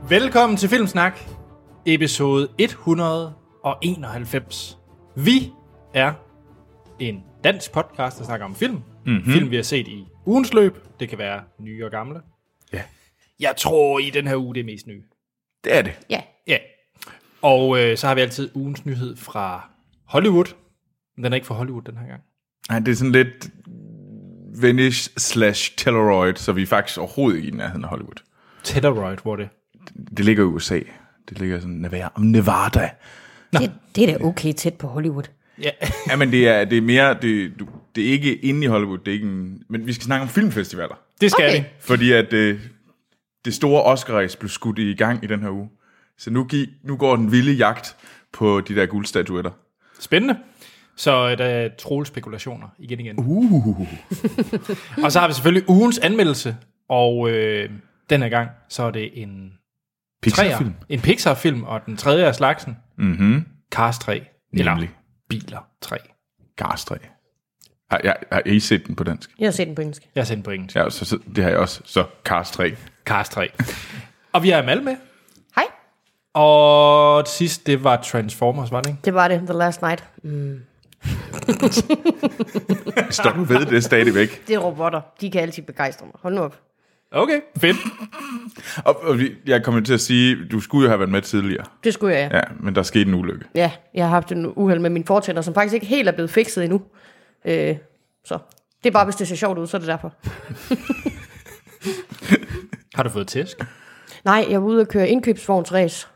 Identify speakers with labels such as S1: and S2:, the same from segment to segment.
S1: Velkommen til Filmsnak, episode 191. Vi er en dansk podcast, der snakker om film. Mm-hmm. Film, vi har set i ugens løb. Det kan være nye og gamle.
S2: Ja.
S1: Jeg tror, i den her uge, det er mest nye.
S2: Det er det.
S3: Ja.
S1: Ja. Og så har vi altid ugens nyhed fra Hollywood. Men den er ikke fra Hollywood den her gang.
S2: Nej, det er sådan lidt Venice/Telluride, så vi er faktisk overhovedet ikke i nærheden af Hollywood.
S1: Telluride, hvor det?
S2: Det ligger i USA. Det ligger sådan Nevada.
S3: Det er da okay tæt på Hollywood.
S1: Ja.
S2: Ja, men det er mere, det er ikke inde i Hollywood, det er ikke men vi skal snakke om filmfestivaler.
S1: Det skal
S3: Okay.
S1: vi.
S2: Fordi at det store Oscar-race blev skudt i gang i den her uge. Så nu går den vilde jagt på de der guldstatuetter.
S1: Spændende. Så der er trollspekulationer igen. Og så har vi selvfølgelig ugens anmeldelse, og den her gang, så er det en
S2: Pixar-film.
S1: En Pixar-film, og den tredje af slagsen, Cars 3, eller
S2: Nemlig.
S1: Biler 3.
S2: Cars 3. Har I set den på dansk?
S3: Jeg har set den på engelsk.
S1: Jeg har sendt på engelsk.
S2: Ja, så det har jeg også. Så Cars 3.
S1: Cars 3. Og vi har Amal med.
S3: Hej.
S1: Og sidst, det var Transformers, var det ikke?
S3: Det var det, The Last Night.
S2: Står du ved det stadigvæk?
S3: Det er robotter. De kan altid begejstre mig. Hold nu op.
S1: Okay, fedt.
S2: Og jeg kommer til at sige, du skulle jo have været med tidligere.
S3: Det skulle jeg, ja.
S2: Ja, men der skete en ulykke.
S3: Ja, jeg har haft en uheld med min fortænder, som faktisk ikke helt er blevet fikset endnu. Så det er bare, hvis det ser sjovt ud, så er det derfor.
S1: Har du fået tæsk?
S3: Nej, jeg var ude og køre indkøbsvognsræs.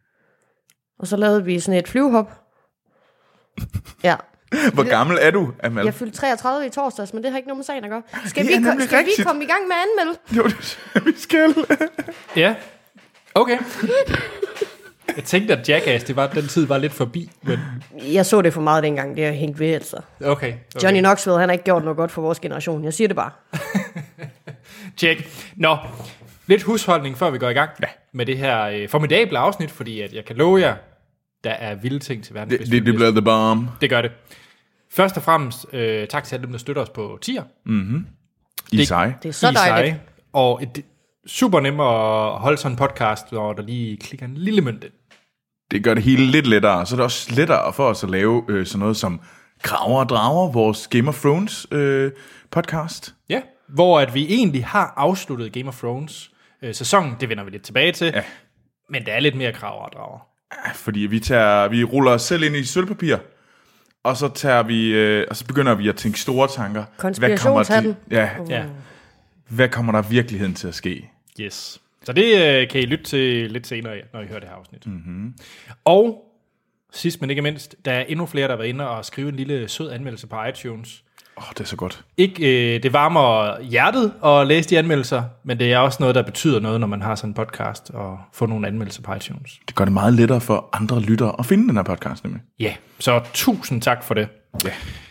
S3: Og så lavede vi sådan et flyvehop. Ja.
S2: Hvor gammel er du, Amal?
S3: Jeg fyldte 33 i torsdags, men det har ikke noget med sagen at gøre. Skal,
S2: Det er nemlig
S3: skal vi
S2: rigtigt.
S3: komme i gang med at anmelde?
S2: Jo, vi skal.
S1: Ja. Okay. Jeg tænkte, at Jackass, den tid var lidt forbi, men
S3: Jeg så det for meget dengang, det er hængt ved, altså.
S1: okay.
S3: Johnny Knoxville, han har ikke gjort noget godt for vores generation. Jeg siger det bare.
S1: Check. Nå, lidt husholdning, før vi går i gang med det her formidable afsnit, fordi at jeg kan love jer, der er vilde ting til verdens bedste
S2: Det bliver the bomb.
S1: Det gør det. Først og fremmest, tak til alle dem, der støtter os på tier.
S2: I er seje.
S3: Det er så
S1: I er seje.
S3: dejligt.
S1: Og super nemt at holde sådan en podcast, hvor der lige klikker en lille mønt ind.
S2: Det gør det hele lidt lettere. Så er det også lettere for os at lave sådan noget som Kraver og Drager, vores Game of Thrones podcast.
S1: Ja, hvor at vi egentlig har afsluttet Game of Thrones sæsonen. Det vender vi lidt tilbage til.
S2: Ja.
S1: Men der er lidt mere krav og drager.
S2: Fordi vi ruller os selv ind i sølvpapir, og så og så begynder vi at tænke store tanker.
S3: Konspirationshatten.
S1: Ja.
S2: Hvad kommer der virkeligheden til at ske?
S1: Yes. Så det kan I lytte til lidt senere, når I hører det her afsnit. Mm-hmm. Og sidst men ikke mindst, der er endnu flere, der har været inde og skrive en lille sød anmeldelse på iTunes.
S2: Det er så godt.
S1: Ikke, det varmer hjertet at læse de anmeldelser, men det er også noget, der betyder noget, når man har sådan en podcast og får nogle anmeldelser på iTunes.
S2: Det gør det meget lettere for andre lyttere at finde den her podcast, nemlig.
S1: Ja, så tusind tak for det.
S2: Ja.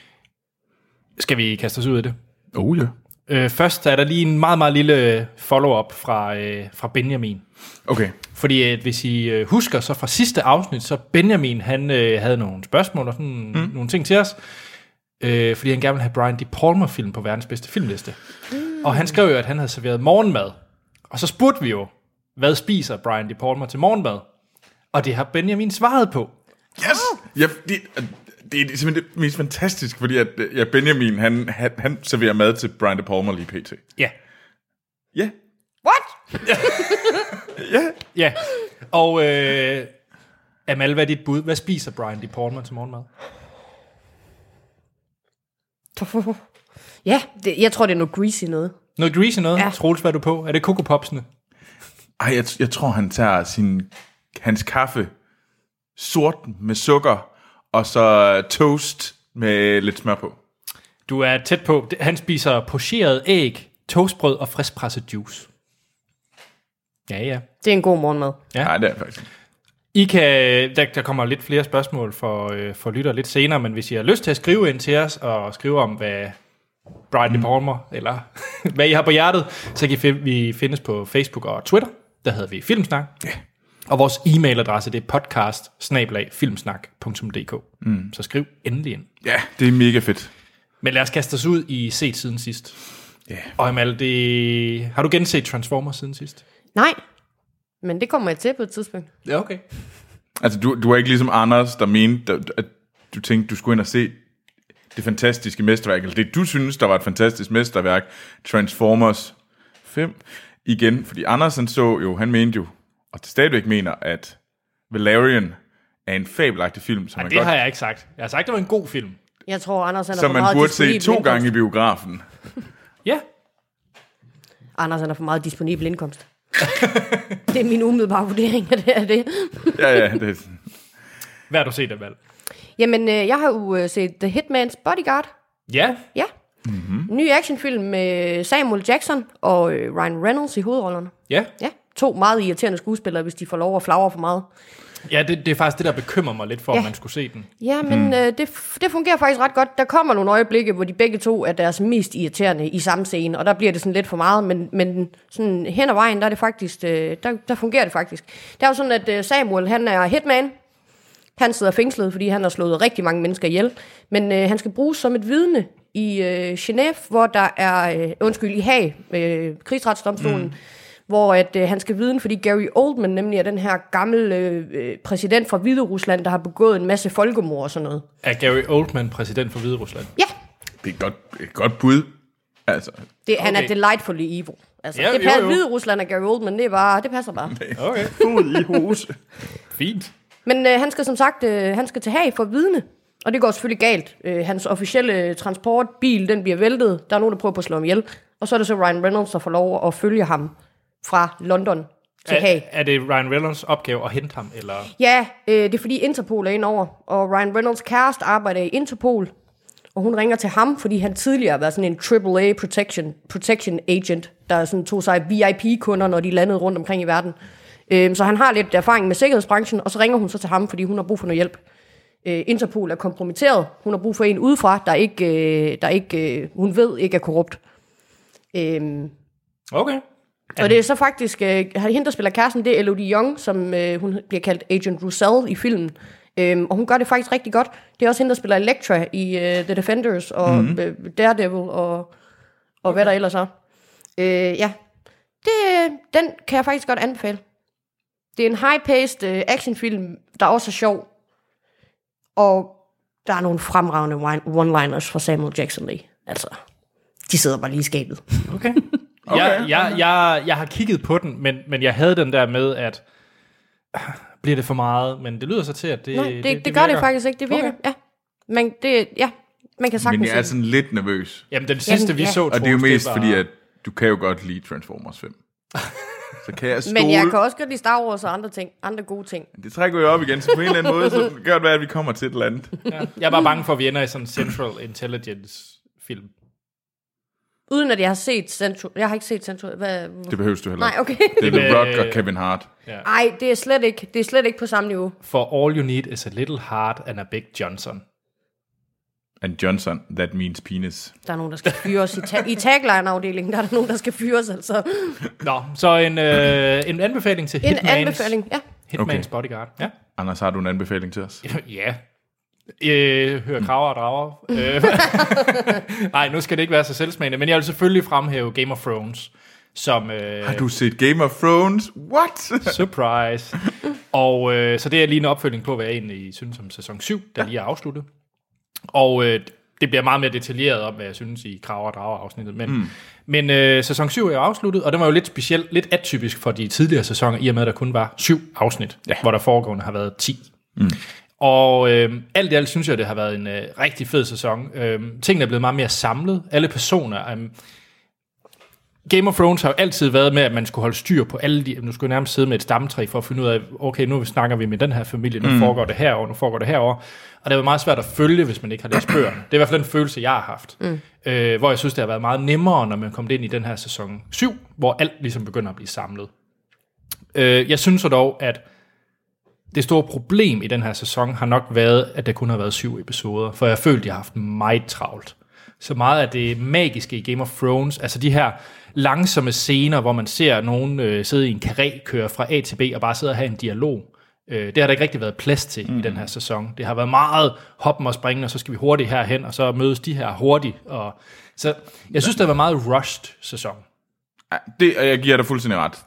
S1: Skal vi kaste os ud i det?
S2: Ja.
S1: Først er der lige en meget, meget lille follow-up fra Benjamin.
S2: Okay.
S1: Fordi hvis I husker, så fra sidste afsnit, så Benjamin, han havde nogle spørgsmål og sådan nogle ting til os. Fordi han gerne ville have Brian De Palma-film på verdens bedste filmliste. Og han skrev jo, at han havde serveret morgenmad. Og så spurgte vi jo, hvad spiser Brian De Palma til morgenmad? Og det har Benjamin svaret på.
S2: Yes! Ja, det er simpelthen det mest fantastiske, fordi at Benjamin, han serverer mad til Brian De Palma lige pt.
S1: Ja.
S2: Ja.
S3: What?
S1: Ja. Og Amal, hvad er dit bud? Hvad spiser Brian De Palma til morgenmad?
S3: Ja, jeg tror, det er noget greasy noget.
S1: Noget greasy noget?
S3: Ja.
S1: Troels, hvad er du på? Er det Coco Popsene?
S2: Ej, jeg tror, han tager hans kaffe sort med sukker, og så toast med lidt smør på.
S1: Du er tæt på. Han spiser pocheret æg, toastbrød og friskpresset juice. Ja.
S3: Det er en god morgenmad.
S1: Ja.
S2: Nej, det er faktisk.
S1: I kan, der kommer lidt flere spørgsmål for lyttere lidt senere, men hvis I har lyst til at skrive ind til os, og skrive om, hvad Brian De Palma, eller hvad I har på hjertet, så kan vi findes på Facebook og Twitter. Der hedder vi Filmsnak.
S2: Yeah.
S1: Og vores e-mailadresse, det er podcast@filmsnak.dk. Så skriv endelig ind.
S2: Ja, det er mega fedt.
S1: Men lad os kaste os ud i set siden sidst.
S2: Ja.
S1: Og Amal, har du genset Transformers siden sidst?
S3: Nej, Men det kommer jeg til på et tidspunkt.
S1: Ja, okay.
S2: Altså, du er ikke ligesom Anders, der mente, at du tænkte, du skulle ind og se det fantastiske mesterværk, eller det, du synes, der var et fantastisk mesterværk, Transformers 5, igen. Fordi Anders, han mente jo, og stadigvæk mener, at Valerian er en fabelagtig film, som
S1: Det har jeg ikke sagt. Jeg har sagt, det var en god film.
S3: Jeg tror, Anders er
S2: som
S3: for
S2: man
S3: meget
S2: burde se
S3: disponibel
S2: 2 gange i
S3: indkomst.
S2: biografen.
S1: Ja.
S3: Anders er for meget disponibel indkomst. Det er min umiddelbare vurdering, at det er det.
S2: Ja, det er sådan.
S1: Hvad har du set af valg?
S3: Jamen, jeg har jo set The Hitman's Bodyguard.
S1: Ja.
S3: Ja. Mm-hmm. Ny actionfilm med Samuel Jackson og Ryan Reynolds i hovedrollerne.
S1: Ja.
S3: Ja. 2 meget irriterende skuespillere, hvis de får lov at flagre for meget.
S1: Ja, det er faktisk det, der bekymrer mig lidt for, om man skulle se den.
S3: Ja, men det fungerer faktisk ret godt. Der kommer nogle øjeblikke, hvor de begge to er deres mest irriterende i samme scene, og der bliver det sådan lidt for meget, men sådan hen ad vejen, der er det faktisk, der fungerer det faktisk. Det er jo sådan, at Samuel, han er hitman. Han sidder fængslet, fordi han har slået rigtig mange mennesker ihjel, men han skal bruges som et vidne i Genève, hvor der er, i Haag, krigsretsdomstolen, hvor at han skal vidne, fordi Gary Oldman nemlig er den her gamle præsident fra Hviderusland, der har begået en masse folkemord og sådan noget.
S1: Er Gary Oldman præsident for Hviderusland?
S3: Ja.
S2: Det er et godt bud. Altså.
S3: Han er delightfully evil. Altså,
S1: Ja,
S3: det passer,
S1: jo.
S3: Hviderusland og Gary Oldman, det passer bare.
S1: Okay.
S2: Fod i hose.
S1: Fint.
S3: Men han skal som sagt, han skal til Haag for at vidne, og det går selvfølgelig galt. Hans officielle transportbil, den bliver væltet. Der er nogen, der prøver på at slå ham ihjel. Og så er det så Ryan Reynolds, der får lov at følge ham fra London til Haag.
S1: Er det Ryan Reynolds opgave at hente ham, eller?
S3: Ja, det er fordi Interpol er inde over, og Ryan Reynolds kæreste arbejder i Interpol, og hun ringer til ham, fordi han tidligere har været sådan en AAA protection agent, der sådan tog sig VIP-kunder, når de landede rundt omkring i verden. Så han har lidt erfaring med sikkerhedsbranchen, og så ringer hun så til ham, fordi hun har brug for noget hjælp. Interpol er kompromitteret. Hun har brug for en udefra, der ikke hun ved ikke er korrupt.
S1: Okay.
S3: Og det er så faktisk, hende der spiller kæresten, det er Elodie Young, som hun bliver kaldt Agent Roussel i filmen. Og hun gør det faktisk rigtig godt. Det er også hende, der spiller Elektra i The Defenders og Daredevil og hvad der ellers er. Ja, den kan jeg faktisk godt anbefale. Det er en high-paced actionfilm, der også er sjov. Og der er nogle fremragende one-liners fra Samuel Jackson Lee. Altså, de sidder bare lige i skabet.
S1: Okay. Jeg har kigget på den, men jeg havde den der med, at bliver det for meget, men det lyder så til, at det
S3: Nej, det gør
S1: virker.
S3: det faktisk ikke. Det virker, okay. Man kan sagtens
S2: Men jeg er
S3: se
S2: sådan lidt nervøs.
S1: Jamen, den sidste, vi så,
S2: Og det er jo mest fordi, at du kan jo godt lide Transformers 5. Så kan jeg stole.
S3: Men jeg kan også godt lide Star Wars og andre gode ting.
S2: Det trækker jo op igen, så på en eller anden måde, så kan det være, at vi kommer til et eller andet.
S1: Ja. Jeg er bare bange for, at vi ender i sådan en Central Intelligence-film.
S3: Uden at jeg har set Central. Jeg har ikke set Central.
S2: Det behøves du heller
S3: Nej, okay.
S2: Det er The Rock og Kevin Hart.
S3: Ej, det er slet ikke på samme niveau.
S1: For all you need is a little heart and a big Johnson.
S2: And Johnson, that means penis.
S3: Der er nogen, der skal fyres i tagline-afdelingen. Der er nogen, der skal fyres, altså.
S1: Nå, så en anbefaling til Hitman's.
S3: En anbefaling, ja.
S1: Hitman's Bodyguard. Ja.
S2: Anders, har du en anbefaling til os?
S1: Ja. Hører kraver og drager. Nej, nu skal det ikke være så selvsmagende, men jeg vil selvfølgelig fremhæve Game of Thrones, som...
S2: Har du set Game of Thrones? What?
S1: Surprise. Og så det er lige en opfølging på, hvad jeg egentlig synes om sæson 7, der lige er afsluttet. Og det bliver meget mere detaljeret om, hvad jeg synes i kraver og drager afsnittet. Men sæson 7 er afsluttet, og det var jo lidt specielt, lidt atypisk for de tidligere sæsoner, i og med, at der kun var 7 afsnit, hvor der foregående har været 10. Og alt i alt synes jeg, det har været en rigtig fed sæson. Tingene er blevet meget mere samlet. Alle personer... Game of Thrones har jo altid været med, at man skulle holde styr på alle de... Nu skulle jeg nærmest sidde med et stamtræ for at finde ud af, okay, nu snakker vi med den her familie, nu foregår det herover, nu foregår det herover. Og det er meget svært at følge, hvis man ikke har læst bøgerne. Det er i hvert fald den følelse, jeg har haft. Hvor jeg synes, det har været meget nemmere, når man kom ind i den her sæson 7, hvor alt ligesom begynder at blive samlet. Jeg synes så dog, at det store problem i den her sæson har nok været, at der kun har været 7 episoder, for jeg følte, jeg har haft meget travlt. Så meget af det magiske i Game of Thrones, altså de her langsomme scener, hvor man ser nogen sidde i en karré, køre fra A til B og bare sidde og have en dialog. Det har der ikke rigtig været plads til i den her sæson. Det har været meget hoppen og springen, og så skal vi hurtigt herhen, og så mødes de her hurtigt. Så jeg synes, det har været meget rushed sæson.
S2: Jeg giver dig fuldstændig ret.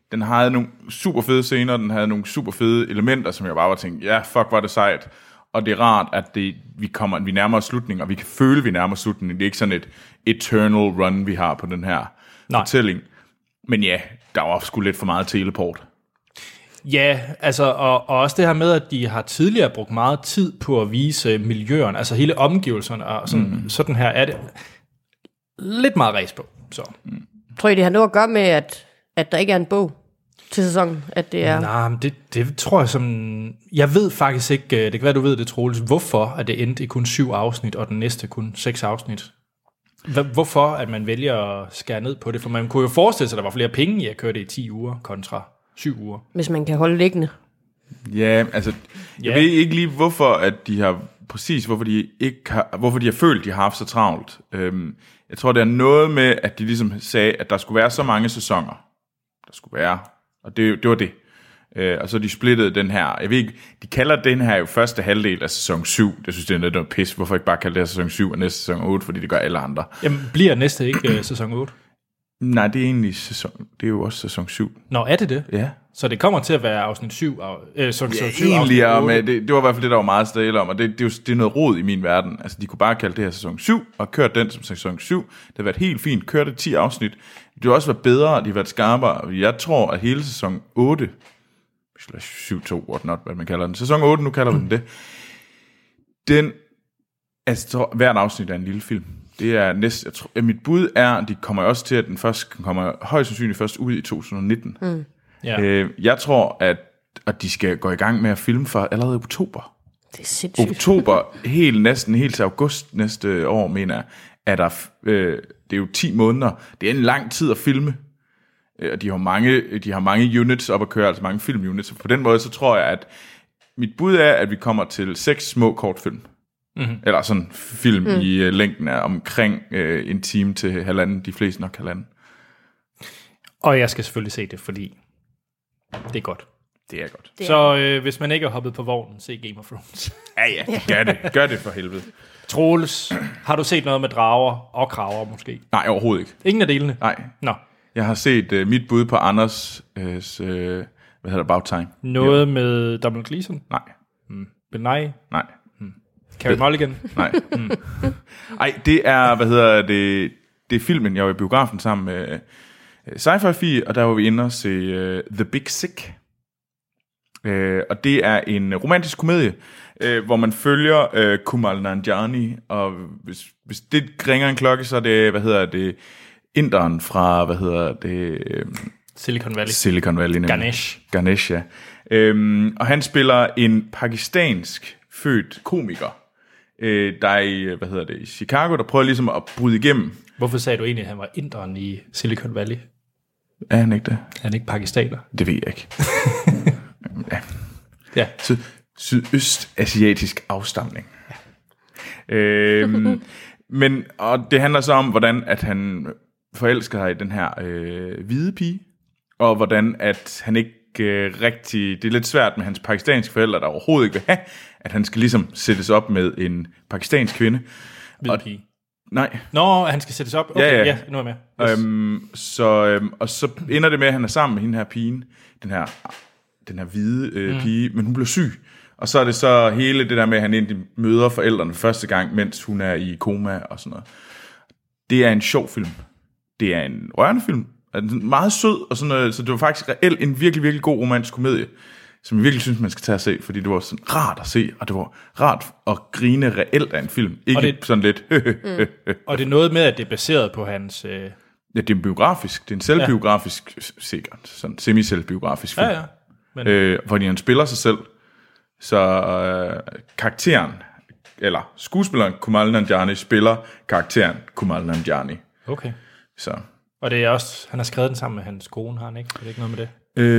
S2: Den havde nogle super fede scener, den havde nogle super fede elementer, som jeg bare var tænkt, ja, fuck, var det sejt. Og det er rart, at vi nærmer os slutningen, og vi kan føle, at vi nærmer os slutningen. Det er ikke sådan et eternal run, vi har på den her fortælling. Men ja, der var sgu lidt for meget teleport.
S1: Ja, altså, og også det her med, at de har tidligere brugt meget tid på at vise miljøerne, altså hele omgivelserne, og sådan her er det lidt meget ræs på. Så.
S3: Tror I, det har noget at gøre med, at der ikke er en bog til sæsonen? At det er...
S1: Nej, men det tror jeg som... Jeg ved faktisk ikke, det kan være, du ved det, Troels, hvorfor at det endte i kun 7 afsnit, og den næste kun 6 afsnit. Hvorfor at man vælger at skære ned på det? For man kunne jo forestille sig, at der var flere penge i at køre det i 10 uger kontra 7 uger. Hvis
S3: man kan holde liggende.
S2: Ja, altså, jeg ved ikke lige, hvorfor at de har... Præcis, hvorfor de har følt, de har haft så travlt. Jeg tror, det er noget med, at de ligesom sagde, at der skulle være så mange sæsoner. Der skulle være... Og det var det. Og så de splittede den her... Jeg ved ikke, de kalder den her jo første halvdel af sæson 7. Det synes jeg er noget pis. Hvorfor ikke bare kalde det her sæson 7 og næste sæson 8? Fordi det gør alle andre.
S1: Jamen, bliver næste ikke sæson 8?
S2: Nej, det er egentlig sæson... Det er jo også sæson 7.
S1: Nå, er det det?
S2: Ja.
S1: Så det kommer til at være afsnit 7? Sæson 7
S2: egentlig, ja, men det var i hvert fald det, der var meget stille om. Og det er noget rod i min verden. Altså, de kunne bare kalde det her sæson 7, og kørt den som sæson 7. Det har været helt fint. Kørte 10 afsnit. Det har også været bedre, de har været skarpere. Jeg tror, at hele sæson 8... 7-2, whatnot, hvad man kalder den. Sæson 8, nu kalder vi den det. Den... Altså, hvert afsnit er en lille film. Det er næsten... Mit bud er, at de kommer også til, at den først kommer højst sandsynligt først ud i 2019.
S1: Ja.
S2: Jeg tror, at de skal gå i gang med at filme for allerede oktober.
S3: Det er sindssygt.
S2: Oktober, næsten helt til august næste år, mener jeg, er der... det er jo 10 måneder. Det er en lang tid at filme. Og de har mange units op at køre, altså mange filmunits. Så på den måde, så tror jeg, at mit bud er, at vi kommer til 6 små kortfilm. Mm-hmm. Eller sådan film i længden af omkring en time til halvanden. De fleste nok halvanden.
S1: Og jeg skal selvfølgelig se det, fordi det er godt.
S2: Det er godt.
S1: Så hvis man ikke er hoppet på vognen, se Game of Thrones.
S2: Ja, gør det for helvede.
S1: Troels, har du set noget med drager og kraver måske?
S2: Nej, overhovedet ikke.
S1: Ingen af delene?
S2: Nej.
S1: Nå.
S2: Jeg har set mit bud på Anders' hvad hedder det, About Time.
S1: Noget med Donald Gleeson?
S2: Nej.
S1: Bill Nye?
S2: Nej.
S1: Carey Mulligan?
S2: Nej. Ej, det er, det er filmen, jeg var i biografen sammen med Sci-Fi Fie, og der var vi inde og se The Big Sick. Og det er en romantisk komedie, hvor man følger Kumail Nanjiani, og hvis det ringer en klokke, så er det, inderen fra, Silicon Valley. Ganesh, ja. Og han spiller en pakistansk født komiker, der er i Chicago, der prøver ligesom at bryde igennem.
S1: Hvorfor sagde du egentlig, at han var inderen i Silicon Valley?
S2: Er han ikke det?
S1: Er han ikke pakistaner?
S2: Det ved jeg ikke.
S1: Ja.
S2: Sydøstasiatisk afstamning. Ja. Men og det handler så om, hvordan at han forelsker sig i den her hvide pige, og hvordan at han ikke rigtig... Det er lidt svært med hans pakistanske forældre, der overhovedet ikke vil have, at han skal ligesom sættes op med en pakistansk kvinde.
S1: Hvide pige?
S2: Nej.
S1: Nå, han skal sættes op? Okay, ja nu er jeg med. Yes.
S2: Og så ender det med, at han er sammen med hende her pigen, den her hvide pige, men hun bliver syg. Og så er det så hele det der med, at han egentlig møder forældrene første gang, mens hun er i koma og sådan noget. Det er en sjov film. Det er en rørende film. Meget sød og sådan noget, så det var faktisk reelt en virkelig, virkelig god romantisk komedie, som jeg virkelig synes, man skal tage at se, fordi det var sådan rart at se, og det var rart at grine reelt af en film. Ikke det, sådan lidt...
S1: Og det er noget med, at det er baseret på hans...
S2: Ja, det er biografisk. Det er en selvbiografisk, sikkert. Sådan semi-selvbiografisk film.
S1: Ja. Men...
S2: fordi han spiller sig selv. Så karakteren, eller skuespilleren Kumail Nanjiani spiller karakteren Kumail Nanjiani.
S1: Okay.
S2: Så.
S1: Og det er også, han har skrevet den sammen med hans kone, har han ikke? Er det ikke noget med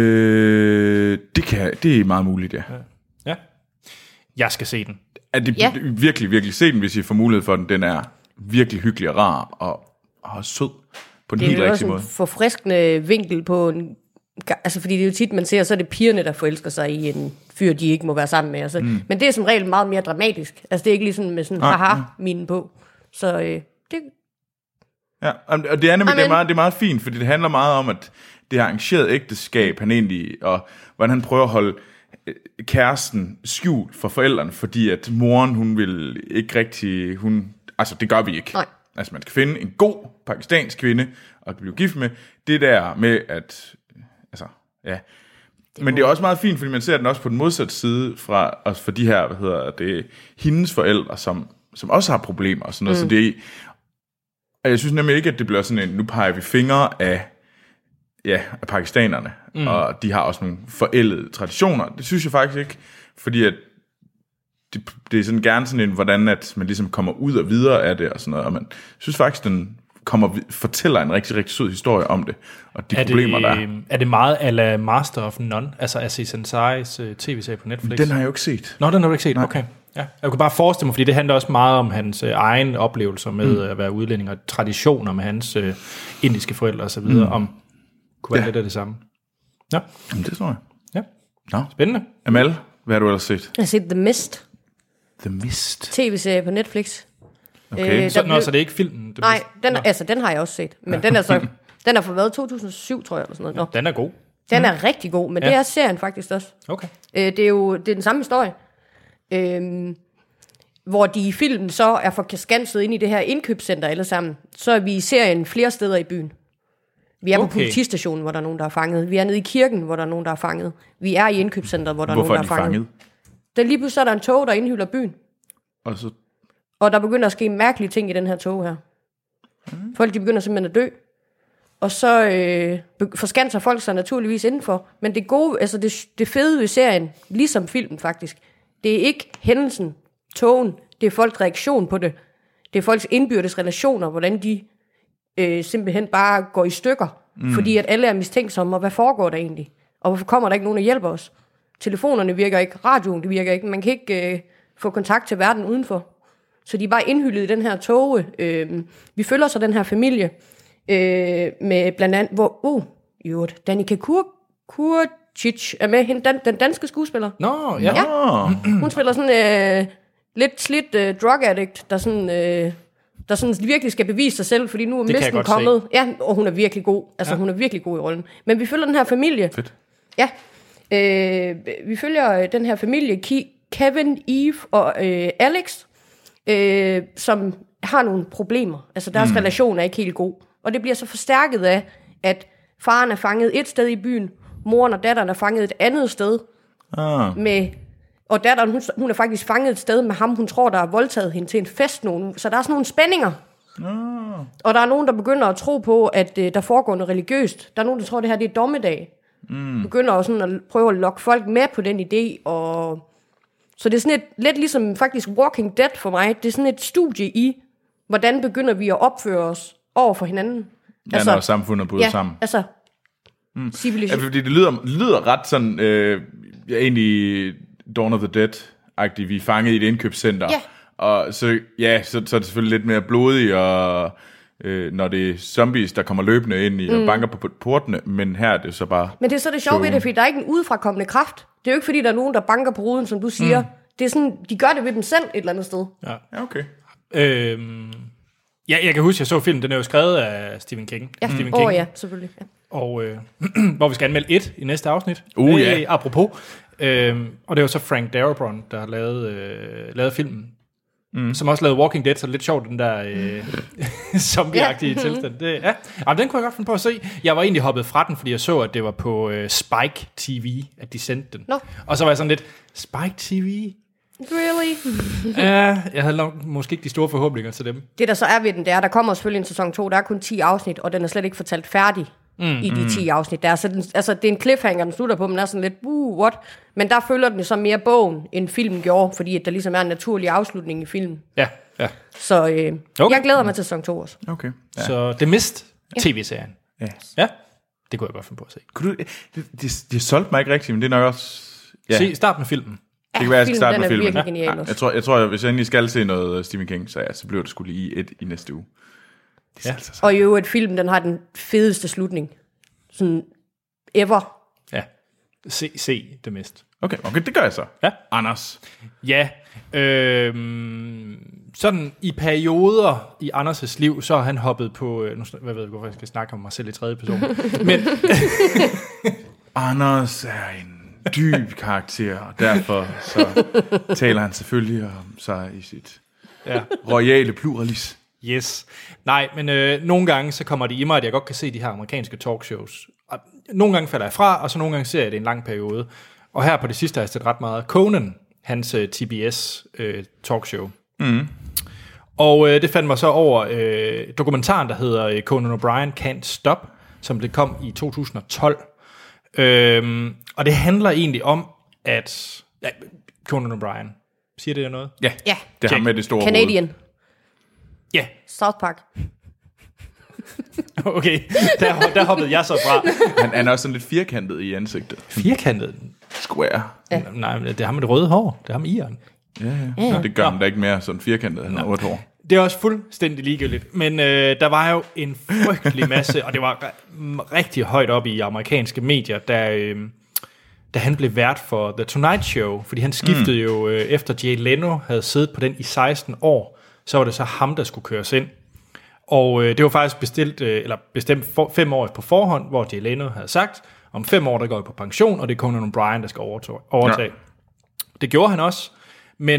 S2: det? Det er meget muligt, ja.
S1: Ja. Jeg skal se den.
S2: Virkelig, virkelig se den, hvis I får mulighed for den. Den er virkelig hyggelig og rar og sød på en helt rigtig måde. Det er
S3: også en forfriskende vinkel på en... Altså, fordi det er jo tit, man ser, så er det pigerne, der forelsker sig i en fyr, de ikke må være sammen med. Altså. Men det er som regel meget mere dramatisk. Altså, det er ikke ligesom med sådan haha-minen på. Så det
S2: Ja, og det er nemlig det er meget fint, fordi det handler meget om, at det her arrangerede ægteskab, han egentlig, og hvordan han prøver at holde kæresten skjult for forældrene, fordi at moren, hun vil ikke rigtig, altså det gør vi ikke.
S3: Nej.
S2: Altså man skal finde en god pakistansk kvinde, og blive gift med. Det der med at, altså, ja. Men det er også meget fint, fordi man ser den også på den modsatte side for de her, hendes forældre, som også har problemer og sådan noget. Så det, og jeg synes nemlig ikke, at det bliver sådan en, nu peger vi fingre af pakistanerne, og de har også nogle forældede traditioner. Det synes jeg faktisk ikke, fordi at det er sådan gerne sådan en, hvordan at man ligesom kommer ud og videre af det og sådan noget, og man synes faktisk, den fortæller en rigtig, rigtig sød historie om det, og de problemer, der er.
S1: Er det meget a la Master of None, altså Aziz Ansari's tv-serie på Netflix?
S2: Den har jeg jo ikke set.
S1: Nå, den har du ikke set? Nej. Okay. Ja. Jeg kunne bare forestille mig, fordi det handler også meget om hans egen oplevelser med at være udlænding, og traditioner med hans indiske forældre og så videre, om kunne være lidt af det samme. Ja.
S2: Jamen, det tror jeg.
S1: Ja.
S2: Nå.
S1: Spændende.
S2: Amal, hvad har du ellers set?
S3: Jeg har set The Mist.
S2: The Mist?
S3: TV-serie på Netflix.
S2: Okay.
S1: Så det er ikke filmen?
S3: Nej, den har jeg også set. Men den er så... Den er fra hvad? 2007, tror jeg, eller sådan noget.
S1: Den er god.
S3: Den er rigtig god, men det er serien faktisk også.
S1: Okay.
S3: Det er den samme historie. Hvor de i filmen så er forskanset ind i det her indkøbscenter alle sammen. Så er vi i serien flere steder i byen. Vi er på politistationen, hvor der er nogen, der er fanget. Vi er nede i kirken, hvor der er nogen, der er fanget. Vi er i indkøbscenteret, hvor der er nogen, der er fanget. Der lige pludselig er der en tog, der indhylder byen. Og der begynder at ske mærkelige ting i den her tog her. Folk, de begynder simpelthen at dø. Og så forskanser folk sig naturligvis indenfor. Men det gode, altså det fede ved serien, ligesom filmen faktisk, det er ikke hændelsen, togen, det er folks reaktion på det. Det er folks indbyrdes relationer, hvordan de simpelthen bare går i stykker. Fordi at alle er mistænksomme, og hvad foregår der egentlig? Og hvorfor kommer der ikke nogen, der hjælper os? Telefonerne virker ikke, radioen det virker ikke, man kan ikke få kontakt til verden udenfor. Så de er bare indhyllet i den her toge. Vi følger så den her familie, med blandt andet, hvor Danica Kurcic er med, den danske skuespiller.
S1: Nå, ja.
S3: Hun spiller sådan lidt slidt drug addict, der sådan virkelig skal bevise sig selv, fordi nu er misten kommet. Se. Ja, og hun er virkelig god. Altså, hun er virkelig god i rollen. Men vi følger den her familie.
S2: Fedt.
S3: Ja. Vi følger den her familie, Kevin, Eve og Alex, som har nogle problemer. Altså, deres relation er ikke helt god. Og det bliver så forstærket af, at faren er fanget et sted i byen, moren og datteren er fanget et andet sted. Og datteren, hun er faktisk fanget et sted med ham, hun tror, der har voldtaget hende til en fest. Så der er sådan nogle spændinger. Og der er nogen, der begynder at tro på, at der foregår noget religiøst. Der er nogen, der tror, at det her det er dommedag. Begynder også sådan at prøve at lokke folk med på den idé. Så det er sådan lidt ligesom faktisk Walking Dead for mig. Det er sådan et studie i, hvordan begynder vi at opføre os over for hinanden.
S2: Ja, når samfundet bryder sammen.
S3: Altså, civilisation.
S2: Ja, fordi det lyder ret sådan, egentlig Dawn of the Dead-agtigt. Vi er fanget i et indkøbscenter.
S3: Ja.
S2: Og så er det selvfølgelig lidt mere blodigt, og når det er zombies, der kommer løbende ind i og banker på portene, men her er det så bare...
S3: Men det er så det sjove ved det, fordi der er ikke en udefrakommende kraft. Det er jo ikke, fordi der er nogen, der banker på ruden, som du siger. Det er sådan, de gør det ved dem selv et eller andet sted.
S2: Ja, okay.
S1: Jeg kan huske, jeg så filmen, den er jo skrevet af Stephen King.
S3: Ja,
S1: Stephen King.
S3: ja, selvfølgelig. Ja.
S1: Og hvor vi skal anmelde 1 i næste afsnit. Apropos. Og det er jo så Frank Darabont, der har lavet filmen. Som også lavede Walking Dead, så det er lidt sjovt, den der zombie-agtige tilstand. Jamen, den kunne jeg godt finde på at se. Jeg var egentlig hoppet fra den, fordi jeg så, at det var på Spike TV, at de sendte den.
S3: No.
S1: Og så var jeg sådan lidt, Spike TV?
S3: Really?
S1: Ja, jeg havde måske ikke de store forhåbninger til dem.
S3: Det der så er ved den, der kommer selvfølgelig en sæson 2, der er kun 10 afsnit, og den er slet ikke fortalt færdig i de 10 afsnit. Der er så det er en cliffhanger, den slutter på, men er sådan lidt, what? Men der følger den så mere bogen, end filmen gjorde, fordi at der ligesom er en naturlig afslutning i filmen.
S1: Ja.
S3: Så jeg glæder mig til sæson 2 også.
S2: Okay. Ja.
S1: Så The Mist, tv-serien. Ja, det kunne jeg godt finde på at se.
S2: Det solgte mig ikke rigtigt, men det er nok også... Ja.
S1: Se, start med filmen.
S2: Det kan være, jeg skal starte med filmen.
S3: Genial også.
S2: Jeg tror, hvis jeg endelig skal se noget Stephen King, så bliver det sgu lige et i næste uge.
S3: Ja. Og i øvrigt, filmen, den har den fedeste slutning. Sådan ever.
S1: Ja. Se The Mist.
S2: Okay, det gør jeg så.
S1: Ja.
S2: Anders.
S1: Ja. sådan i perioder i Anders' liv, så har han hoppet på... Nu hvad ved jeg, hvorfor jeg skal snakke om mig selv i tredje person. Men
S2: Anders er en dyb karakter, og derfor så taler han selvfølgelig om sig i sit royale pluralis.
S1: Yes. Nej, men nogle gange så kommer det i mig, at jeg godt kan se de her amerikanske talkshows. Og nogle gange falder jeg fra, og så nogle gange ser jeg det i en lang periode. Og her på det sidste har jeg set ret meget Conan, hans TBS talkshow. Mm. Og det fandt mig så over dokumentaren, der hedder Conan O'Brien Can't Stop, som det kom i 2012. Og det handler egentlig om, at... Ja, Conan O'Brien. Siger det noget?
S2: Ja, det har med det store
S3: Canadian.
S2: hoved.
S1: Ja.
S3: South Park.
S1: Okay, der hoppede jeg så fra.
S2: Han er også sådan lidt firkantet i ansigtet.
S1: Firkantet?
S2: Square.
S1: Ja. Nej, det er ham med det røde hår. Det er ham Iren.
S2: Ja. Nå, det gør han da ikke mere sådan firkantet. Han har 8 hår.
S1: Det er også fuldstændig ligegyldigt. Men der var jo en frygtelig masse, og det var rigtig højt op i amerikanske medier, da han blev vært for The Tonight Show. Fordi han skiftede jo, efter Jay Leno havde siddet på den i 16 år, så var det så ham, der skulle køres ind. Og det var faktisk bestemt 5 år på forhånd, hvor Jay Leno havde sagt, om 5 år, der går jeg på pension, og det er Conan O'Brien, der skal overtage. Ja. Det gjorde han også, men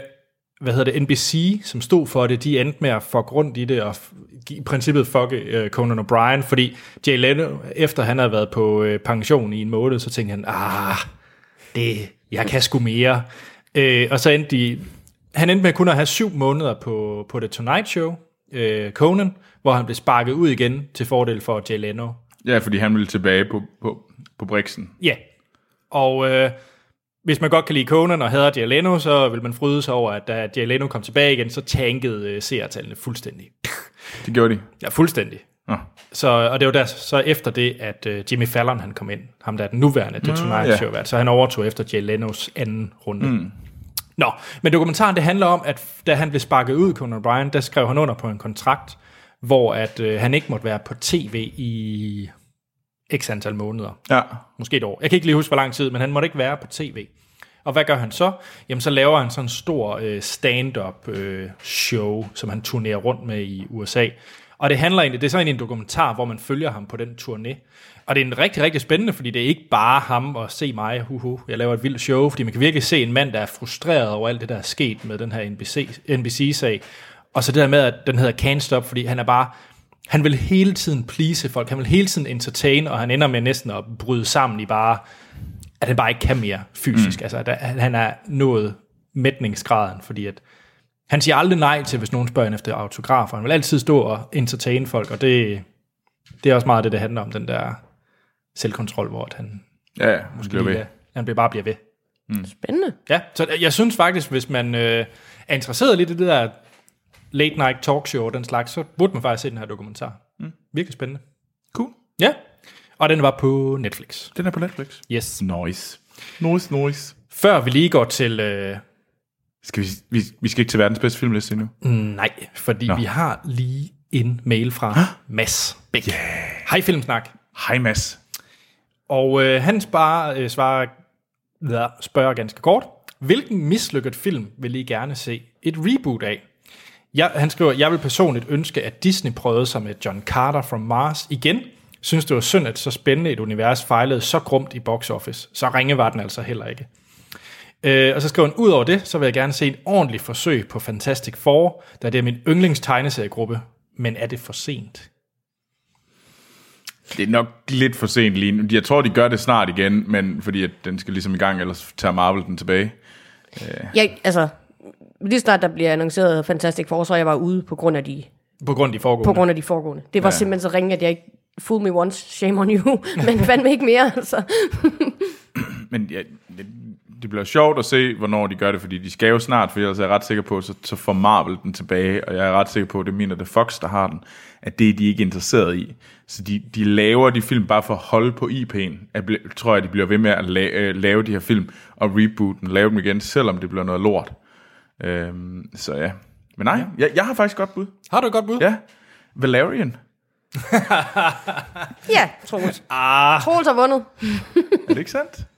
S1: NBC, som stod for det, de endte med at fuck rundt i det, og i princippet fucke Conan O'Brien, fordi Jay Leno, efter han havde været på pension i en måned, så tænkte han, jeg kan sgu mere. Og så han endte med kun at have 7 måneder på The Tonight Show, Conan, hvor han blev sparket ud igen til fordel for Jay Leno.
S2: Ja, fordi han ville tilbage på Brixen.
S1: Ja, og hvis man godt kan lide Conan og hader Jay Leno, så vil man fryde sig over, at da Jay Leno kom tilbage igen, så tankede seertallene fuldstændig.
S2: Det gjorde de?
S1: Ja, fuldstændig.
S2: Ja.
S1: Og det var der så efter det, at Jimmy Fallon han kom ind, ham der er den nuværende The Tonight Show vært, så han overtog efter Jay Lenos anden runde. Mm. Nå, men dokumentaren det handler om, at da han blev sparket ud, Conan O'Brien, der skrev han under på en kontrakt, hvor at han ikke måtte være på tv i x antal måneder. Ja. Måske et år. Jeg kan ikke lige huske, hvor lang tid, men han måtte ikke være på tv. Og hvad gør han så? Jamen, så laver han sådan en stor stand-up show, som han turnerer rundt med i USA. Og det handler egentlig, det er så egentlig en dokumentar, hvor man følger ham på den turné. Og det er en rigtig, rigtig spændende, fordi det er ikke bare ham og se mig, jeg laver et vildt show, fordi man kan virkelig se en mand, der er frustreret over alt det, der er sket med den her NBC-sag. Og så det der med, at den hedder Can't Stop, fordi han vil hele tiden please folk, han vil hele tiden entertain, og han ender med næsten at bryde sammen i bare, at han bare ikke kan mere fysisk. Altså, at han er nået mætningsgraden, fordi at han siger aldrig nej til, hvis nogen spørger efter autografer. Han vil altid stå og entertain folk, og det er også meget det handler om, den der selvkontrol, hvor han
S2: måske bliver ved.
S1: Han bliver ved.
S3: Mm. Spændende.
S1: Ja, så jeg synes faktisk, hvis man er interesseret lidt i det der late night talkshow og den slags, så burde man faktisk se den her dokumentar. Mm. Virkelig spændende.
S2: Cool.
S1: Ja, og den var på Netflix.
S2: Den er på Netflix?
S1: Yes.
S2: Nice.
S1: Før vi lige går til...
S2: Vi skal ikke til verdens bedste filmliste endnu?
S1: Nej, fordi vi har lige en mail fra Mads Bæk. Yeah. Hej Filmsnak.
S2: Hej Mads.
S1: Og han spørger ganske kort, hvilken mislykket film vil I gerne se et reboot af? Han skriver, jeg vil personligt ønske, at Disney prøvede sig med John Carter from Mars igen. Synes det var synd, at så spændende et univers fejlede så grumt i box office. Så ringe var den altså heller ikke. Og så skriver han, ud over det, så vil jeg gerne se en ordentlig forsøg på Fantastic Four, da det er min yndlingstegneseriegruppe. Men er det for sent?
S2: Det er nok lidt for sent lige nu. Jeg tror, de gør det snart igen, men fordi at den skal ligesom i gang, ellers tager Marvel den tilbage.
S3: Ja, altså, lige snart der bliver annonceret Fantastic Four, så er jeg bare ude på grund af de foregående. Det var simpelthen så ringe, at jeg ikke fool me once, shame on you, men fandme ikke mere, altså.
S2: Men ja, det bliver sjovt at se, hvornår de gør det, fordi de skal jo snart, for ellers er jeg ret sikker på, så får Marvel den tilbage, og jeg er ret sikker på, at det mener det Fox, der har den, at det er de ikke interesseret i. Så de laver de film bare for at holde på IP'en. Jeg tror, at de bliver ved med at lave de her film, og reboot dem, lave dem igen, selvom det bliver noget lort. Så ja. Men nej, jeg har faktisk godt bud.
S1: Har du et godt bud?
S2: Ja. Valerian.
S3: Ja, Troels. Troels har vundet.
S2: Er det ikke sandt?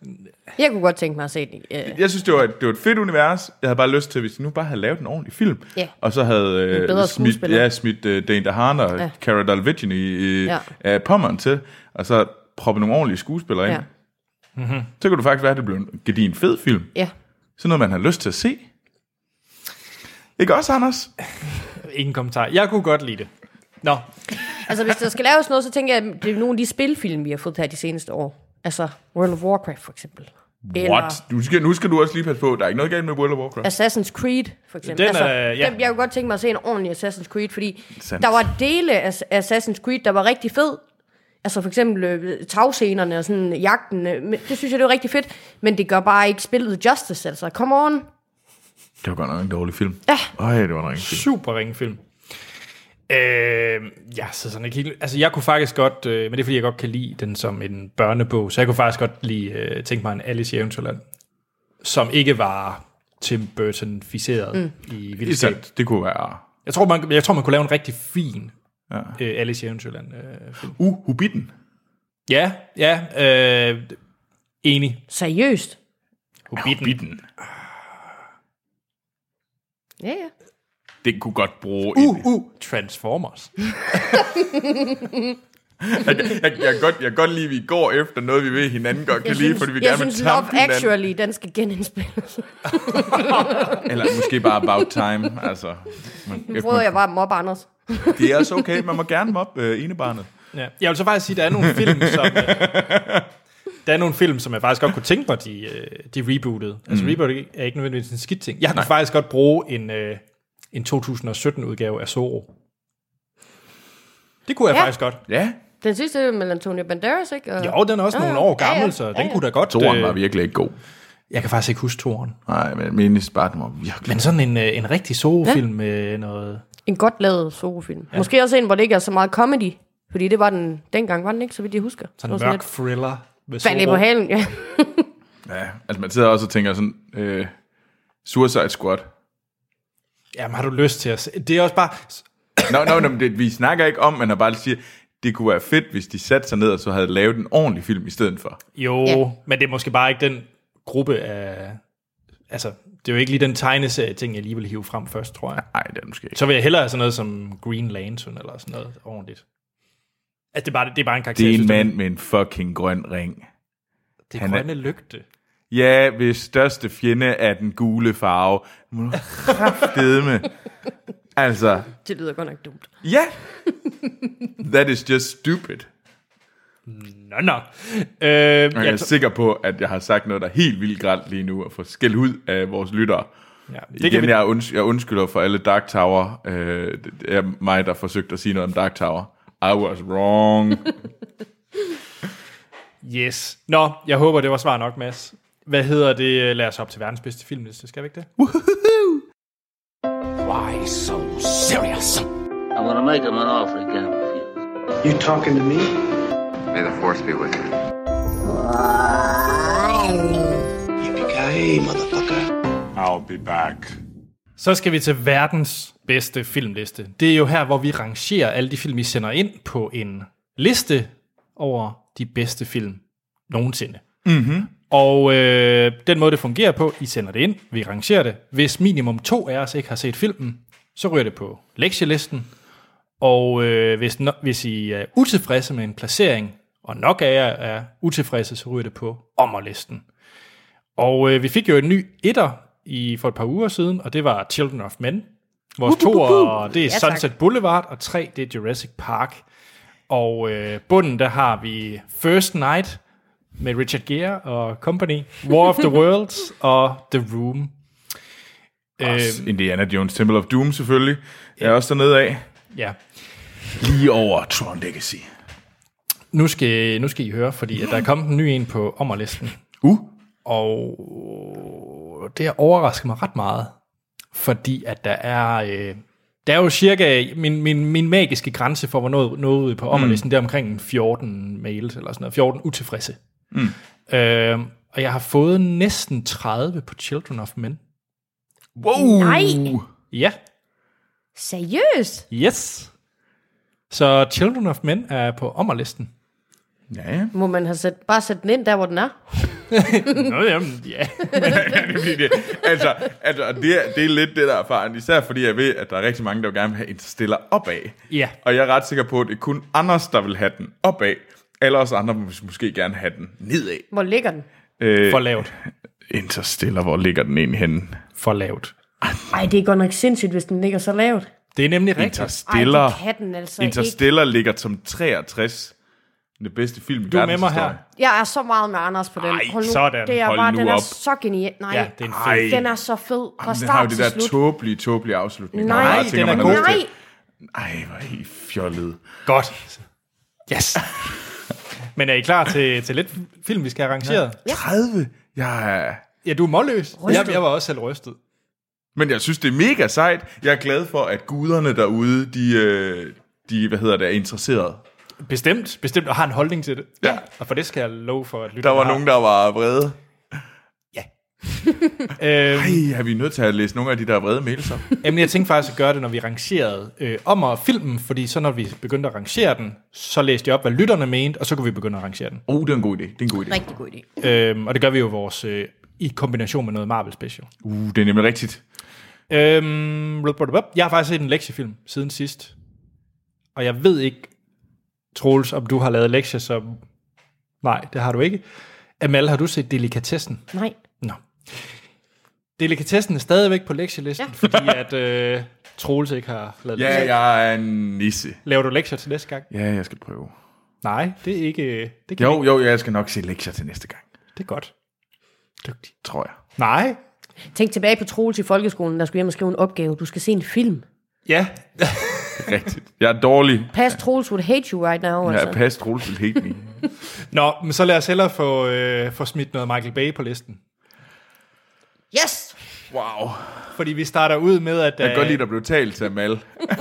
S3: Jeg kunne godt tænke mig at se den.
S2: Jeg synes, det var et fedt univers. Jeg havde bare lyst til, hvis de nu bare havde lavet en ordentlig film, og så havde smidt Dane DeHaan og Cara Delevingne i Pommern til, og så proppe nogle ordentlige skuespillere ind. Mm-hmm. Så kunne det faktisk være, at det blev en gedigen fed film.
S3: Ja.
S2: Sådan noget, man har lyst til at se. Ikke også, Anders?
S1: Ingen kommentar. Jeg kunne godt lide det. Nå.
S3: Altså, hvis der skal laves noget, så tænker jeg, at det er nogle af de spilfilm, vi har fået her de seneste år. Altså, World of Warcraft, for eksempel.
S2: What? Nu skal du også lige passe på. Der er ikke noget galt med World of Warcraft.
S3: Assassin's Creed, for eksempel. Jeg kunne godt tænke mig at se en ordentlig Assassin's Creed, fordi der var dele af Assassin's Creed, der var rigtig fed. Altså for eksempel tagscenerne og sådan jagten. Det synes jeg, det var rigtig fedt. Men det gør bare ikke spillet justice, altså. Come on.
S2: Det var godt nok en dårlig film.
S3: Ja.
S2: Det var nok en film.
S1: Super ringe film. Så sådan ikke helt... Altså, jeg kunne faktisk godt... men det er, fordi jeg godt kan lide den som en børnebog, så jeg kunne faktisk godt lige tænke mig en Alice i Eventyrland, som ikke var Tim Burton-ficeret i vildskab.
S2: Det kunne være...
S1: Jeg tror, man kunne lave en rigtig fin Alice i Eventyrland film.
S2: Hobbiten.
S1: Ja, enig.
S3: Seriøst?
S2: Hobbiten.
S3: Ja.
S2: Det kunne godt bruge
S1: Transformers.
S2: jeg kan godt lide, at vi går efter noget, vi ved hinanden godt kan lide, fordi vi gerne vil tamme hinanden.
S3: Jeg synes, Love Actually, den skal genindspilles.
S2: Eller måske bare About Time. Altså,
S3: nu prøver jeg bare at mobbe Anders.
S2: Det er også okay, man må gerne mobbe enebarnet.
S1: Ja. Jeg vil så faktisk sige, at der er nogle film, som... Der er nogle film, som jeg faktisk godt kunne tænke mig, de rebootede. Altså reboot er ikke nødvendigvis en skidt ting. Jeg kunne faktisk godt bruge en 2017-udgave af Zorro. Det kunne jeg faktisk godt.
S2: Ja.
S3: Den sidste med Antonio Banderas, ikke?
S1: Jo, den er også nogle år gammel, så den kunne da godt...
S2: Toren var virkelig ikke god.
S1: Jeg kan faktisk ikke huske toren.
S2: Nej, men mindes bare, den var virkelig...
S1: Men sådan en rigtig Zorro-film med noget...
S3: En godt lavet Zorro-film. Ja. Måske også en, hvor det ikke er så meget comedy. Fordi det var den dengang, var den ikke, så vidt jeg husker.
S1: Sådan en mørk thriller med
S3: Zorro. Faldt på halen, ja.
S2: Ja, altså man sidder også og tænker sådan... Suicide Squad.
S1: Jamen, har du lyst til at se... Det er også bare...
S2: Nå, vi snakker ikke om, man har bare siger, det kunne være fedt, hvis de satte sig ned og så havde lavet en ordentlig film i stedet for.
S1: Jo, men det er måske bare ikke den gruppe af... Altså, det er jo ikke lige den tegneserie-ting, jeg lige vil hive frem først, tror jeg.
S2: Nej, det er måske ikke.
S1: Så vil jeg hellere have sådan noget som Green Lantern eller sådan noget ordentligt. Altså, det er bare en karakter.
S2: Det er en mand med en fucking grøn ring.
S1: Det er grønne lygte.
S2: Ja, hvis største fjende er den gule farve. Må du kraftedeme. Altså.
S3: Det lyder godt nok dumt.
S2: Ja. That is just stupid.
S1: Nå.
S2: Jeg er sikker på, at jeg har sagt noget, der er helt vildt grædt lige nu, og få skæld ud af vores lyttere. Ja, igen, jeg undskylder for alle Dark Tower. Det er mig, der forsøgte at sige noget om Dark Tower. I was wrong.
S1: Yes. Nå, jeg håber, det var svar nok, Mads. Hvad hedder det? Lad os op til verdens bedste filmliste. Skal vi ikke det?
S4: Why so serious?
S5: I'm gonna make him an offer again with you.
S4: You talking to me?
S6: May the force be with you.
S4: Yippee-ki-yay, motherfucker.
S6: I'll be back.
S1: Så skal vi til verdens bedste filmliste. Det er jo her, hvor vi rangerer alle de film, vi sender ind på en liste over de bedste film nogensinde. Mm-hmm. Og den måde, det fungerer på, I sender det ind, vi rangerer det. Hvis minimum 2 af os ikke har set filmen, så ryger det på lektielisten. Og hvis I er utilfredse med en placering, og nok af jer er utilfredse, så ryger det på ommerlisten. Og vi fik jo en ny etter for et par uger siden, og det var Children of Men. Vores 2'er, det er Sunset Boulevard, og 3, det er Jurassic Park. Og bunden, der har vi First Night med Richard Gere og Company, War of the Worlds og The Room.
S2: Indiana Jones Temple of Doom selvfølgelig. Jeg er også dernede af.
S1: Ja.
S2: Lige over Tron Legacy.
S1: Nu skal I høre, fordi at der er kommet en ny en på ommerlisten. Og det overrasker mig ret meget, fordi at der er jo cirka min magiske grænse for, hvornår noget på ommerlisten, det er omkring 14 mails eller sådan noget, 14 utilfredse. Og jeg har fået næsten 30 på Children of Men.
S2: Wow!
S3: Nej!
S1: Ja.
S3: Seriøst?
S1: Yes. Så Children of Men er på ommerlisten.
S2: Ja.
S3: Må man have bare sætte den ind der, hvor den er?
S1: Nå, jamen, ja.
S2: Det er lidt det, der er erfaren. Især fordi jeg ved, at der er rigtig mange, der vil gerne vil have Interstellar opad.
S1: Ja.
S2: Og jeg er ret sikker på, at det er kun Anders, der vil have den opad. Alle os andre vil måske gerne have den nedad.
S3: Hvor ligger den?
S1: For lavt.
S2: Interstellar, hvor ligger den egentlig henne?
S1: For lavt.
S3: Ej, det er godt nok sindssygt, hvis den ligger så lavt.
S1: Det er nemlig rigtigt.
S2: Interstellar,
S3: Ej, det kan den altså
S2: Interstellar ligger som 63. Det bedste film i
S1: Du er med mig her.
S2: verdenshistorien.
S3: Jeg er så meget med Anders på den.
S2: Ej,
S3: Hold nu.
S1: sådan.
S3: Det er
S2: Hold
S3: bare,
S2: nu
S3: den er
S2: op.
S3: så genial. Nej,
S1: Ja, det er en fed.
S3: den er så fed. Fra
S2: Den har jo
S3: start
S2: det
S3: til
S2: der
S3: slut.
S2: tåbelige afslutning.
S3: Nej,
S2: Når man bare
S1: den
S2: tænker,
S1: er
S2: man
S1: god.
S2: har lyst til-
S3: Nej,
S2: Ej, hvor er I fjollet.
S1: Godt. Yes. Men er I klar til lidt film, vi skal have arrangeret?
S3: Ja.
S2: 30? Ja,
S1: Ja, du er målløs.
S3: Rystet.
S1: Jeg var også selv rystet.
S2: men jeg synes, det er mega sejt. Jeg er glad for, at guderne derude, de er interesseret.
S1: Bestemt, og har en holdning til det.
S2: Ja.
S1: Og for det skal jeg love for, at
S2: Der
S1: lytterne
S2: var
S1: har.
S2: nogen, der var vrede.
S1: Øhm,
S2: Ej, har vi nødt til at læse nogle af de der vrede mails op?
S1: Jamen, jeg tænkte faktisk at gøre det, når vi rangerede om og filmen, fordi så når vi begyndte at rangere den, så læste jeg op, hvad lytterne mente, og så kunne vi begynde at rangere den.
S2: Det er en god idé. Det er en god idé.
S3: rigtig god idé.
S1: Og det gør vi jo i kombination med noget Marvel Special.
S2: Det er nemlig rigtigt.
S1: Jeg har faktisk set en lektiefilm siden sidst, og jeg ved ikke, Troels, om du har lavet lektier, så... Nej, det har du ikke. Amal, har du set Delikatessen?
S3: Nej.
S1: Nå. Delikatessen er stadigvæk på lektielisten,
S3: Ja.
S1: fordi at Troels ikke har lavet
S2: Ja,
S1: lektier.
S2: jeg er en nisse.
S1: Laver du lektier til næste gang?
S2: Ja, jeg skal prøve.
S1: Nej, det er ikke... Det kan
S2: Jo, jeg skal nok se lektier til næste gang.
S1: Det er godt. Dygtig.
S2: Tror jeg.
S1: Nej.
S3: Tænk tilbage på Troels i folkeskolen, der skulle hjem og skrive en opgave. Du skal se en film.
S1: Ja.
S2: Rigtigt. Jeg er dårlig.
S3: Past Troels would hate you right now.
S2: Jeg
S3: Altså.
S2: er past Rolls vil hate me.
S1: Nå, men så lad os hellere få smidt noget Michael Bay på listen.
S3: Yes!
S2: Wow.
S1: Fordi vi starter ud med, at...
S2: Jeg kan godt lide, der blev talt til Amal.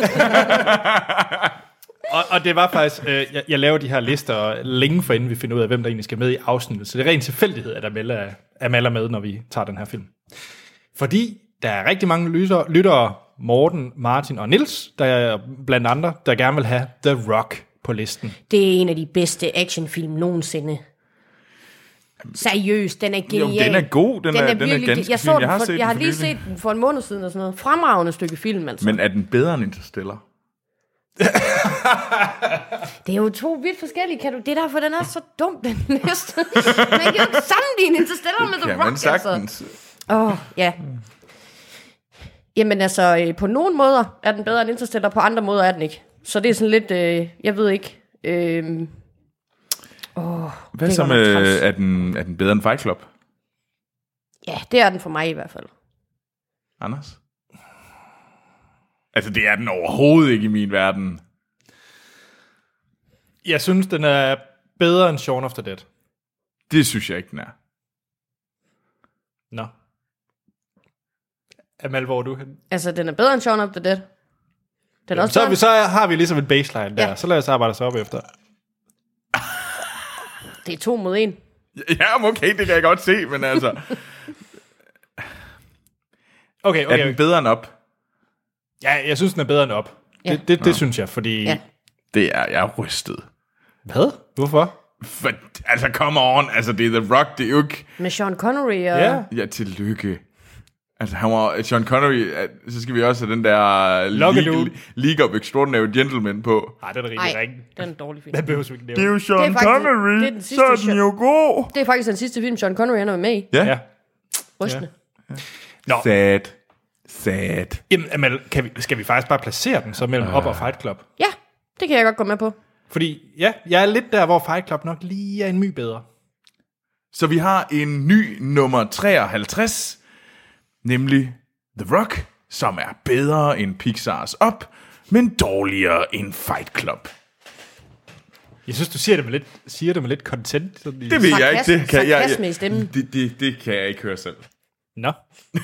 S1: Og det var faktisk... Jeg laver de her lister længe forinden vi finder ud af, hvem der egentlig skal med i afsnittet. Så det er ren tilfældighed, at Amal er med, når vi tager den her film. Fordi der er rigtig mange lyttere, Morten, Martin og Nils, der er blandt andre, der gerne vil have The Rock på listen.
S3: Det er en af de bedste actionfilm nogensinde. Seriøst, den er genial.
S2: Jo, den er god. Den er
S3: virkelig,
S2: ganske
S3: jeg
S2: fin.
S3: jeg har
S2: den
S3: lige
S2: for nylig.
S3: set den for en måned siden og sådan noget. Fremragende stykke film, altså.
S2: Men er den bedre end Interstellar?
S3: Det er jo to vidt forskellige. Det er derfor, den er så dum, den næste. Man kan jo ikke sammenligne Interstellar med The
S2: Kan
S3: Rock,
S2: man sagtens.
S3: Altså. Ja. Jamen altså, på nogle måder er den bedre end Interstellar, på andre måder er den ikke. Så det er sådan lidt, jeg ved ikke.
S2: Hvad
S3: det
S2: så
S3: er godt nok
S2: med,
S3: træls.
S2: er den bedre end Fight Club?
S3: Ja, det er den for mig i hvert fald.
S2: Anders? Altså, det er den overhovedet ikke i min verden.
S1: Jeg synes, den er bedre end Shaun of the Dead.
S2: Det synes jeg ikke, den er.
S1: Nå. Amal, hvor er du henne?
S3: Altså, den er bedre end Shaun of the Dead. Den er også bedre.
S1: Så har vi ligesom en baseline der.
S3: Ja.
S1: Så lad os arbejde os op efter.
S3: Det er 2 mod 1.
S2: Ja, okay, det kan jeg godt se, men altså...
S1: Okay.
S2: Er den bedre end op?
S1: Ja, jeg synes, den er bedre end op.
S3: Ja.
S1: Det synes jeg, fordi...
S3: Ja.
S2: Det er jeg rystet.
S1: Hvad? Hvorfor?
S2: For, altså, come on. Altså, det er The Rock, det er jo ikke...
S3: Med Sean Connery og...
S1: Ja.
S2: Ja, tillykke. Altså, han var... Sean Connery, så skal vi også have den der...
S1: Lukkedue.
S2: League of Extraordinary Gentlemen på.
S1: Nej, det er da rigtig
S3: Nej,
S1: ring.
S3: den er en dårlig film.
S1: Den behøver vi ikke nævne.
S2: Det er jo Sean
S3: Det er faktisk-
S2: Connery,
S3: det er den sidste
S2: så er den jo god.
S3: Det er faktisk den sidste film, Sean Connery han er med i.
S2: Ja.
S1: Ja.
S3: Rystende.
S1: Nå,
S2: Sad.
S1: jamen, Amal, skal vi faktisk bare placere den så mellem Op og Fight Club?
S3: Ja, det kan jeg godt gå med på.
S1: Fordi, ja, jeg er lidt der, hvor Fight Club nok lige er en my bedre.
S2: Så vi har en ny nummer 53, nemlig The Rock, som er bedre end Pixars Up, men dårligere end Fight Club.
S1: Jeg synes, du siger det med lidt content. Sådan
S2: Det ved jeg ikke. Det kan
S3: Sarkasme i stemmen.
S2: det kan jeg ikke høre selv.
S1: Nå.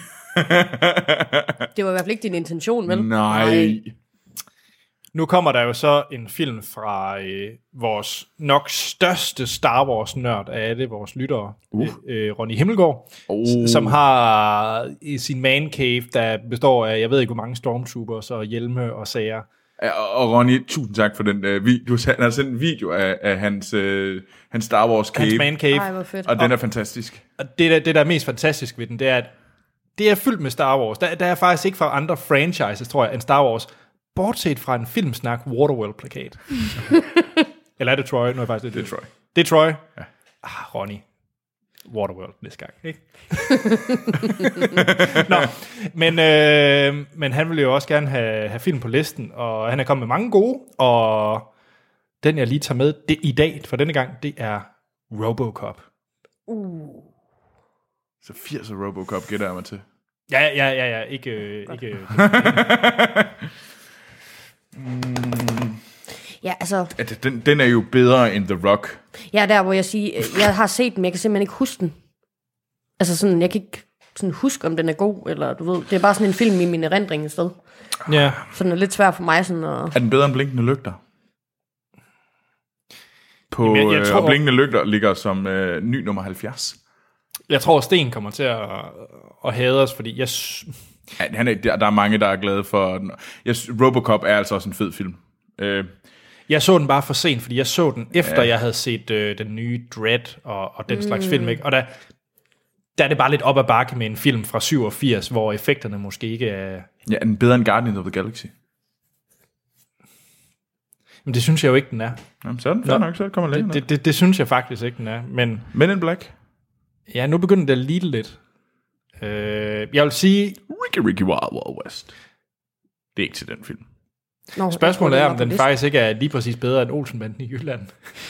S3: Det var i hvert fald ikke din intention, vel?
S2: Nej.
S1: Nu kommer der jo så en film fra vores nok største Star Wars-nørd af alle vores lyttere, Ronny Himmelgaard, som har i sin man cave, der består af, jeg ved ikke hvor mange stormtroopers og hjelme og sager,
S2: Og Ronny, tusind tak for den video. Han har sendt en video af hans Star Wars cave.
S1: Hans man cave.
S3: Ej, hvor fedt.
S2: Og den er fantastisk.
S1: Og det, der er mest fantastisk ved den, det er, at det er fyldt med Star Wars. Der er faktisk ikke fra andre franchises, tror jeg, end Star Wars. Bortset fra en filmsnak Waterworld-plakat. Eller er det Troy? Nu er faktisk det er Troy. Det er Troy? Ja. Ronny. Waterworld næste gang, ikke? Nå, men han vil jo også gerne have film på listen, og han er kommet med mange gode, og den jeg lige tager med i dag for denne gang, det er RoboCop.
S2: Så 80 RoboCop gætter jeg mig til.
S1: Ja, ikke
S3: Ja, altså...
S2: Den er jo bedre end The Rock.
S3: Ja, der hvor jeg siger, jeg har set den, men jeg kan simpelthen ikke huske den. Altså sådan, jeg kan ikke sådan huske, om den er god, eller du ved, det er bare sådan en film i min erindring et sted.
S1: Ja.
S3: Så den er lidt svær for mig sådan at...
S2: Er den bedre end Blinkende Lygter?
S1: Jamen, jeg tror,
S2: og Blinkende Lygter ligger som ny nummer 70.
S1: Jeg tror, Sten kommer til at hade os, fordi jeg...
S2: Der er mange, der er glade for den. RoboCop er altså også en fed film.
S1: Jeg så den bare for sent, fordi jeg så den efter, jeg havde set den nye Dread og den slags film, ikke? Og der er det bare lidt op ad bakke med en film fra 87, hvor effekterne måske ikke er...
S2: Ja, er den bedre end Guardians of the Galaxy?
S1: Men det synes jeg jo ikke, den er.
S2: Jamen, så er den fair nok, så kommer længere.
S1: Det synes jeg faktisk ikke, den er.
S2: Men in Black?
S1: Ja, nu begynder det at lide lidt. Jeg vil sige...
S2: Ricky Wild Wild West. Det er ikke til den film.
S3: Nå,
S1: Spørgsmålet er, om den faktisk ikke er lige præcis bedre end Olsenbanden i Jylland.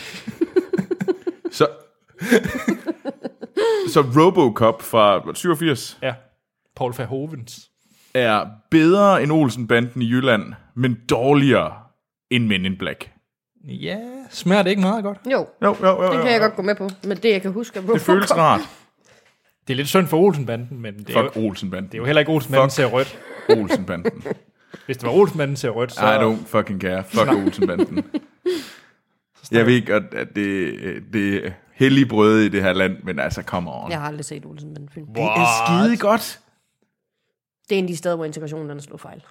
S2: Så RoboCop fra 87
S1: Ja, Paul Verhovens.
S2: er bedre end Olsenbanden i Jylland, men dårligere end Men in Black.
S1: Ja, smager det ikke meget godt?
S3: Jo,
S2: Jo.
S3: det kan jeg godt gå med på. Men det, jeg kan huske...
S2: Det føles rart.
S1: Det er lidt synd for Olsenbanden, men det er,
S2: Fuck Olsenbanden.
S1: det er jo heller ikke Olsenbanden ser rødt.
S2: Olsenbanden.
S1: Hvis det var Olsenbanden ser rødt, så...
S2: I don't fucking care. Fuck Olsenbanden. Jeg ved ikke, at det er hellige brød i det her land, men altså, come on.
S3: Jeg har aldrig set Olsenbanden-film.
S2: Det er skide godt.
S3: Det er en af de steder, hvor integrationen den slår fejl.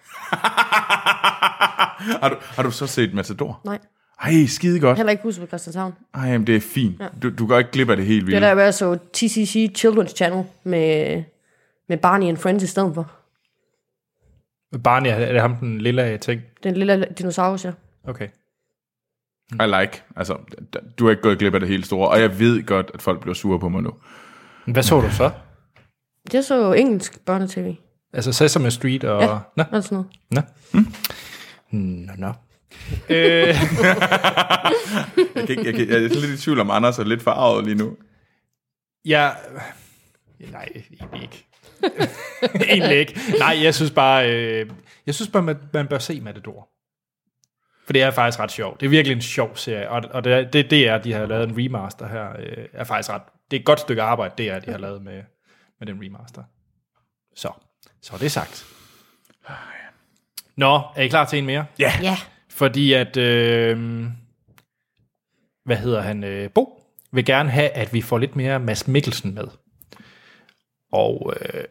S2: Har du så set Matador?
S3: Nej.
S2: Ej, skide godt.
S3: Heller ikke huset på Christianshavn.
S2: Ej, men det er fint. Ja. Du går ikke glip af det helt
S3: Det
S2: vildt.
S3: er der, hvor jeg så TCC Children's Channel med Barney and Friends i stedet for.
S1: Barney, er det ham den lille ting?
S3: Den lille dinosaurus, ja.
S1: Okay.
S2: I like. Altså, du har ikke gået glip af det helt store, og jeg ved godt, at folk bliver sure på mig nu.
S1: Men hvad så du så?
S3: Det så engelsk børnetv.
S1: Altså Sesame Street og...
S3: Ja,
S1: Nå.
S3: og sådan noget.
S1: Nå.
S2: Jeg er lidt i tvivl om Anders er lidt forarvet lige nu.
S1: Ja... Nej, egentlig ikke. Egentlig ikke. Nej, jeg synes bare, man bør se Matador. For det er faktisk ret sjovt. Det er virkelig en sjov serie, og det er, de har lavet en remaster her, er faktisk ret... Det er et godt stykke arbejde, det er, de har lavet med den remaster. Så er det sagt. Nå, er I klar til en mere?
S2: Ja.
S3: Ja.
S1: Fordi at, Bo vil gerne have, at vi får lidt mere Mads Mikkelsen med. Og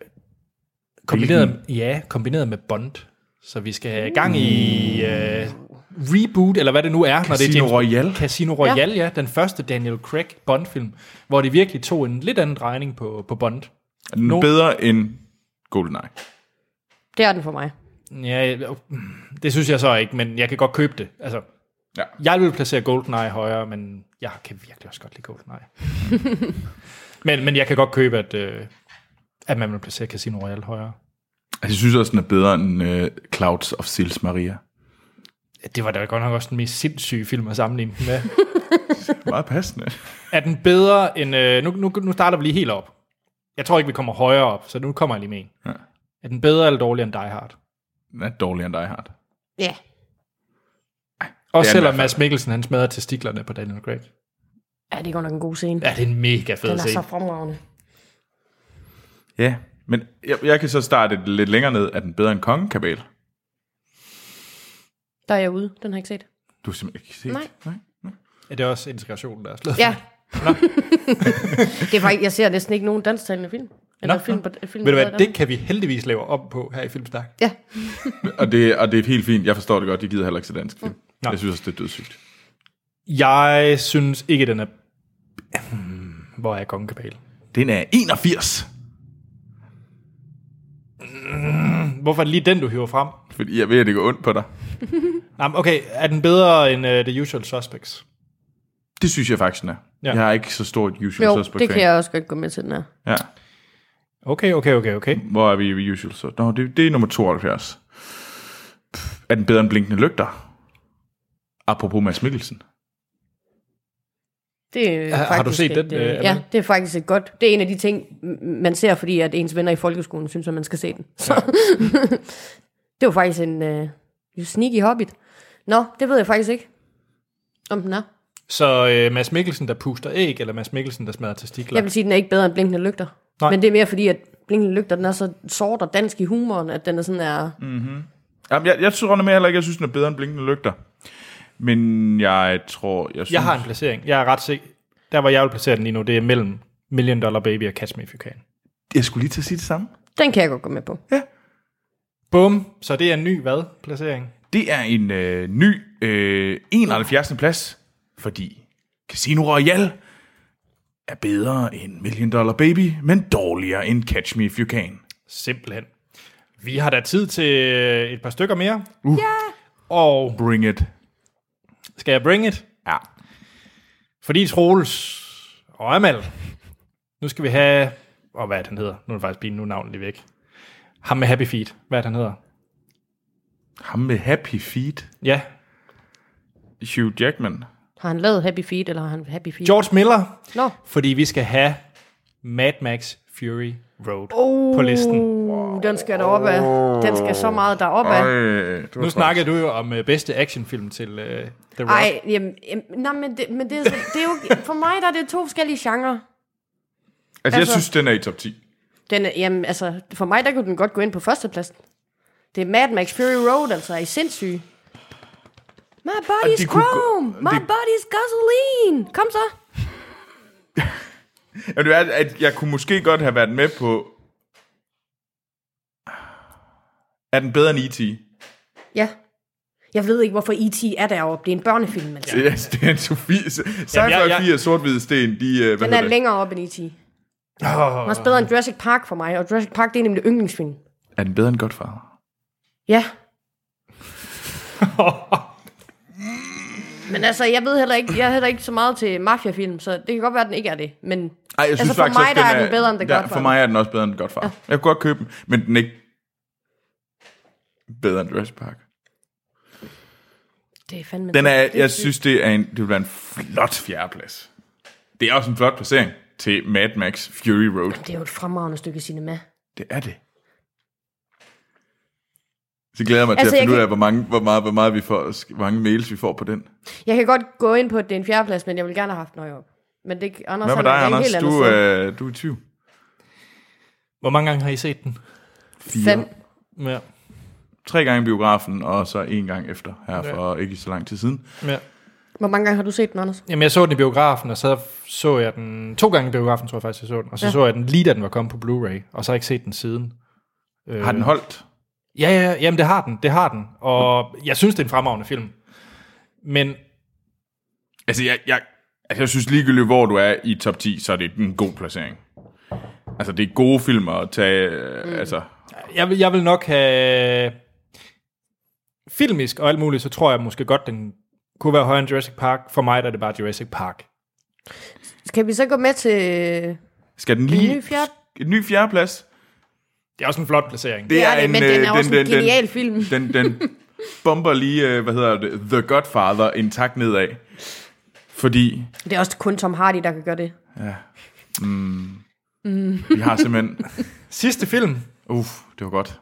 S1: kombineret med Bond. Så vi skal have gang i reboot, eller hvad det nu er.
S2: Casino Royale.
S1: Casino Royale, ja. Den første Daniel Craig Bond-film, hvor de virkelig tog en lidt anden drejning på Bond.
S2: Er den bedre end GoldenEye?
S3: Det er den for mig.
S1: Ja, det synes jeg så ikke, men jeg kan godt købe det. Altså,
S2: Ja.
S1: jeg vil placere GoldenEye højere, men jeg kan virkelig også godt lide GoldenEye. men jeg kan godt købe, at man vil placere Casino Royale højere.
S2: Altså, jeg synes også, den er bedre end Clouds of Sils Maria.
S1: Det var da godt nok også den mest sindssyge film at sammenligne den med.
S2: Meget passende.
S1: Er den bedre end... Nu starter vi lige helt op. Jeg tror ikke, vi kommer højere op, så nu kommer jeg lige med en.
S2: Ja.
S1: Er den bedre eller dårligere end Die Hard?
S2: Den er dårligere end Die Hard.
S3: Ja.
S1: Også
S2: den
S1: selvom
S2: i hvert fald.
S1: Mads Mikkelsen, han smadrer testiklerne på Daniel Craig.
S3: Ja, det er godt nok en god scene.
S1: Ja, det er en mega fed
S3: Den er så
S1: scene.
S3: fremragende.
S2: Ja, men jeg kan så starte lidt længere ned. Er den bedre end Kongekabal?
S3: Der er jeg ude. Den har jeg ikke set.
S2: Du har simpelthen ikke set?
S3: Nej.
S1: Er det også integrationen, der er slået?
S3: Ja. Det er faktisk, jeg ser næsten ikke nogen dansktalende film. Eller
S1: Nå,
S3: film,
S1: nå.
S3: film
S1: Ved du hvad,
S3: Danmark.
S1: det kan vi heldigvis lave op på her i Filmsnak.
S3: Ja.
S2: Og det er helt fint. Jeg forstår det godt. Jeg gider heller ikke til dansk film.
S1: Nej.
S2: Jeg synes også, det er dødssygt.
S1: Jeg synes ikke, den er... Hvor er Kongekabale?
S2: Den er 81.
S1: Hvorfor er det lige den, du hiver frem?
S2: Fordi jeg ved, at det går ondt på dig.
S1: Nå, okay, er den bedre end The Usual Suspects?
S2: Det synes jeg faktisk, den er.
S1: Ja.
S2: Jeg har ikke så stort Usual
S3: Jo,
S2: Suspect
S3: det kan
S2: fan.
S3: jeg også godt gå med til den her.
S2: Ja.
S1: Okay.
S2: Hvor er vi i Usual Suspect? Nå, det er nummer 72. Er den bedre end Blinkende Lygter? Apropos Mads Mikkelsen.
S3: Det er
S1: Har du
S3: faktisk
S1: set den,
S3: ja,
S1: Amalie?
S3: det er faktisk et godt. Det er en af de ting, man ser, fordi at ens venner i folkeskolen synes, at man skal se den. Så. Det var faktisk en sneaky hobbit. Nå, det ved jeg faktisk ikke, om den er.
S1: Så Mads Mikkelsen, der puster æg, eller Mads Mikkelsen, der smadrer testikler?
S3: Jeg vil sige, at den er ikke bedre end Blinkende Lygter.
S1: Nej.
S3: Men det er mere fordi, at Blinkende Lygter, den er så sort og dansk i humoren, at den er sådan er...
S2: Jamen, jeg tror med heller ikke, jeg synes, den er bedre end Blinkende Lygter. Men jeg tror... Jeg
S1: Jeg har en placering. Jeg er ret sikker. Der, hvor jeg vil placere den lige nu, det er mellem $1 Million Baby og Catch Me If You Can.
S2: Jeg skulle lige til at sige det samme.
S3: Den kan jeg godt gå med på.
S1: Bum. Så det er en ny placering?
S2: Det er en ny 71. plads, fordi Casino Royale er bedre end $1 Million Baby, men dårligere end Catch Me If You Can.
S1: Simpelthen. Vi har da tid til et par stykker mere. Ja! Og
S2: Bring it.
S1: skal jeg bring it?
S2: Ja.
S1: Fordi Troels og Amal, nu skal vi have... Og hvad er det, han hedder? Nu er det faktisk nu er navnet lige væk. Ham med Happy Feet. Hvad er det, han hedder?
S2: Ham med Happy Feet.
S1: Ja.
S2: Hugh Jackman.
S3: Har han lavet Happy Feet, eller har han Happy Feet?
S1: George Miller.
S3: Nå.
S1: Fordi vi skal have Mad Max Fury Road på listen.
S3: Den skal derop af. Den skal så meget derop af.
S1: Nu snakker du jo om bedste actionfilm til The Rock.
S3: Ej, nej, men det er jo... For mig der er det to forskellige genrer.
S2: Altså, jeg synes, den er i top 10.
S3: Den, jamen, altså, for mig der kunne den godt gå ind på førstepladsen. Det er Mad Max Fury Road, altså er I sindssyge. My body's chrome, my body's gasoline. Kom så.
S2: Jamen, det er, at jeg kunne måske godt have været med på... Er den bedre end E.T.?
S3: Ja. Jeg ved ikke, hvorfor E.T. er deroppe. Det er en børnefilm, altså.
S2: Ja. Det er en Sofie. Sci-fi 4 sort-hvide sten, de...
S3: Den er længere op end E.T. Den er også bedre end Jurassic Park for mig, og Jurassic Park, det er nemlig yndlingsfilm.
S2: Er den bedre end Godfather?
S3: Ja. Men altså, jeg er heller ikke så meget til mafiafilm, så det kan godt være, at den ikke er det. Men
S2: Ej, jeg synes
S3: altså, for
S2: faktisk,
S3: mig, der er den bedre end The Godfather.
S2: For mig er den også bedre end Godfather. Ja. Jeg kunne godt købe den, men den er ikke bedre end Jurassic Park.
S3: Det er fandme...
S2: Jeg synes, det vil være en flot fjerdeplads. Det er også en flot placering til Mad Max Fury Road.
S3: Det er jo et fremragende stykke cinema.
S2: Det er det. Så glæder jeg mig til at finde ud af, hvor mange mails vi får på den.
S3: Jeg kan godt gå ind på, at det er en fjerdeplads, men jeg vil gerne have haft noget op. Men det, Anders,
S2: hvad med dig, Anders? Du er i 20.
S1: Hvor mange gange har I set den?
S3: 5.
S1: Ja.
S2: 3 gange i biografen, og så 1 gang efter, her for ikke så lang tid siden.
S1: Ja.
S3: Hvor mange gange har du set den, Anders?
S1: Jamen, jeg så den i biografen, og så jeg den 2 gange i biografen, tror jeg faktisk, jeg så den. Og så så jeg den lige, da den var kommet på Blu-ray, og så har jeg ikke set den siden.
S2: Har den holdt?
S1: Ja, jamen det har den. Og jeg synes, det er en fremragende film. Men...
S2: Altså, jeg synes ligegyldigt, hvor du er i top 10, så er det en god placering. Altså, det er gode filmer at tage, altså...
S1: Jeg vil nok have... Filmisk og alt muligt, så tror jeg måske godt, den kunne være højere end Jurassic Park. For mig der er det bare Jurassic Park.
S3: Skal vi så gå med til...
S2: Skal den lige... En ny fjerdeplads?
S1: Det er også en flot placering.
S3: Det er det, men den er også en genial film.
S2: Den bomber lige, The Godfather en tak nedad. Fordi...
S3: Det er også kun Tom Hardy, der kan gøre det.
S2: Ja. Vi har simpelthen...
S1: Sidste film.
S2: Det var godt.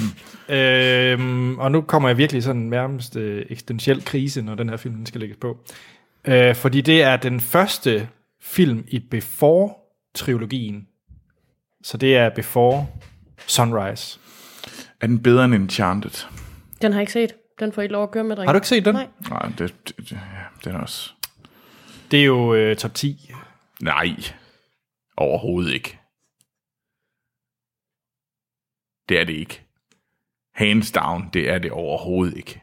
S1: Og nu kommer jeg virkelig sådan nærmest eksistentiel krise, når den her film skal lægges på. Fordi det er den første film i Before-trilogien. Så det er Before Sunrise.
S2: Er den bedre end Enchanted?
S3: Den har jeg ikke set. Den får I lov at køre med, drenge.
S1: Har du ikke set den?
S3: Nej.
S2: Nej, den er også...
S1: Det er jo top 10.
S2: Nej, overhovedet ikke. Det er det ikke. Hands down, det er det overhovedet ikke.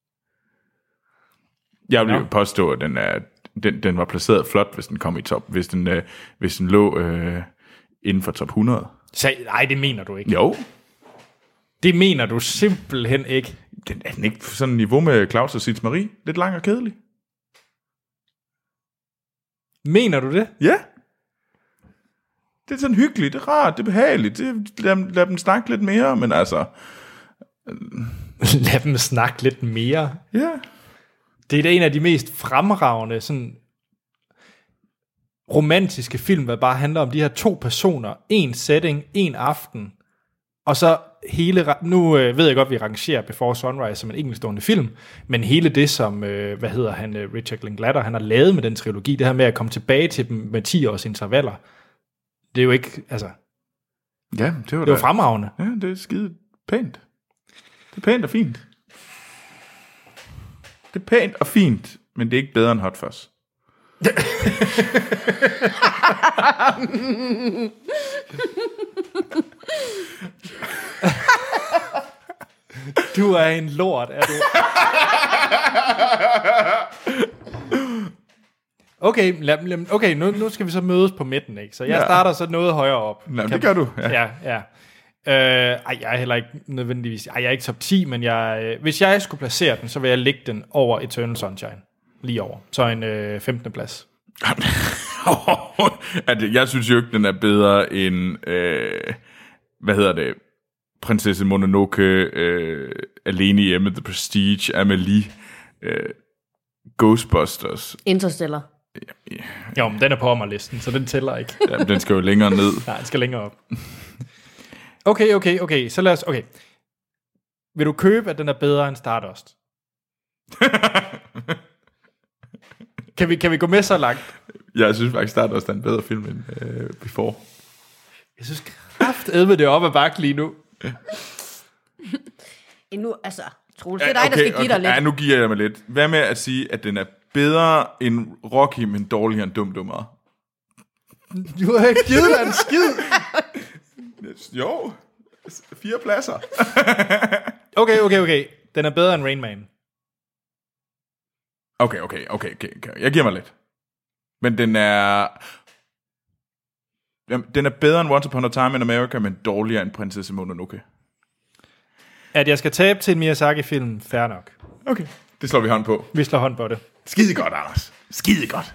S2: Jeg vil påstå, at den var placeret flot, hvis den kom i top. Hvis den lå inden for top 100.
S1: Nej, det mener du ikke.
S2: Jo.
S1: Det mener du simpelthen ikke.
S2: Er den ikke på sådan et niveau med Claus og Sits Marie? Lidt lang og kedelig.
S1: Mener du det?
S2: Ja. Det er sådan hyggeligt, det er rart, det er behageligt. Lad dem snakke lidt mere, men altså...
S1: Lad dem snakke lidt mere.
S2: Ja.
S1: Det er en af de mest fremragende sådan romantiske film, der bare handler om de her to personer, en setting, en aften, og så hele... Nu ved jeg godt, vi rangerer Before Sunrise som en enkeltstående film, men hele det, som, Richard Linklater, han har lavet med den trilogi, det her med at komme tilbage til dem med 10 års intervaller, det er jo ikke, altså...
S2: Ja, det
S1: var fremragende.
S2: Ja, det er skide pænt. Det er pænt og fint. Det er pænt og fint, men det er ikke bedre end Hot Fuzz.
S1: Du er en lort, er du? Okay, nu skal vi så mødes på midten, ikke? Så jeg starter så noget højere op.
S2: Nå, det gør du.
S1: Ja. Jeg er heller ikke nødvendigvis... jeg er ikke top 10, men hvis jeg skulle placere den, så vil jeg lægge den over Eternal Sunshine. Lige over. Så en 15. plads.
S2: Jeg synes jo ikke, den er bedre end... Prinsesse Mononoke, Alene hjemme, The Prestige, Amelie, Ghostbusters.
S3: Interstellar.
S1: Jo, men den er på ommerlisten, så den tæller ikke.
S2: Ja, den skal jo længere ned.
S1: Nej, den skal længere op. Okay, så lad os... Okay. Vil du købe, at den er bedre end Stardust? Kan vi gå med så langt?
S2: Jeg synes faktisk, Stardust er en bedre film end Before.
S1: Jeg synes kraftedme det op ad bakke lige nu.
S3: Nu, altså, Troels, det er dig, der skal give dig lidt.
S2: Ja, nu giver jeg mig lidt. Hvad med at sige, at den er bedre end Rocky, men dårligere end Dumdummere?
S1: Du har ikke givet dig en skid.
S2: Jo, 4 pladser.
S1: Okay. Den er bedre end Rain Man.
S2: Okay. Jeg giver mig lidt. Men den er bedre end Once Upon a Time in America, men dårligere end Prinsesse Mononoke.
S1: At jeg skal tabe til en Miyazaki-film, fair nok.
S2: Okay, det slår vi hånd på.
S1: Vi slår hånd på det.
S2: Skide godt, Anders. Skide godt.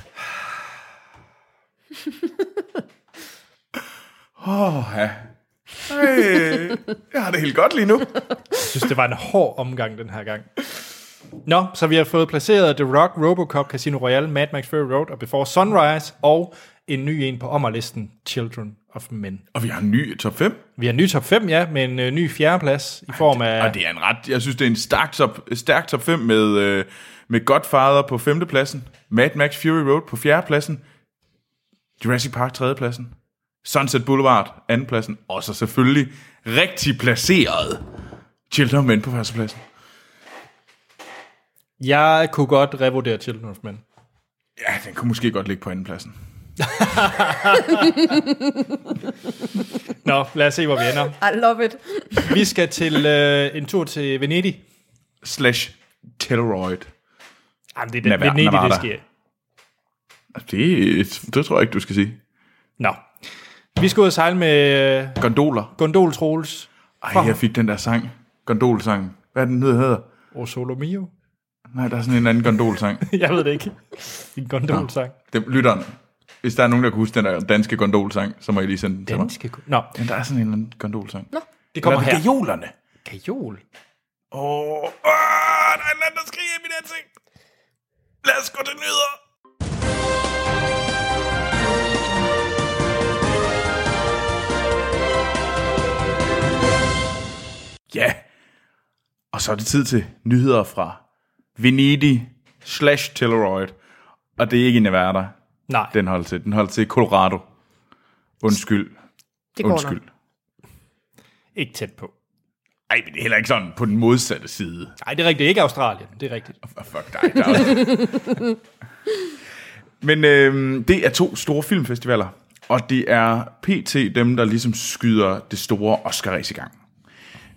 S2: Ja. Jeg har det helt godt lige nu.
S1: Jeg synes, det var en hård omgang den her gang. Nå, så vi har fået placeret The Rock, RoboCop, Casino Royale, Mad Max Fury Road og Before Sunrise, og en ny en på ommerlisten, Children of Men.
S2: Og vi har en ny top 5.
S1: Vi har en ny top 5, ja, med en ny 4. plads i form af...
S2: Og det er en ret... Jeg synes, det er en stærk top 5 med Godfather på 5. pladsen, Mad Max Fury Road på 4. pladsen, Jurassic Park 3. pladsen, Sunset Boulevard 2. pladsen, og så selvfølgelig rigtig placeret Children of Men på 1. pladsen.
S1: Jeg kunne godt revurdere Children of Men.
S2: Ja, den kunne måske godt ligge på 2. pladsen.
S1: Nå, lad os se, hvor vi ender.
S3: I love it.
S1: Vi skal til en tur til Venedig.
S2: / Telluride.
S1: Jamen, det er Venedig, det sker.
S2: Det tror jeg ikke, du skal sige.
S1: Nå. Vi skal ud og sejle med...
S2: Gondoler.
S1: Gondol-Troels.
S2: Jeg fik den der sang. Gondolsang. Hvad er den hedder?
S1: O Solo Mio.
S2: Nej, der er sådan en anden gondolsang.
S1: Jeg ved det ikke. En gondolsang.
S2: Lytteren. Hvis der er nogen, der kan huske den der danske gondolsang, så må I lige sende den til mig.
S1: Nå.
S2: Ja, der er sådan en eller anden gondolsang.
S3: Nå.
S1: Det kommer her.
S2: Gajolerne.
S1: Gajol?
S2: Der er en eller anden, der skriger i mit ansigt. Lad os gå til nyheder. Ja. Og så er det tid til nyheder fra Venedig / Telluride. Og det er ikke i Nevada.
S1: Nej.
S2: Den holdt til Colorado. Undskyld.
S3: Det går nok.
S1: Ikke tæt på.
S2: Ej, men det er heller ikke sådan på den modsatte side.
S1: Nej, det er rigtigt. Ikke Australien. Det er rigtigt.
S2: Fuck dig. Men det er 2 store filmfestivaler. Og det er PT dem, der ligesom skyder det store Oscar-race i gang.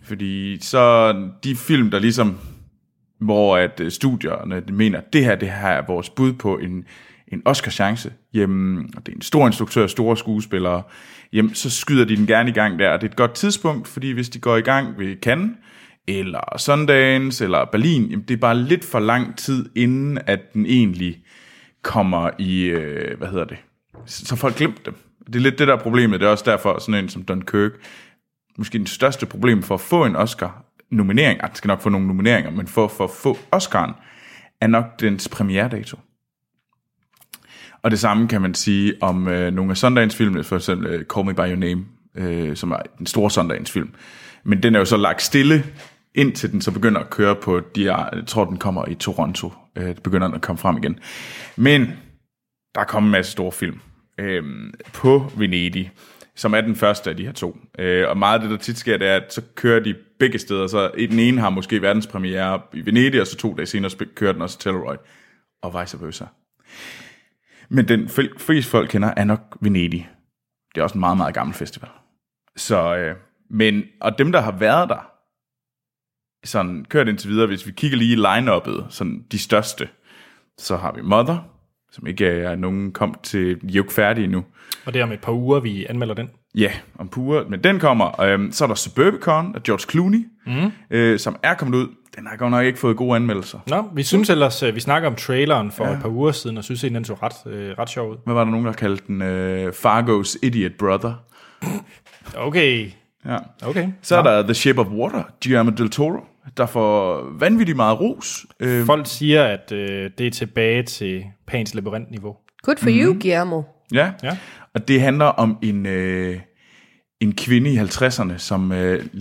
S2: Fordi så de film, der ligesom, hvor at studierne mener, det her er vores bud på en Oscar-chance, jamen, og det er en stor instruktør, store skuespillere, jamen, så skyder de den gerne i gang der, og det er et godt tidspunkt, fordi hvis de går i gang ved Cannes, eller Sundance, eller Berlin, jamen, det er bare lidt for lang tid, inden at den egentlig kommer i, så folk glemt dem. Det er lidt det der problemet, det er også derfor sådan en som Dunkirk, måske den største problem for at få en Oscar-nominering, den skal nok få nogle nomineringer, men for at få Oscar'en, er nok dens premieredato. Og det samme kan man sige om nogle af Sundance-filmene, for eksempel Call Me By Your Name, som er den store Sundance-film. Men den er jo så lagt stille, indtil den så begynder at køre på, jeg tror den kommer i Toronto, begynder den at komme frem igen. Men der er kommet en masse store film på Venedig, som er den første af de her to. Og meget af det, der tit sker, det er, at så kører de begge steder. Så den ene har måske verdenspremiere i Venedig, og så 2 dage senere kører den også til Telluride, og vice versa. Men den flest folk kender er nok Venedig. Det er også en meget, meget gammel festival. Så, og dem, der har været der, sådan kørt indtil videre, hvis vi kigger lige i line-uppet, sådan de største, så har vi Mother, som ikke er nogen kom til, de er jo ikke færdige endnu.
S1: Og det er om et par uger, vi anmelder den.
S2: Ja, om par uger, men den kommer. Så er der Suburbicon af George Clooney, som er kommet ud. Den har godt nok ikke fået gode anmeldelser.
S1: Nå, vi synes ellers, vi snakker om traileren for et par uger siden, og synes den så ret sjov ud.
S2: Hvad var der nogen, der kaldte den? Fargo's Idiot Brother.
S1: Okay.
S2: Ja.
S1: Okay.
S2: Så er der The Shape of Water, Guillermo del Toro, der får vanvittigt meget ros.
S1: Folk siger, at det er tilbage til Pans labyrint-niveau.
S3: Good for you, Guillermo.
S2: Ja, og det handler om en kvinde i 50'erne, som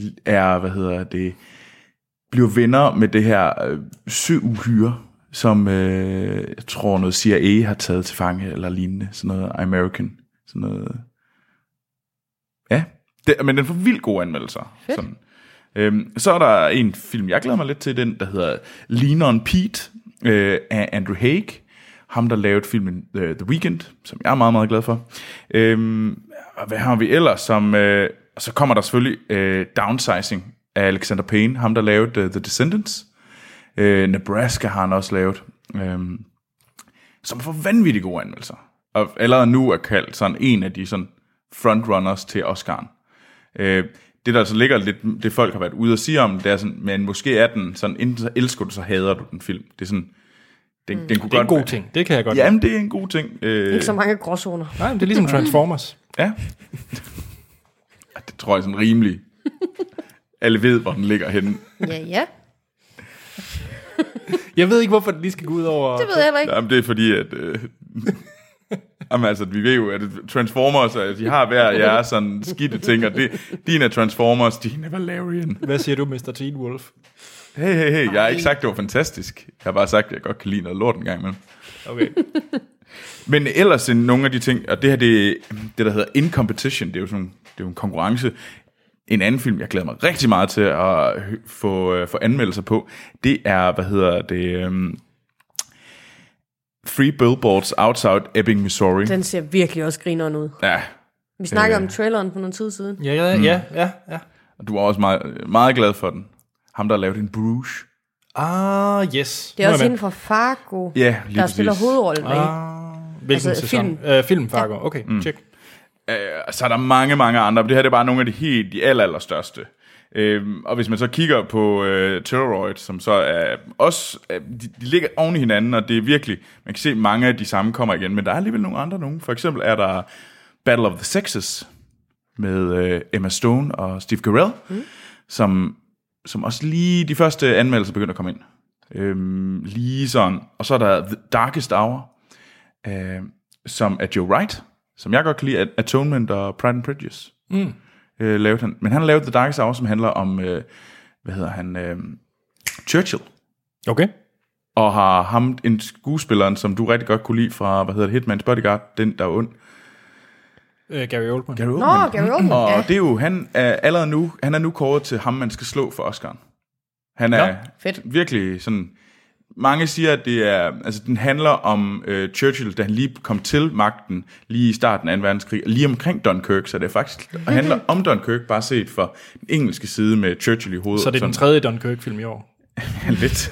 S2: bliver venner med det her søuhyre, som jeg tror noget CIA har taget til fange, eller lignende, sådan noget American, sådan noget. Ja, men den får vildt gode anmeldelser. Sådan. Så er der en film, jeg glæder mig lidt til, den der hedder Lean on Pete af Andrew Haigh. Ham, der lavede filmen The Weeknd, som jeg er meget, meget glad for. Og hvad har vi ellers? Så kommer der selvfølgelig Downsizing af Alexander Payne, ham der lavede The Descendants. Nebraska har han også lavet. Som får vanvittigt gode anmeldelser. Og allerede nu er kaldt sådan en af de sådan frontrunners til Oscar'en. Det der så ligger lidt, det folk har været ude og sige om, det er sådan, men måske er den sådan, enten så elsker du, så hader du den film. Det er sådan, den kunne
S1: det er en god ting, det kan jeg godt lide.
S2: Jamen, det er en god ting.
S3: Ikke så mange gråzoner.
S1: Nej, men det er ligesom Transformers.
S2: Ja. Det tror jeg er sådan rimeligt. Alle ved, hvor den ligger henne.
S3: Ja.
S1: Jeg ved ikke, hvorfor det lige skal gå ud over.
S3: Det ved jeg heller ikke.
S2: Jamen, det er fordi, at jamen, altså, vi ved jo, at Transformers, de har hver jeres sådan skidte ting, og din er Transformers, din er Valerian.
S1: Hvad siger du, Mr. Teen Wolf?
S2: Hey, jeg har ikke sagt, det var fantastisk. Jeg har bare sagt, at jeg godt kan lide noget lort en gang imellem.
S1: Okay.
S2: Men ellers nogle af de ting, og det her, det der hedder In Competition, det er jo sådan, det er jo en konkurrence. En anden film, jeg glæder mig rigtig meget til at få anmeldelser på, det er, Three Billboards Outside Ebbing, Missouri.
S3: Den ser virkelig også grineren ud.
S2: Ja.
S3: Vi snakkede om traileren for nogle tid siden.
S1: Ja.
S2: Og du var også meget, meget glad for den. Ham, der har lavet en Bruges.
S1: Yes.
S3: Det er også inden for Fargo,
S2: ja,
S3: der spiller hovedrollen med.
S1: Hvilken sæson? Film Fargo. Ja. Okay, check.
S2: Så er der mange, mange andre. Det her det er bare nogle af de allerstørste. Og hvis man så kigger på Telluride, som så er også, de ligger oven i hinanden, og det er virkelig, man kan se mange af de samme kommer igen, men der er alligevel nogle andre. For eksempel er der Battle of the Sexes med Emma Stone og Steve Carell, som også lige de første anmeldelser begynder at komme ind. Lige sådan. Og så er der The Darkest Hour, som er Joe Wright, som jeg godt kan lide, Atonement og Pride and Prejudice. Lavede han. Men han har lavet The Darkest Hour, som handler om, Churchill.
S1: Okay.
S2: Og har ham, en skuespilleren, som du rigtig godt kunne lide fra, Hitman's Bodyguard, den der er ond.
S1: Gary Oldman.
S3: Gary Oldman,
S2: og det er jo, han er nu kåret til ham, man skal slå for Oscar'en. Han er virkelig sådan, mange siger, at det er, altså den handler om Churchill, da han lige kom til magten, lige i starten af 2. verdenskrig, lige omkring Dunkirk, så det faktisk handler om Dunkirk, bare set fra den engelske side med Churchill i hovedet.
S1: Så det er den 3. Dunkirk-film i år?
S2: Lidt.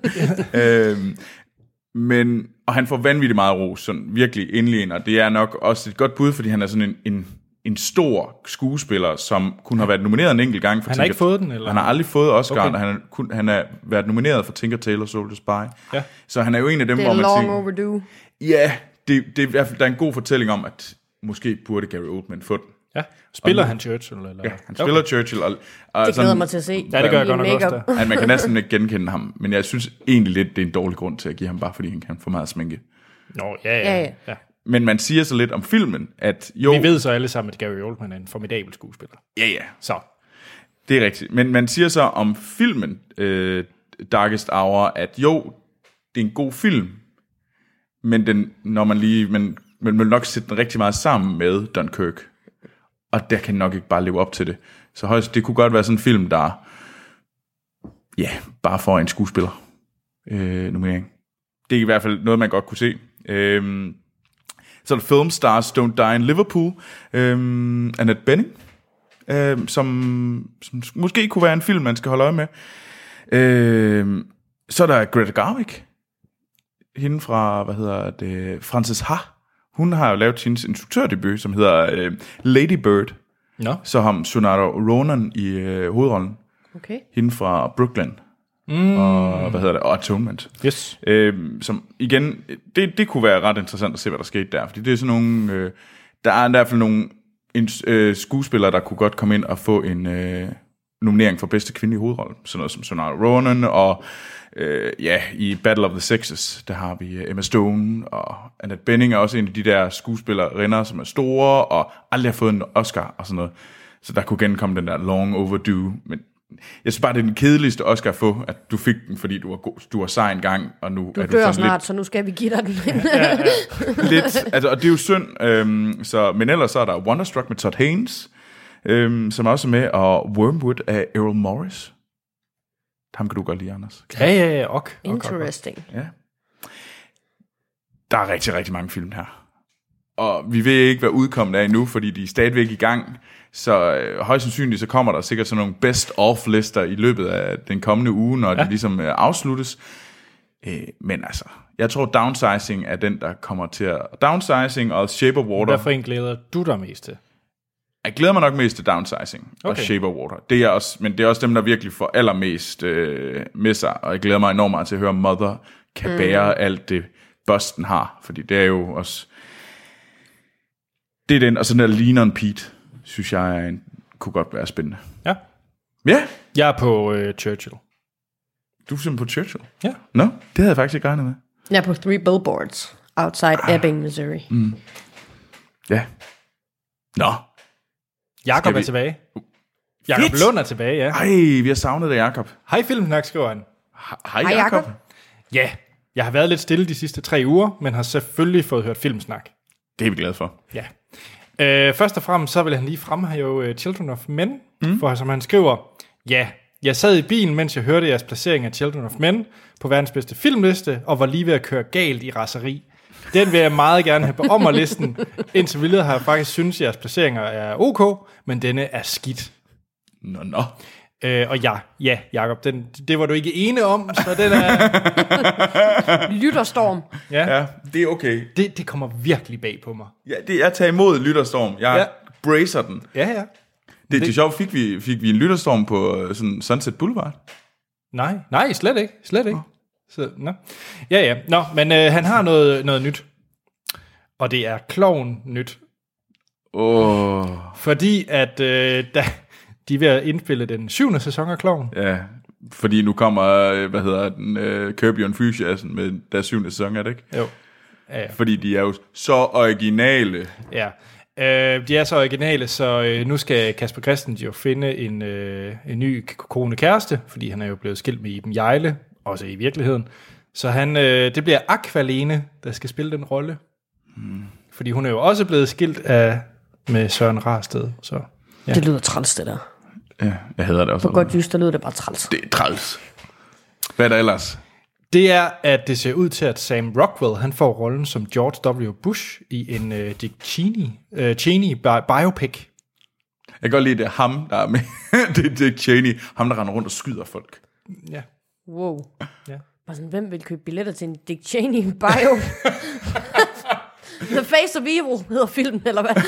S2: Og han får vanvittigt meget ros, sådan virkelig endelig ind, og det er nok også et godt bud, fordi han er sådan en stor skuespiller, som kun har været nomineret en enkelt gang. For
S1: han har ikke fået den? Eller?
S2: Han har aldrig fået Oscar, okay. Og han har været nomineret for Tinker Tailor Soldier Spy. Ja. Så han er jo en af dem, hvor man
S3: long
S2: tænker...
S3: overdue.
S2: Ja, det er i hvert fald, der er en god fortælling om, at måske burde Gary Oldman få den.
S1: Ja. Spiller han Churchill? Eller?
S2: Ja, han spiller Churchill. Og
S3: det glæder mig til at se.
S1: Ja, det gør jeg godt nok også.
S2: At man kan næsten ikke genkende ham, men jeg synes egentlig lidt, det er en dårlig grund til at give ham, bare fordi han kan få meget sminke.
S1: Nå, ja.
S2: Men man siger så lidt om filmen, at jo...
S1: Vi ved så alle sammen, at Gary Oldman er en formidabel skuespiller.
S2: Ja.
S1: Så.
S2: Det er rigtigt. Men man siger så om filmen, Darkest Hour, at jo, det er en god film, men man vil nok sætte den rigtig meget sammen med Dunkirk. Og der kan nok ikke bare leve op til det. Så højst, det kunne godt være sådan en film, der bare får en skuespiller nominering. Det er i hvert fald noget, man godt kunne se. Så er der Film Stars Don't Die in Liverpool. Annette Bening. Som måske kunne være en film, man skal holde øje med. Så er der Greta Gerwig. Hende fra, Frances Ha. Hun har jo lavet sin instruktørdebut, som hedder Lady Bird.
S1: No.
S2: Så har Sonata Ronan i hovedrollen.
S3: Okay.
S2: Hende fra Brooklyn. Og Atonement.
S1: Yes.
S2: Som igen, det kunne være ret interessant at se, hvad der skete der. Fordi det er sådan nogle... der er i hvert fald nogle skuespillere, der kunne godt komme ind og få en nominering for bedste kvindelige hovedrolle. Sådan noget som Sonata Ronan, og i Battle of the Sexes, der har vi Emma Stone, og Annette Bening er også en af de der skuespillerinder, som er store, og aldrig har fået en Oscar og sådan noget. Så der kunne genkomme den der long overdue. Men jeg synes bare, det er den kedeligste Oscar at få, at du fik den, fordi du var sej en gang, og nu
S3: du
S2: er du
S3: dør
S2: sådan
S3: snart,
S2: lidt,
S3: så nu skal vi give dig den.
S2: lidt, altså, og det er jo synd. Men ellers så er der Wonderstruck med Todd Haynes, som også er med, og Wormwood af Errol Morris. Ham kan du godt lide, Anders.
S1: Ja, ok.
S3: Interesting.
S2: Ja. Der er rigtig, rigtig mange film her. Og vi ved ikke, hvad udkommet er endnu, fordi de er stadigvæk i gang. Så højst sandsynligt, så kommer der sikkert sådan nogle best-of-lister i løbet af den kommende uge, når det ligesom afsluttes. Men altså, jeg tror Downsizing er den, der kommer til at... Downsizing og Shape of Water...
S1: Hvad for en glæder du dig mest til?
S2: Jeg glæder mig nok mest til Downsizing og Shape of Water. Det er også, men det er også dem, der virkelig får allermest med sig. Og jeg glæder mig enormt meget til at høre, Mother kan bære alt det, Boston har. Fordi det er jo også... Det er den, og sådan der Lean on Pete, synes jeg kunne godt være spændende.
S1: Ja.
S2: Ja?
S1: Jeg er på Churchill.
S2: Du er simpelthen på Churchill?
S1: Ja.
S2: Nå, det havde jeg faktisk ikke regnet med.
S3: Jeg er på 3 Billboards outside Ebbing, Missouri.
S2: Ja. Nå.
S1: Jakob er tilbage. Jakob Lund er tilbage, ja.
S2: Ej, vi har savnet dig, Jakob.
S1: Hej Filmsnak, skriver han.
S2: Hej Jakob.
S1: Ja, jeg har været lidt stille de sidste 3 uger, men har selvfølgelig fået hørt Filmsnak.
S2: Det er vi glade for.
S1: Ja. Først og fremmest, så vil han lige fremhæve Children of Men, for som han skriver, ja, jeg sad i bilen, mens jeg hørte jeres placering af Children of Men på verdens bedste filmliste, og var lige ved at køre galt i raseri. Den vil jeg meget gerne have på ommerlisten. Indtil videre har jeg faktisk synes, at jeres placeringer er ok, men denne er skidt.
S2: Nå.
S1: Og ja, Jacob, det var du ikke ene om, så den er...
S3: Lytterstorm.
S2: Ja, det er okay.
S1: Det kommer virkelig bag på mig.
S2: Ja, jeg tager imod lytterstorm. Jeg bracer den.
S1: Ja.
S2: Det er sjovt, fik vi en lytterstorm på sådan Sunset Boulevard?
S1: Nej, slet ikke. Så, no. Ja. Nå, men han har noget nyt. Og det er klovn nyt. Fordi at de er ved at indspille den 7. sæson af Klovn.
S2: Ja, fordi nu kommer, Curb Your Enthusiasm med deres 7. sæson, er det ikke?
S1: Jo. Ja.
S2: Fordi de er jo så originale.
S1: Ja, de er så originale, så nu skal Kasper Christensen jo finde en ny kone kæreste, fordi han er jo blevet skilt med Iben Hjejle, også i virkeligheden. Så det bliver Aqualene, der skal spille den rolle. Fordi hun er jo også blevet skilt med Søren Rarsted. Så, ja.
S3: Det lyder træls, det der.
S2: Ja, jeg hader det også.
S3: På godt jysk, der lyder det bare træls.
S2: Det er træls. Hvad er der ellers?
S1: Det er, at det ser ud til, at Sam Rockwell, han får rollen som George W. Bush i en Dick Cheney biopic.
S2: Jeg kan godt lide, det er ham, der er med. Det er Dick Cheney. Ham, der render rundt og skyder folk.
S1: Ja.
S3: Wow.
S1: Ja.
S3: Bare sådan, hvem vil købe billetter til en Dick Cheney bio? The Face of Evil hedder filmen, eller hvad?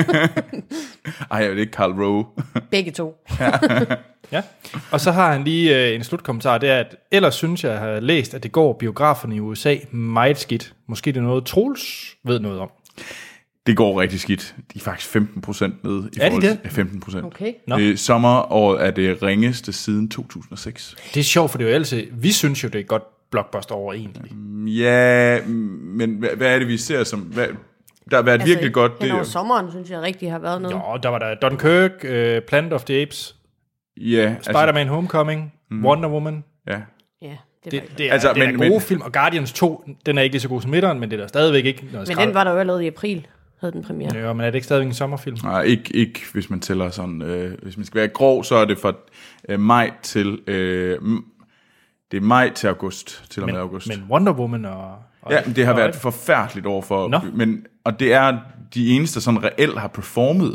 S2: Ej, jeg ved ikke Karl Rove.
S3: Begge to.
S1: Ja, og så har han lige en slutkommentar, det er, at ellers synes jeg har læst, at det går biograferne i USA meget skidt. Måske det er noget, Troels ved noget om.
S2: Det går rigtig skidt. De er faktisk 15% nede.
S1: Er de det?
S2: 15%.
S3: Okay.
S2: Sommeråret er det ringeste siden 2006.
S1: Det er sjovt, for det er jo altid, vi synes jo, det er et godt blockbuster over egentlig.
S2: Ja, men hvad er det, vi ser som... Der har været virkelig godt...
S3: Det over sommeren, synes jeg rigtig har været noget.
S1: Jo, der var der Dunkirk, Planet of the Apes,
S2: Ja,
S1: Spider-Man Homecoming, Wonder Woman.
S2: Ja.
S3: Ja,
S1: Det er gode film, og Guardians 2, den er ikke lige så god som etteren, men det er der stadigvæk ikke noget
S3: men den var der jo allerede i april, havde den premiere.
S1: Ja, men er det ikke stadigvæk en sommerfilm?
S2: Nej, ikke hvis man tæller sådan... hvis man skal være grov, så er det fra maj til... det er maj til august, til og med august.
S1: Men Wonder Woman og
S2: ja, det har været forfærdeligt overfor...
S1: Nå.
S2: Og det er de eneste, der sådan reelt har performet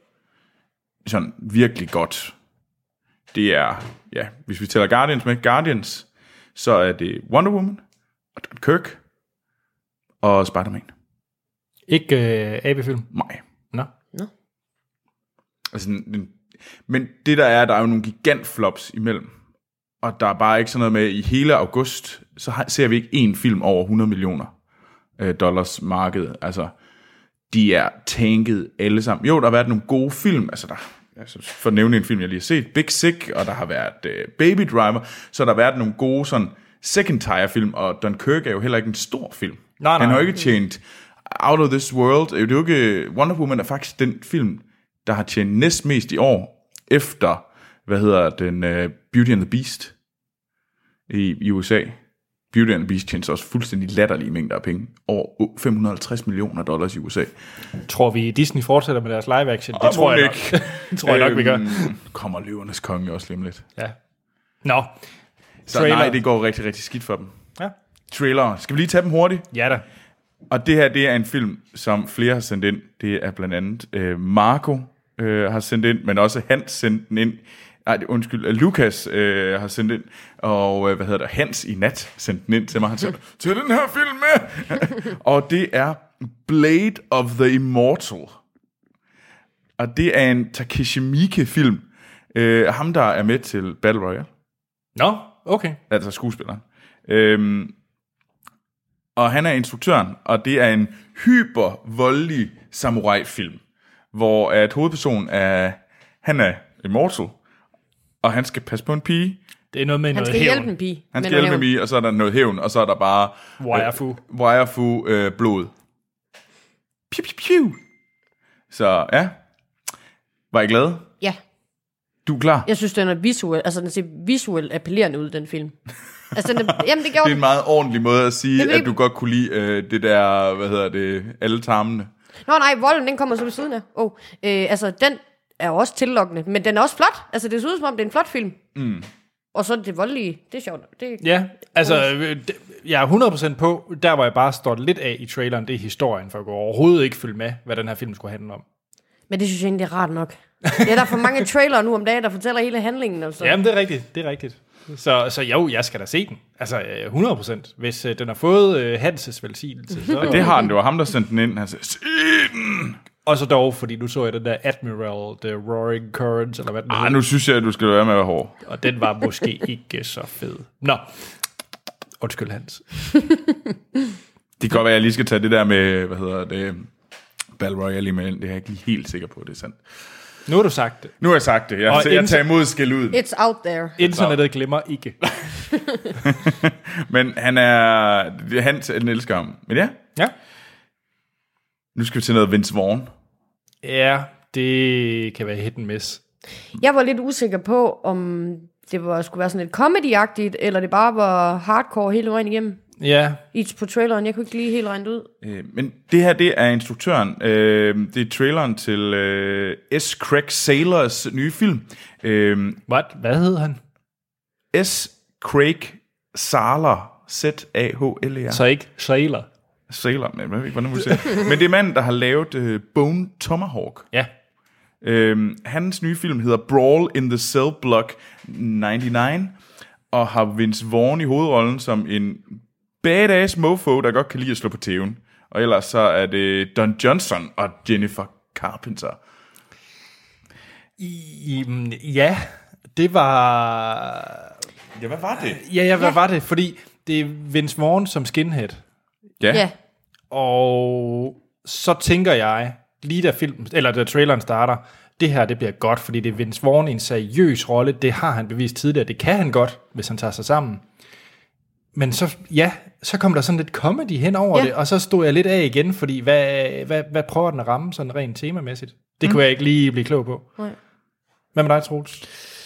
S2: sådan virkelig godt. Det er... Ja, hvis vi tæller Guardians med Guardians, så er det Wonder Woman, og Dunkirk og Spider-Man.
S1: Ikke abefilm?
S2: Nej.
S1: Nå.
S2: Altså, men det der er jo nogle gigantflops imellem. Og der er bare ikke sådan noget med, i hele august, så ser vi ikke én film over 100 millioner dollars markedet. Altså, de er tanket alle sammen. Jo, der har været nogle gode film, altså for at nævne en film, jeg lige har set, Big Sick, og der har været Baby Driver, så der har været nogle gode sådan second tier film, og Dunkirk er jo heller ikke en stor film.
S1: Nej.
S2: Han har jo ikke tjent Out of This World. Det er jo ikke, Wonder Woman er faktisk den film, der har tjent næstmest i år, efter, Beauty and the Beast i USA. Beauty and the Beast tjener også fuldstændig latterlige mængder af penge. Over 550 millioner dollars i USA.
S1: Tror vi, Disney fortsætter med deres live action? Det tror jeg nok. Det tror jeg nok, vi gør.
S2: Kommer Løvernes Konge også lige om lidt.
S1: Ja. Nå.
S2: Så
S1: Trailer.
S2: nej, det går rigtig, rigtig skidt for dem.
S1: Ja.
S2: Trailer. Skal vi lige tage dem hurtigt?
S1: Ja da.
S2: Og det her, det er en film, som flere har sendt ind. Det er blandt andet Marco har sendt ind, men også Hans sendt den ind. Lukas har sendt ind, og Hans i nat sendte den ind til mig. Han sagde, til den her film med! Og det er Blade of the Immortal. Og det er en Takashi Miike-film. Ham, der er med til Battle Royale.
S1: Nå, okay.
S2: Altså skuespilleren. Og han er instruktøren, og det er en hypervoldelig samurai-film, hvor at hovedpersonen han er immortal, og han skal passe på en pige.
S1: Det er noget med
S3: Han
S1: noget
S3: skal
S1: hævn.
S3: hjælpe en pige.
S2: Han skal hjælpe en pige, og så er der noget hævn, og så er der bare... Waifu blod. Piu, piu, piu. Så ja. Var I glade?
S3: Ja.
S2: Du er klar?
S3: Jeg synes, den er den ser visuelt appellerende ud, den film. Altså, det gjorde
S2: Det er en meget ordentlig måde at sige, at du godt kunne lide det der, alle tarmene.
S3: Nå nej, volden, den kommer så ved siden af. Den er jo også tillokkende, men den er også flot. Altså, det ser ud som om, det er en flot film. Mm. Og så det voldelige, det er sjovt.
S1: Ja, altså, jeg er 100% på, der hvor jeg bare står lidt af i traileren, det er historien, for at gå overhovedet ikke følge med, hvad den her film skulle handle om.
S3: Men det synes jeg egentlig er rart nok. Ja, der er for mange trailere nu om dagen, der fortæller hele handlingen. Altså.
S1: Jamen, det er rigtigt. Så jo, jeg skal da se den. Altså, 100%. Hvis den har fået Hanses velsignelse. Så...
S2: Det har den, det var ham, der sendte den ind. Han sagde, se den!
S1: Og så dog, fordi nu så jeg den der Admiral, The Roaring Currents, eller hvad den hedder.
S2: Nu synes jeg, at du skal være med at være hård.
S1: Og den var måske ikke så fed. Nå. Undskyld, Hans.
S2: Det kan godt være, at jeg lige skal tage det der med, Battle Royale med ind. Det er jeg ikke lige helt sikker på, det er sandt.
S1: Nu har du sagt det.
S2: Nu har jeg sagt det. Jeg tager imod skæld ud.
S3: It's out there.
S1: Internettet glemmer ikke.
S2: Men han elsker ham. Men ja.
S1: Ja.
S2: Nu skal vi til noget Vince Vaughn.
S1: Ja, det kan være hit and miss.
S3: Jeg var lidt usikker på, om det skulle være sådan lidt comedy-agtigt, eller det bare var hardcore hele vejen igennem.
S1: Ja.
S3: På traileren, jeg kunne ikke lige helt regne ud.
S2: Men det her, det er instruktøren. Det er traileren til S. Craig Saylors nye film.
S1: Hvad hed han?
S2: S. Craig Saylor. Z-A-H-L-E-R.
S1: Så ikke Sailor.
S2: Sailor, men jeg ved ikke, hvordan man siger. Men det er manden, der har lavet Bone Tomahawk.
S1: Ja.
S2: Hans nye film hedder Brawl in the Cell Block 99, og har Vince Vaughn i hovedrollen som en badass mofo, der godt kan lide at slå på tæven. Og ellers så er det Don Johnson og Jennifer Carpenter.
S1: Ja, det var...
S2: Ja, hvad var det?
S1: Ja, hvad var det? Fordi det er Vince Vaughn som skinhead.
S3: Ja.
S1: Og så tænker jeg, lige da traileren starter, det her, det bliver godt, fordi det er Vince Vaughn i en seriøs rolle. Det har han bevist tidligere. Det kan han godt, hvis han tager sig sammen. Men så kom der sådan lidt comedy hen over det, og så stod jeg lidt af igen, fordi hvad prøver den at ramme sådan rent temamæssigt? Det kunne jeg ikke lige blive klog på.
S3: Nej.
S1: Hvad med dig, Troels?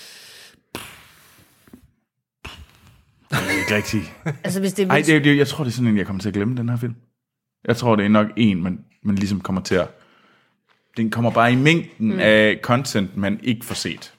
S2: Det er ikke rigtigt.
S3: Altså, hvis det
S2: Jeg tror, det er sådan en, jeg kommer til at glemme, den her film. Jeg tror, det er nok en, man ligesom kommer til at... Den kommer bare i mængden af content, man ikke får set.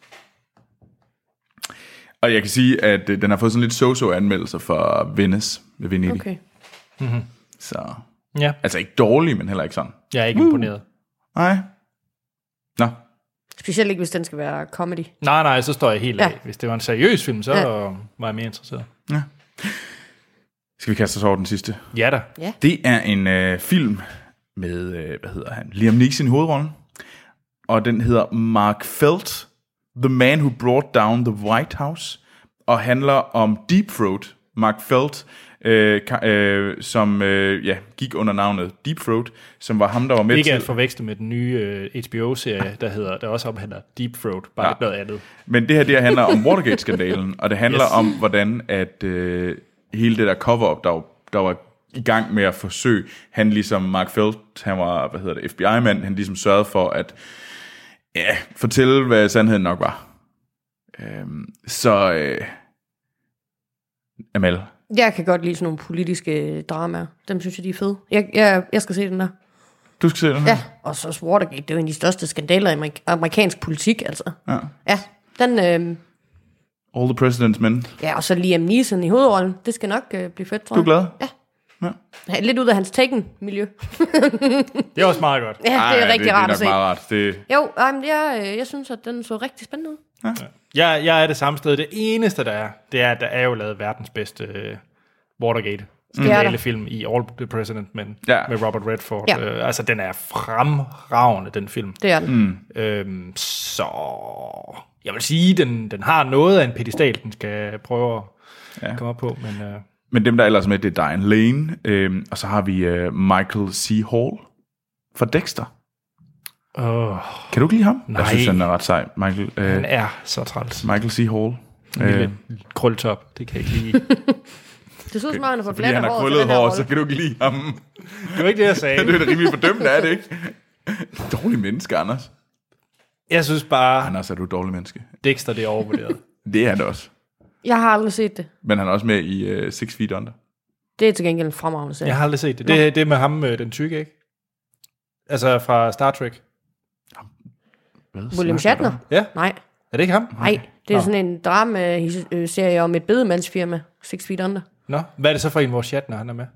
S2: Og jeg kan sige, at den har fået sådan lidt so-so anmeldelser for Venice med Venedig.
S3: Okay.
S2: Så...
S1: Ja.
S2: Altså ikke dårlig, men heller ikke sådan.
S1: Jeg er ikke imponeret.
S2: Nej. Nå.
S3: Specielt ikke, hvis den skal være comedy.
S1: Nej, så står jeg helt af. Hvis det var en seriøs film, så var jeg mere interesseret.
S2: Ja. Skal vi kaste os over den sidste?
S1: Ja da.
S3: Ja.
S2: Det er en film med, Liam Neeson i hovedrollen. Og den hedder Mark Felt, The Man Who Brought Down the White House. Og handler om Deep Throat. Mark Felt, som gik under navnet Deep Throat, som var ham, der var med
S1: ikke
S2: til...
S1: at forveksle med den nye HBO-serie, der også omhandler Deep Throat, bare lidt noget andet.
S2: Men det her handler om Watergate-skandalen, og det handler om, hvordan at hele det der cover-up, der var i gang med at forsøge, han ligesom Mark Felt, han var, FBI-mand, han ligesom sørgede for at fortælle, hvad sandheden nok var. Amal.
S3: Jeg kan godt lide sådan nogle politiske dramaer. Dem synes jeg, de er fede. Jeg skal se den der.
S2: Du skal se den her?
S3: Ja, og så Watergate, det er jo en af de største skandaler i amerikansk politik, altså. Ja, den...
S2: All the President's Men.
S3: Ja, og så Liam Neeson i hovedrollen. Det skal nok blive fedt, tror jeg.
S2: Du er glad?
S3: Ja. Lidt ud af hans Taken-miljø.
S1: Det er også meget godt.
S3: Ja, det er rigtig rart at se.
S2: Det er nok meget rart.
S3: Jo, jeg synes, at den så rigtig spændende ud.
S1: Ja. Jeg er det samme sted. Det eneste, der er, det er, at der er jo lavet verdens bedste Watergate-skandalefilm i All the President's Men med Robert Redford.
S3: Ja.
S1: Altså, den er fremragende, den film.
S3: Det er den.
S1: Så jeg vil sige, den har noget af en pedestal, den skal prøve at komme op på.
S2: Men dem, der ellers med, det er Diane Lane, og så har vi Michael C. Hall fra Dexter. Kan du ikke lide ham?
S1: Nej.
S2: Jeg synes, han er ret sej.
S1: Han er så træls.
S2: Michael C. Hall.
S1: En lille krølletop, det kan jeg ikke lide.
S3: Det synes meget, han har fået
S2: Fordi
S3: flat
S2: han har
S3: hår.
S2: krøllet hår, så kan du ikke lide ham.
S1: Det var ikke det, jeg sagde.
S2: Det er da rimelig fordømmende, er det ikke? Dårlig menneske, Anders.
S1: Jeg synes bare,
S2: Anders, er du et dårligt menneske?
S1: Dexter, det er overvurderet.
S2: Det er han også.
S3: Jeg har aldrig set det.
S2: Men han er også med i 6 Feet Under.
S3: Det er til gengæld en fremragende serie.
S1: Jeg har aldrig set det. Det er med ham, den tykke, ikke? Altså fra Star Trek.
S3: William Shatner?
S1: Ja.
S3: Nej.
S1: Er det ikke ham?
S3: Nej, det er sådan en drama-serie om et bedemandsfirma. 6 Feet Under.
S1: Nå, hvad er det så for en, hvor Shatner han er med?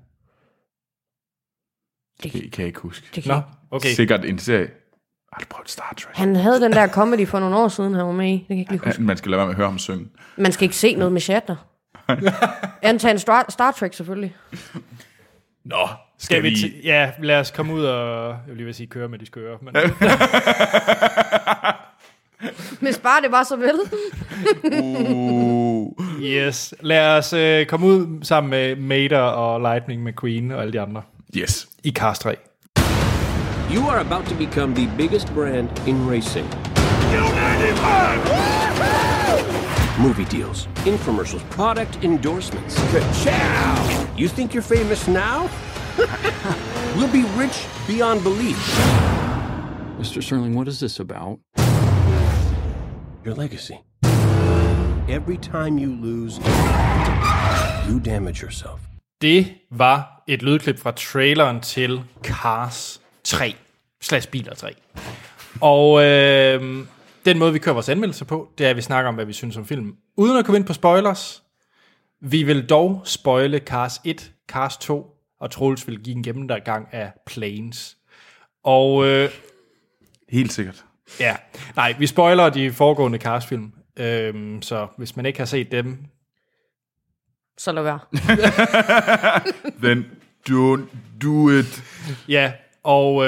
S2: Det kan jeg ikke huske.
S3: Det kan
S1: Nå,
S3: jeg.
S1: okay.
S2: Sikkert en serie. Har du prøvet Star Trek?
S3: Han havde den der comedy for nogle år siden, han var med i. Det kan jeg ikke lige huske.
S2: Man skal lade være med at høre ham synge.
S3: Man skal ikke se noget med Shatner. Antagen Star Trek, selvfølgelig.
S2: Nå,
S1: Skal vi lad os komme ud og, jeg vil lige vil sige, køre med de skøre. Men...
S3: Hvis bare det var så vel.
S1: Yes, lad os komme ud sammen med Mater og Lightning McQueen og alle de andre.
S2: Yes.
S1: I Cars 3.
S7: You are about to become the biggest brand in racing. Movie deals, infomercials, product endorsements. Ka-chow! You think you're famous now? We'll be rich beyond belief.
S8: Mr. Sterling, what is this about?
S7: Your legacy. Every time you lose, you damage yourself.
S1: Det var et lydklip fra traileren til Cars 3, Biler 3. Og den måde, vi kører vores anmeldelser på, det er, at vi snakker om, hvad vi synes om filmen. Uden at komme ind på spoilers, Vi vil dog spoile Cars 1, Cars 2, og Troels vil give en gennemgang af Planes. Og
S2: Helt sikkert.
S1: ja, nej, vi spoiler de foregående Cars-film. Så hvis man ikke har set dem,
S3: Så lad være.
S2: Then don't do it.
S1: ja, og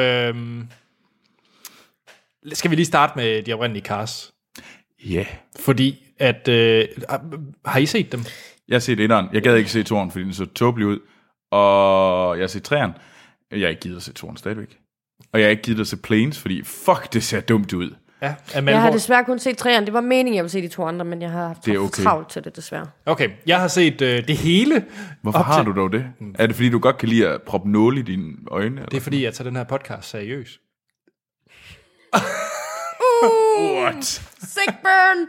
S1: skal vi lige starte med de oprindelige Cars?
S2: Ja. Yeah.
S1: Fordi at, har I set dem?
S2: Jeg har set etteren. Jeg gad ikke se toeren, fordi den så tåbelig ud. Og jeg har set treeren. Jeg har ikke givet at se toeren stadigvæk. Og jeg har ikke givet at se Planes, fordi fuck, det ser dumt ud.
S1: Ja,
S3: Jeg har desværre kun set 3'eren. Det var meningen, jeg ville se de 2 andre, men jeg har haft
S2: okay.
S3: travlt til det, desværre.
S1: Okay, jeg har set det hele.
S2: Hvorfor har du dog det? Er det fordi, du godt kan lide at proppe nåle i dine øjne? Eller?
S1: Det er fordi, jeg tager den her podcast seriøs.
S2: What?
S3: Sick burn!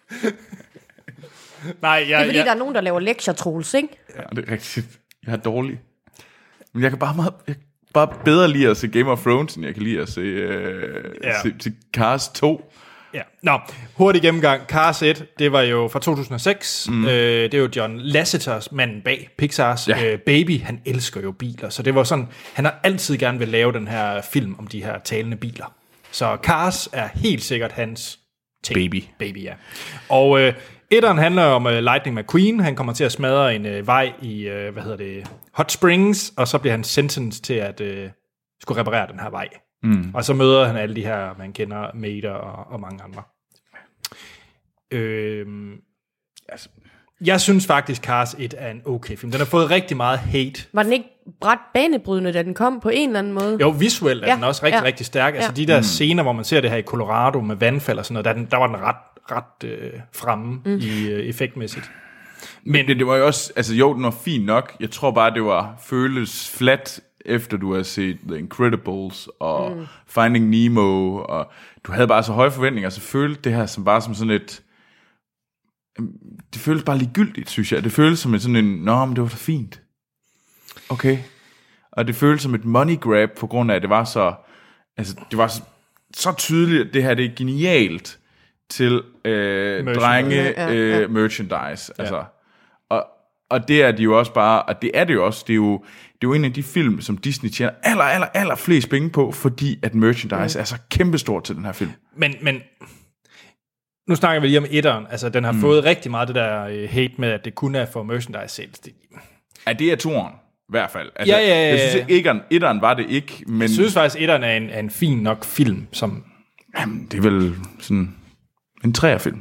S1: Nej,
S3: Det er fordi, der er nogen, der laver lektier, Troels, ikke?
S2: Ja, det er rigtigt. Jeg er dårlig. Men jeg kan bare bedre lide at se Game of Thrones, end jeg kan lide at se Cars 2.
S1: Ja. Nå, hurtig gennemgang. Cars 1, det var jo fra 2006. Det er jo John Lasseters, manden bag Pixars Baby. Han elsker jo biler, så det var sådan, han har altid gerne vil lave den her film om de her talende biler. Så Cars er helt sikkert hans ting. Baby, ja. Og etteren handler om Lightning McQueen. Han kommer til at smadre en vej i, Hot Springs, og så bliver han sentenced til at skulle reparere den her vej. Og så møder han alle de her, man kender, Mater og mange andre. Jeg synes faktisk, Cars 1 er en okay film. Den har fået rigtig meget hate.
S3: Var den ikke ret banebrydende, da den kom på en eller anden måde?
S1: Jo, visuelt er den også rigtig stærk. Altså de der scener, hvor man ser det her i Colorado med vandfald og sådan noget, der var den ret fremme i effektmæssigt.
S2: Men det var jo også, altså jo, den var fin nok. Jeg tror bare, det var føles flat, efter du har set The Incredibles og Finding Nemo, og du havde bare så høje forventninger, så følte det her som bare som sådan et, det føltes bare ligegyldigt, synes jeg. Det føltes som sådan en, men det var da fint. Okay. Og det føltes som et money grab, på grund af, at det var så, altså det var så tydeligt, at det her, det er genialt til drenge merchandise. Altså. Og det er de jo også bare, og det er det jo også, det er jo en af de film, som Disney tjener aller flest penge på, fordi at merchandise er så kæmpestort til den her film.
S1: Men nu snakker vi lige om etteren. Altså, den har fået rigtig meget det der hate med, at det kun er for merchandise sales.
S2: Ja, det er toeren, i hvert fald. Altså,
S1: ja.
S2: Jeg synes, at etteren var det ikke, men...
S1: Jeg synes faktisk, etteren er en fin nok film, som...
S2: Jamen, det er vel sådan en 3'er-film.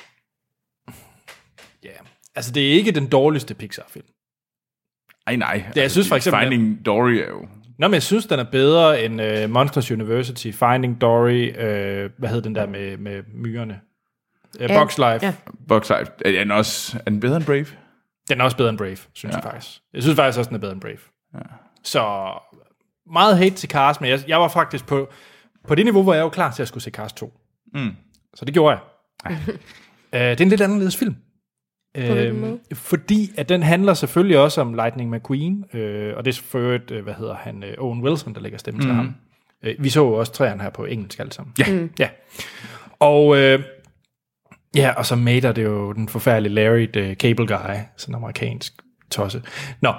S1: Ja, altså det er ikke den dårligste Pixar-film.
S2: Nej.
S1: Det, jeg synes for eksempel...
S2: Finding Dory er jo...
S1: Nå, men jeg synes, den er bedre end Monsters University, Finding Dory, hvad hed den der med myrerne? Bugs Life.
S3: Ja.
S2: Bugs Life. Er den bedre end Brave?
S1: Den er også bedre end Brave, synes jeg faktisk. Jeg synes faktisk også, den er bedre end Brave. Ja. Så meget hate til Cars, men jeg var faktisk på det niveau, hvor jeg var klar til at skulle se Cars 2. Så det gjorde jeg. Det er en lidt anderledes film. Fordi at den handler selvfølgelig også om Lightning McQueen, og det er for øvrigt, Owen Wilson, der lægger stemme til ham. Vi så jo også træerne her på engelsk alle sammen. Ja. Og og så Mater, det er jo den forfærdelige Larry, the Cable Guy, sådan en amerikansk tosse. Nå.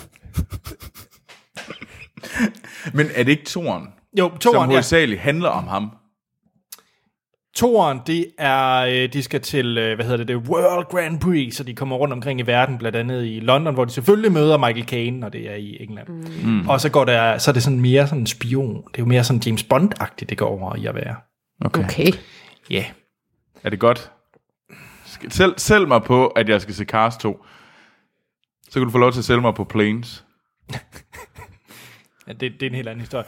S2: Men er det ikke toeren?
S1: Jo, toeren,
S2: som hovedsageligt handler om ham?
S1: Toeren, det er, de skal til, det World Grand Prix, så de kommer rundt omkring i verden, blandt andet i London, hvor de selvfølgelig møder Michael Caine, når det er i England. Og så er det sådan mere sådan en spion. Det er jo mere sådan James Bond-agtigt, det går over i at være.
S3: Okay.
S1: Ja. Yeah.
S2: Er det godt? Sælg mig på, at jeg skal se Cars 2. Så kan du få lov til at sælge mig på Planes.
S1: Ja, det er en helt anden historie.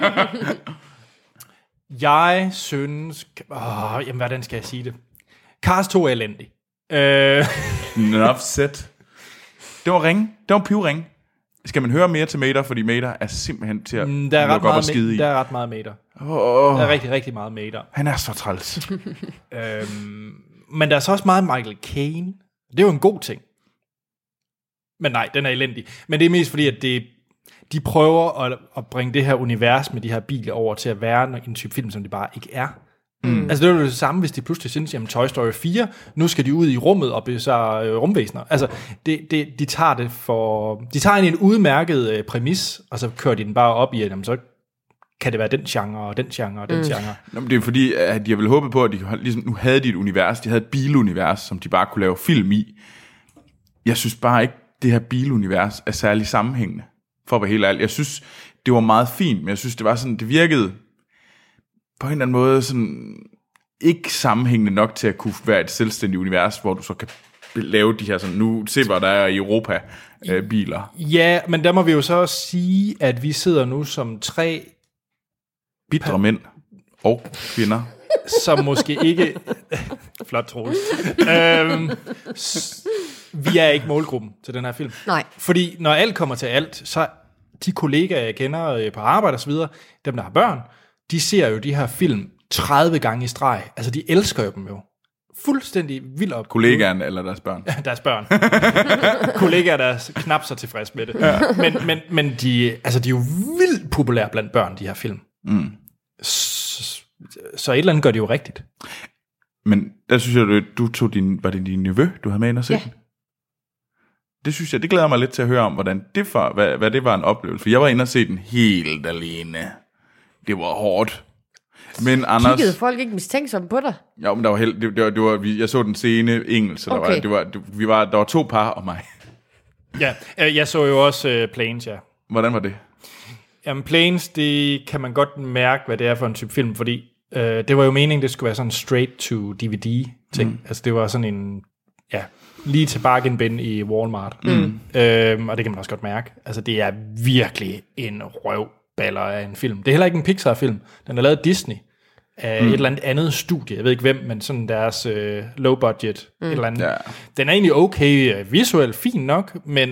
S1: Jeg synes... jamen, hvordan skal jeg sige det? Cars 2 er elendig.
S2: Enough said. Det var ringe. Det var pivringe. Skal man høre mere til Mater, fordi Mater er simpelthen til at lukke op og skide i.
S1: Der er ret meget Mater. Der er rigtig, rigtig meget Mater.
S2: Han er så træls.
S1: Men der er så også meget Michael Caine. Det er jo en god ting. Men nej, den er elendig. Men det er mest fordi, at de prøver at bringe det her univers med de her biler over til at være en type film, som det bare ikke er. Altså det er jo det samme, hvis de pludselig synes, jamen Toy Story 4, nu skal de ud i rummet og blive så rumvæsener. Altså de tager det for... De tager en udmærket præmis, og så kører de den bare op i, at jamen, så kan det være den genre, og den genre, og den genre.
S2: Nå, men det er fordi, at de ville håbe på, at de ligesom, nu havde de et univers, de havde et bilunivers, som de bare kunne lave film i. Jeg synes bare ikke, det her bilunivers er særlig sammenhængende, for at være helt ærlig. Jeg synes, det var meget fint, men jeg synes, det var sådan, det virkede på en eller anden måde sådan ikke sammenhængende nok til at kunne være et selvstændigt univers, hvor du så kan lave de her sådan, nu se hvad der er i Europa, biler.
S1: Ja, men der må vi jo så også sige, at vi sidder nu som 3
S2: bitre mænd og kvinder.
S1: Som måske ikke... Flot, Troels. Vi er ikke målgruppen til den her film.
S3: Nej.
S1: Fordi når alt kommer til alt, så de kollegaer, jeg kender på arbejde og så videre, dem der har børn, de ser jo de her film 30 gange i streg. Altså de elsker jo dem jo. Fuldstændig vildt op.
S2: Kollegaerne eller deres børn?
S1: Deres børn. Kollegaer, der er knap så tilfreds med det. Ja. Men de er jo vildt populære blandt børn, de her film. Så et eller andet gør det jo rigtigt.
S2: Men der synes jeg, du tog var det din nevø, du havde med ind og set? Ja. Det synes jeg, det glæder mig lidt til at høre om, hvordan det var, hvad det var en oplevelse. For jeg var inde og se den helt alene. Det var hårdt. Men Anders...
S3: Kiggede folk ikke mistænksomme på dig?
S2: Ja, men der var jeg så den scene engelsk, så okay. Der var 2 par og mig.
S1: Ja, jeg så jo også Planes, ja.
S2: Hvordan var det?
S1: Jamen, Planes, det kan man godt mærke, hvad det er for en type film, fordi det var jo meningen, det skulle være sådan en straight-to-DVD-ting. Altså, det var sådan en, lige til bargain bin i Walmart. Og det kan man også godt mærke. Altså, det er virkelig en røvballer af en film. Det er heller ikke en Pixar-film. Den er lavet af Disney. Af et eller andet studie. Jeg ved ikke hvem, men sådan deres low-budget. Et eller andet. Ja. Den er egentlig okay visuelt, fint nok, men...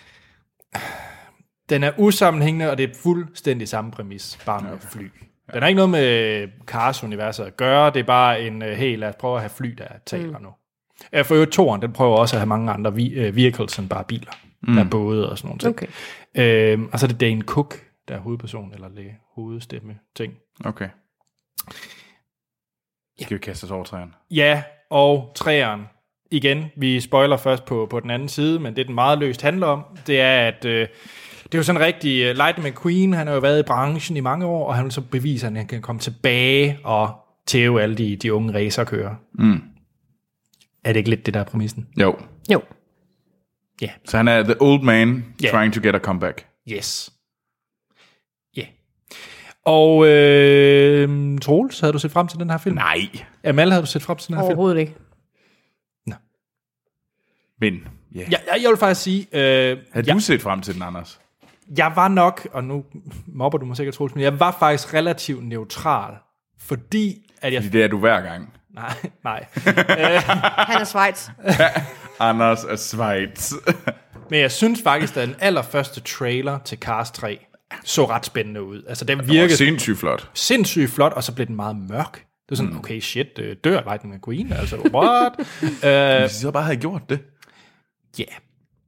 S1: Den er usammenhængende, og det er fuldstændig samme præmis, bare med fly. Den har ikke noget med Cars-universet at gøre, det er bare en, hey, lad os prøve at have fly, der taler nu. For jo toren, den prøver også at have mange andre vehicles end bare biler. Der er både og sådan nogle ting. Okay. Og så er det Dane Cook, der er hovedperson, eller hovedstemme ting.
S2: Okay. Skal vi kaste os over træerne?
S1: Ja, og træerne. Igen, vi spoiler først på den anden side, men det den meget løst handler om, det er, at det er jo sådan rigtig... Lightning McQueen, han har jo været i branchen i mange år, og han vil så bevise, at han kan komme tilbage og tæve alle de unge racerkører. Er det ikke lidt det, der er præmissen?
S2: Jo.
S1: Ja.
S2: Yeah. Så han er the old man trying to get a comeback.
S1: Yes. Ja. Yeah. Og Troels, havde du set frem til den her film?
S2: Nej.
S1: Amal, havde du set frem til den her film?
S3: Overhovedet ikke.
S2: Nå. Men,
S1: ja. Jeg vil faktisk sige...
S2: Har du set frem til den, Anders?
S1: Jeg var nok, og nu mobber du mig sikkert, Troels, men jeg var faktisk relativt neutral, fordi
S2: det er du hver gang.
S1: Nej.
S3: Han er Schweiz.
S2: Anders er Schweiz.
S1: Men jeg synes faktisk, at den allerførste trailer til Cars 3 så ret spændende ud. Altså, den virkede sindssygt flot, og så blev den meget mørk. Det var sådan, okay, shit, dør Lightning McQueen? Altså, what?
S2: Hvis de så bare havde gjort det.
S1: Ja. Yeah.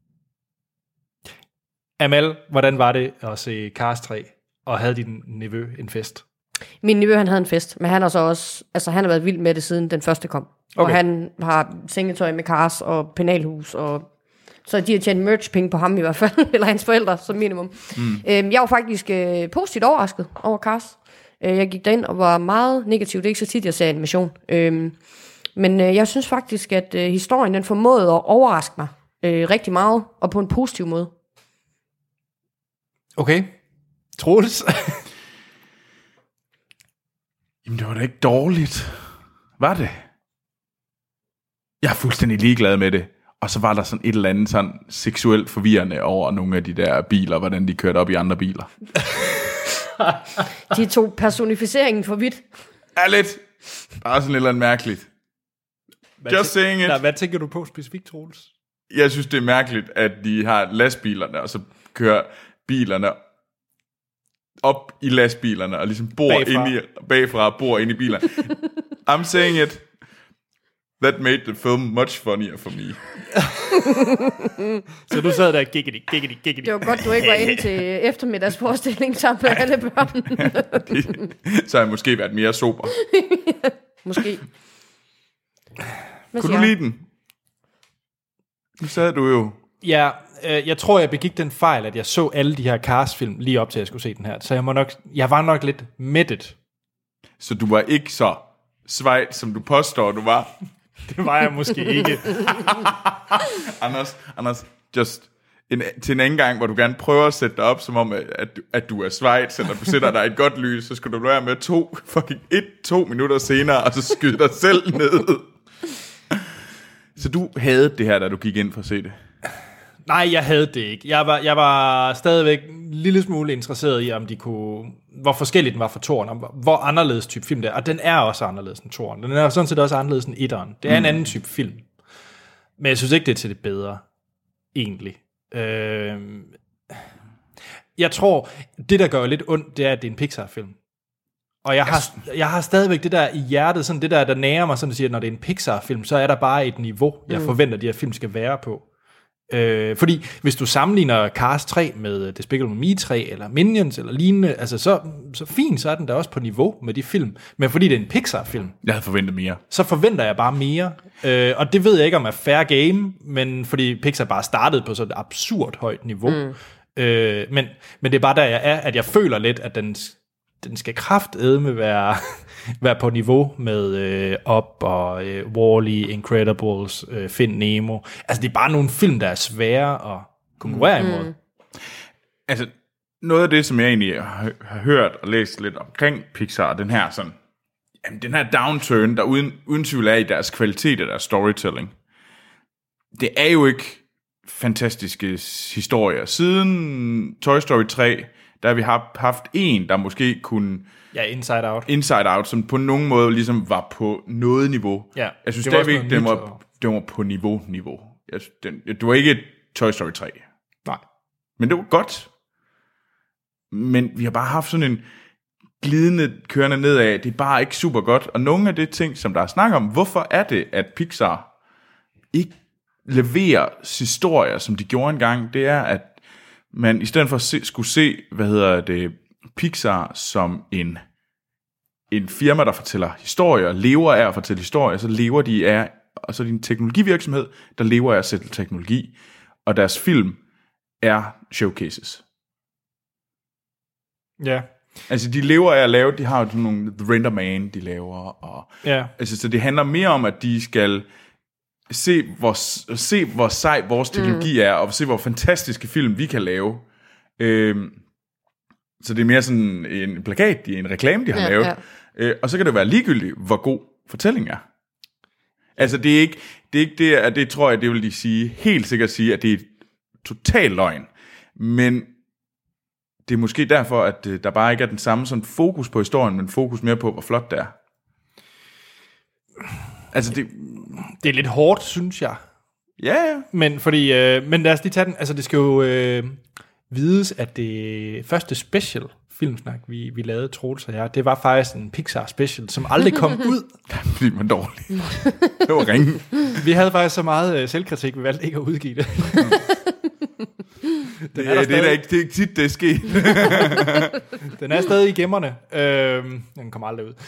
S1: Amal, hvordan var det at se Cars 3, og havde din nevø en fest?
S3: Min nevø, han havde en fest, men han har så også, altså han har været vild med det, siden den første kom. Okay. Og han har sengetøj med Cars og penalhus, og så de har tjent merch-penge på ham i hvert fald, eller hans forældre som minimum. Jeg var faktisk positivt overrasket over Cars. Jeg gik derind og var meget negativ. Det er ikke så tit, jeg ser animation. Men jeg synes faktisk, at historien den formåede at overraske mig rigtig meget, og på en positiv måde.
S1: Okay. Troels?
S2: Jamen, det var da ikke dårligt. Var det? Jeg er fuldstændig ligeglad med det. Og så var der sådan et eller andet sådan seksuelt forvirrende over nogle af de der biler, hvordan de kørte op i andre biler.
S3: De tog personificeringen for vidt.
S2: Ja, lidt. Der er sådan et eller andet mærkeligt. Just saying it.
S1: Hvad tænker du på specifikt, Troels?
S2: Jeg synes, det er mærkeligt, at de har lastbilerne, og så kører bilerne op i lastbilerne, og ligesom bagfra bor inde i bilerne. I'm saying it. That made the film much funnier for me.
S1: Så du sad der, giggity.
S3: Det var godt, du ikke var inde til eftermiddagsforestilling sammen med alle børn.
S2: Så har jeg måske været mere sober.
S3: måske.
S2: Kunne du lide den? Nu sagde du jo...
S1: Ja, jeg tror, jeg begik den fejl, at jeg så alle de her Cars-film lige op til, at jeg skulle se den her. Så jeg var nok lidt mættet.
S2: Så du var ikke så svejt, som du påstår, du var?
S1: Det var jeg måske ikke.
S2: Anders, just til en anden gang, hvor du gerne prøver at sætte dig op, som om, at du er Schweiz, eller du sætter dig et godt lys, så skal du være med 2 minutter senere, og så skyde dig selv ned. Så du havde det her, da du gik ind for at se det?
S1: Nej, jeg havde det ikke. Jeg var stadigvæk en lille smule interesseret i, om de kunne... Hvor forskelligt den var fra toren, og hvor anderledes type film det er. Og den er også anderledes end toren. Den er sådan set også anderledes end etteren. Det er en anden type film. Men jeg synes ikke, det er til det bedre. Egentlig. Jeg tror, det der gør lidt ondt, det er, at det er en Pixar-film. Og jeg har stadigvæk det der i hjertet, sådan det der nærer mig, sådan at sige, at når det er en Pixar-film, så er der bare et niveau, jeg forventer, de her film skal være på. Fordi hvis du sammenligner Cars 3 med Despicable Me 3 eller Minions eller lignende, altså så fint, så er den der også på niveau med de film. Men fordi det er en Pixar-film,
S2: jeg havde forventet mere. Så
S1: forventer jeg bare mere. Og det ved jeg ikke om er fair game, men fordi Pixar bare startede på sådan et absurd højt niveau. Men det er bare der jeg er, at jeg føler lidt, at den skal kraftedme være på niveau med Up og Wall-E, Incredibles, Find Nemo. Altså, det er bare nogle film, der er svære at konkurrere imod.
S2: Altså, noget af det, som jeg egentlig har hørt og læst lidt omkring Pixar, den her downturn, der uden tvivl er i deres kvalitet af deres storytelling, det er jo ikke fantastiske historier. Siden Toy Story 3, der har vi haft en, der måske kunne...
S1: Ja, Inside Out.
S2: Inside Out, som på nogen måde ligesom var på noget niveau.
S1: Ja,
S2: jeg synes stadigvæk, den var på niveau. Det var ikke Toy Story 3.
S1: Nej.
S2: Men det var godt. Men vi har bare haft sådan en glidende kørende nedad. Det er bare ikke super godt. Og nogle af de ting, som der er snak om, hvorfor er det, at Pixar ikke leverer historier, som de gjorde engang, det er, at man i stedet for skulle se, Pixar som en firma, der fortæller historier, lever af at fortælle historier, så lever de af, og så er de en teknologivirksomhed, der lever af at sætte teknologi, og deres film er showcases.
S1: Ja.
S2: Altså, de lever af at lave, de har jo sådan nogle The Render Man, de laver, og altså, så det handler mere om, at de skal se, hvor sej vores teknologi er, og se, hvor fantastiske film vi kan lave. Så det er mere sådan en plakat, en reklame, de har lavet. Ja. Og så kan det være ligegyldigt, hvor god fortællingen er. Altså, det er ikke det, at det tror jeg, det vil de sige, helt sikkert sige, at det er total løgn. Men det er måske derfor, at der bare ikke er den samme sådan fokus på historien, men fokus mere på, hvor flot det er. Altså,
S1: det er lidt hårdt, synes jeg.
S2: Ja.
S1: Men fordi, men lad os lige tage den. Altså, det skal jo vides, at det første special filmsnak, vi lavede, Troels og jeg, det var faktisk en Pixar special, som aldrig kom ud.
S2: Fordi man dårlig. Det var ringe.
S1: Vi havde faktisk så meget selvkritik, vi valgte ikke at udgive det.
S2: Det er ikke tit, det er sket.
S1: Den er stadig i gemmerne. Den kommer aldrig ud.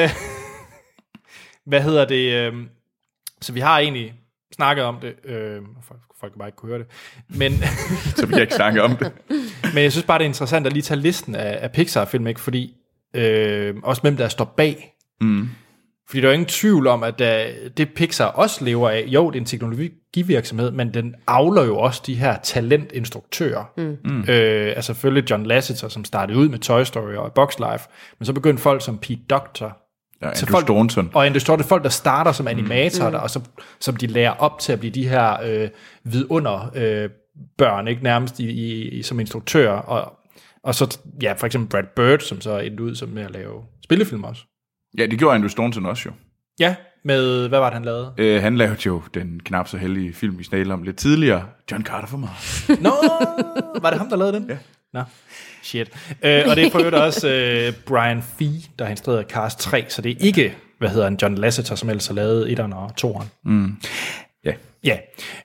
S1: Så vi har egentlig snakket om det. Folk kan bare ikke kunne høre det. Men
S2: så vi kan ikke snakke om det.
S1: Men jeg synes bare, det er interessant at lige tage listen af Pixar-film, ikke? Fordi også hvem der står bag. Fordi der er ingen tvivl om, at det Pixar også lever af, jo, det er en teknologivirksomhed, men den avler jo også de her talentinstruktører. Altså selvfølgelig John Lasseter, som startede ud med Toy Story og Bugs Life, men så begyndte folk som Pete Docter,
S2: Andrew Staunton.
S1: Og Andrew Staunton, folk, der starter som animatorer, og som de lærer op til at blive de her vidunder børn, ikke nærmest som instruktører. Og så, ja, for eksempel Brad Bird, som så endte ud som med at lave spillefilm også. Ja,
S2: det gjorde Andrew Staunton også jo.
S1: Ja, med, hvad var det, han lavede?
S2: Han lavede jo den knap så heldige film, vi snakkede om lidt tidligere, John Carter for Mars.
S1: Nå, var det ham, der lavede den?
S2: Ja.
S1: Nå, shit. Og det er for øvrigt også Brian Fee, der har instrueret Cars 3, så det er ikke, John Lasseter, som ellers har lavet 1'eren og 2'eren.
S2: Ja.
S1: Ja.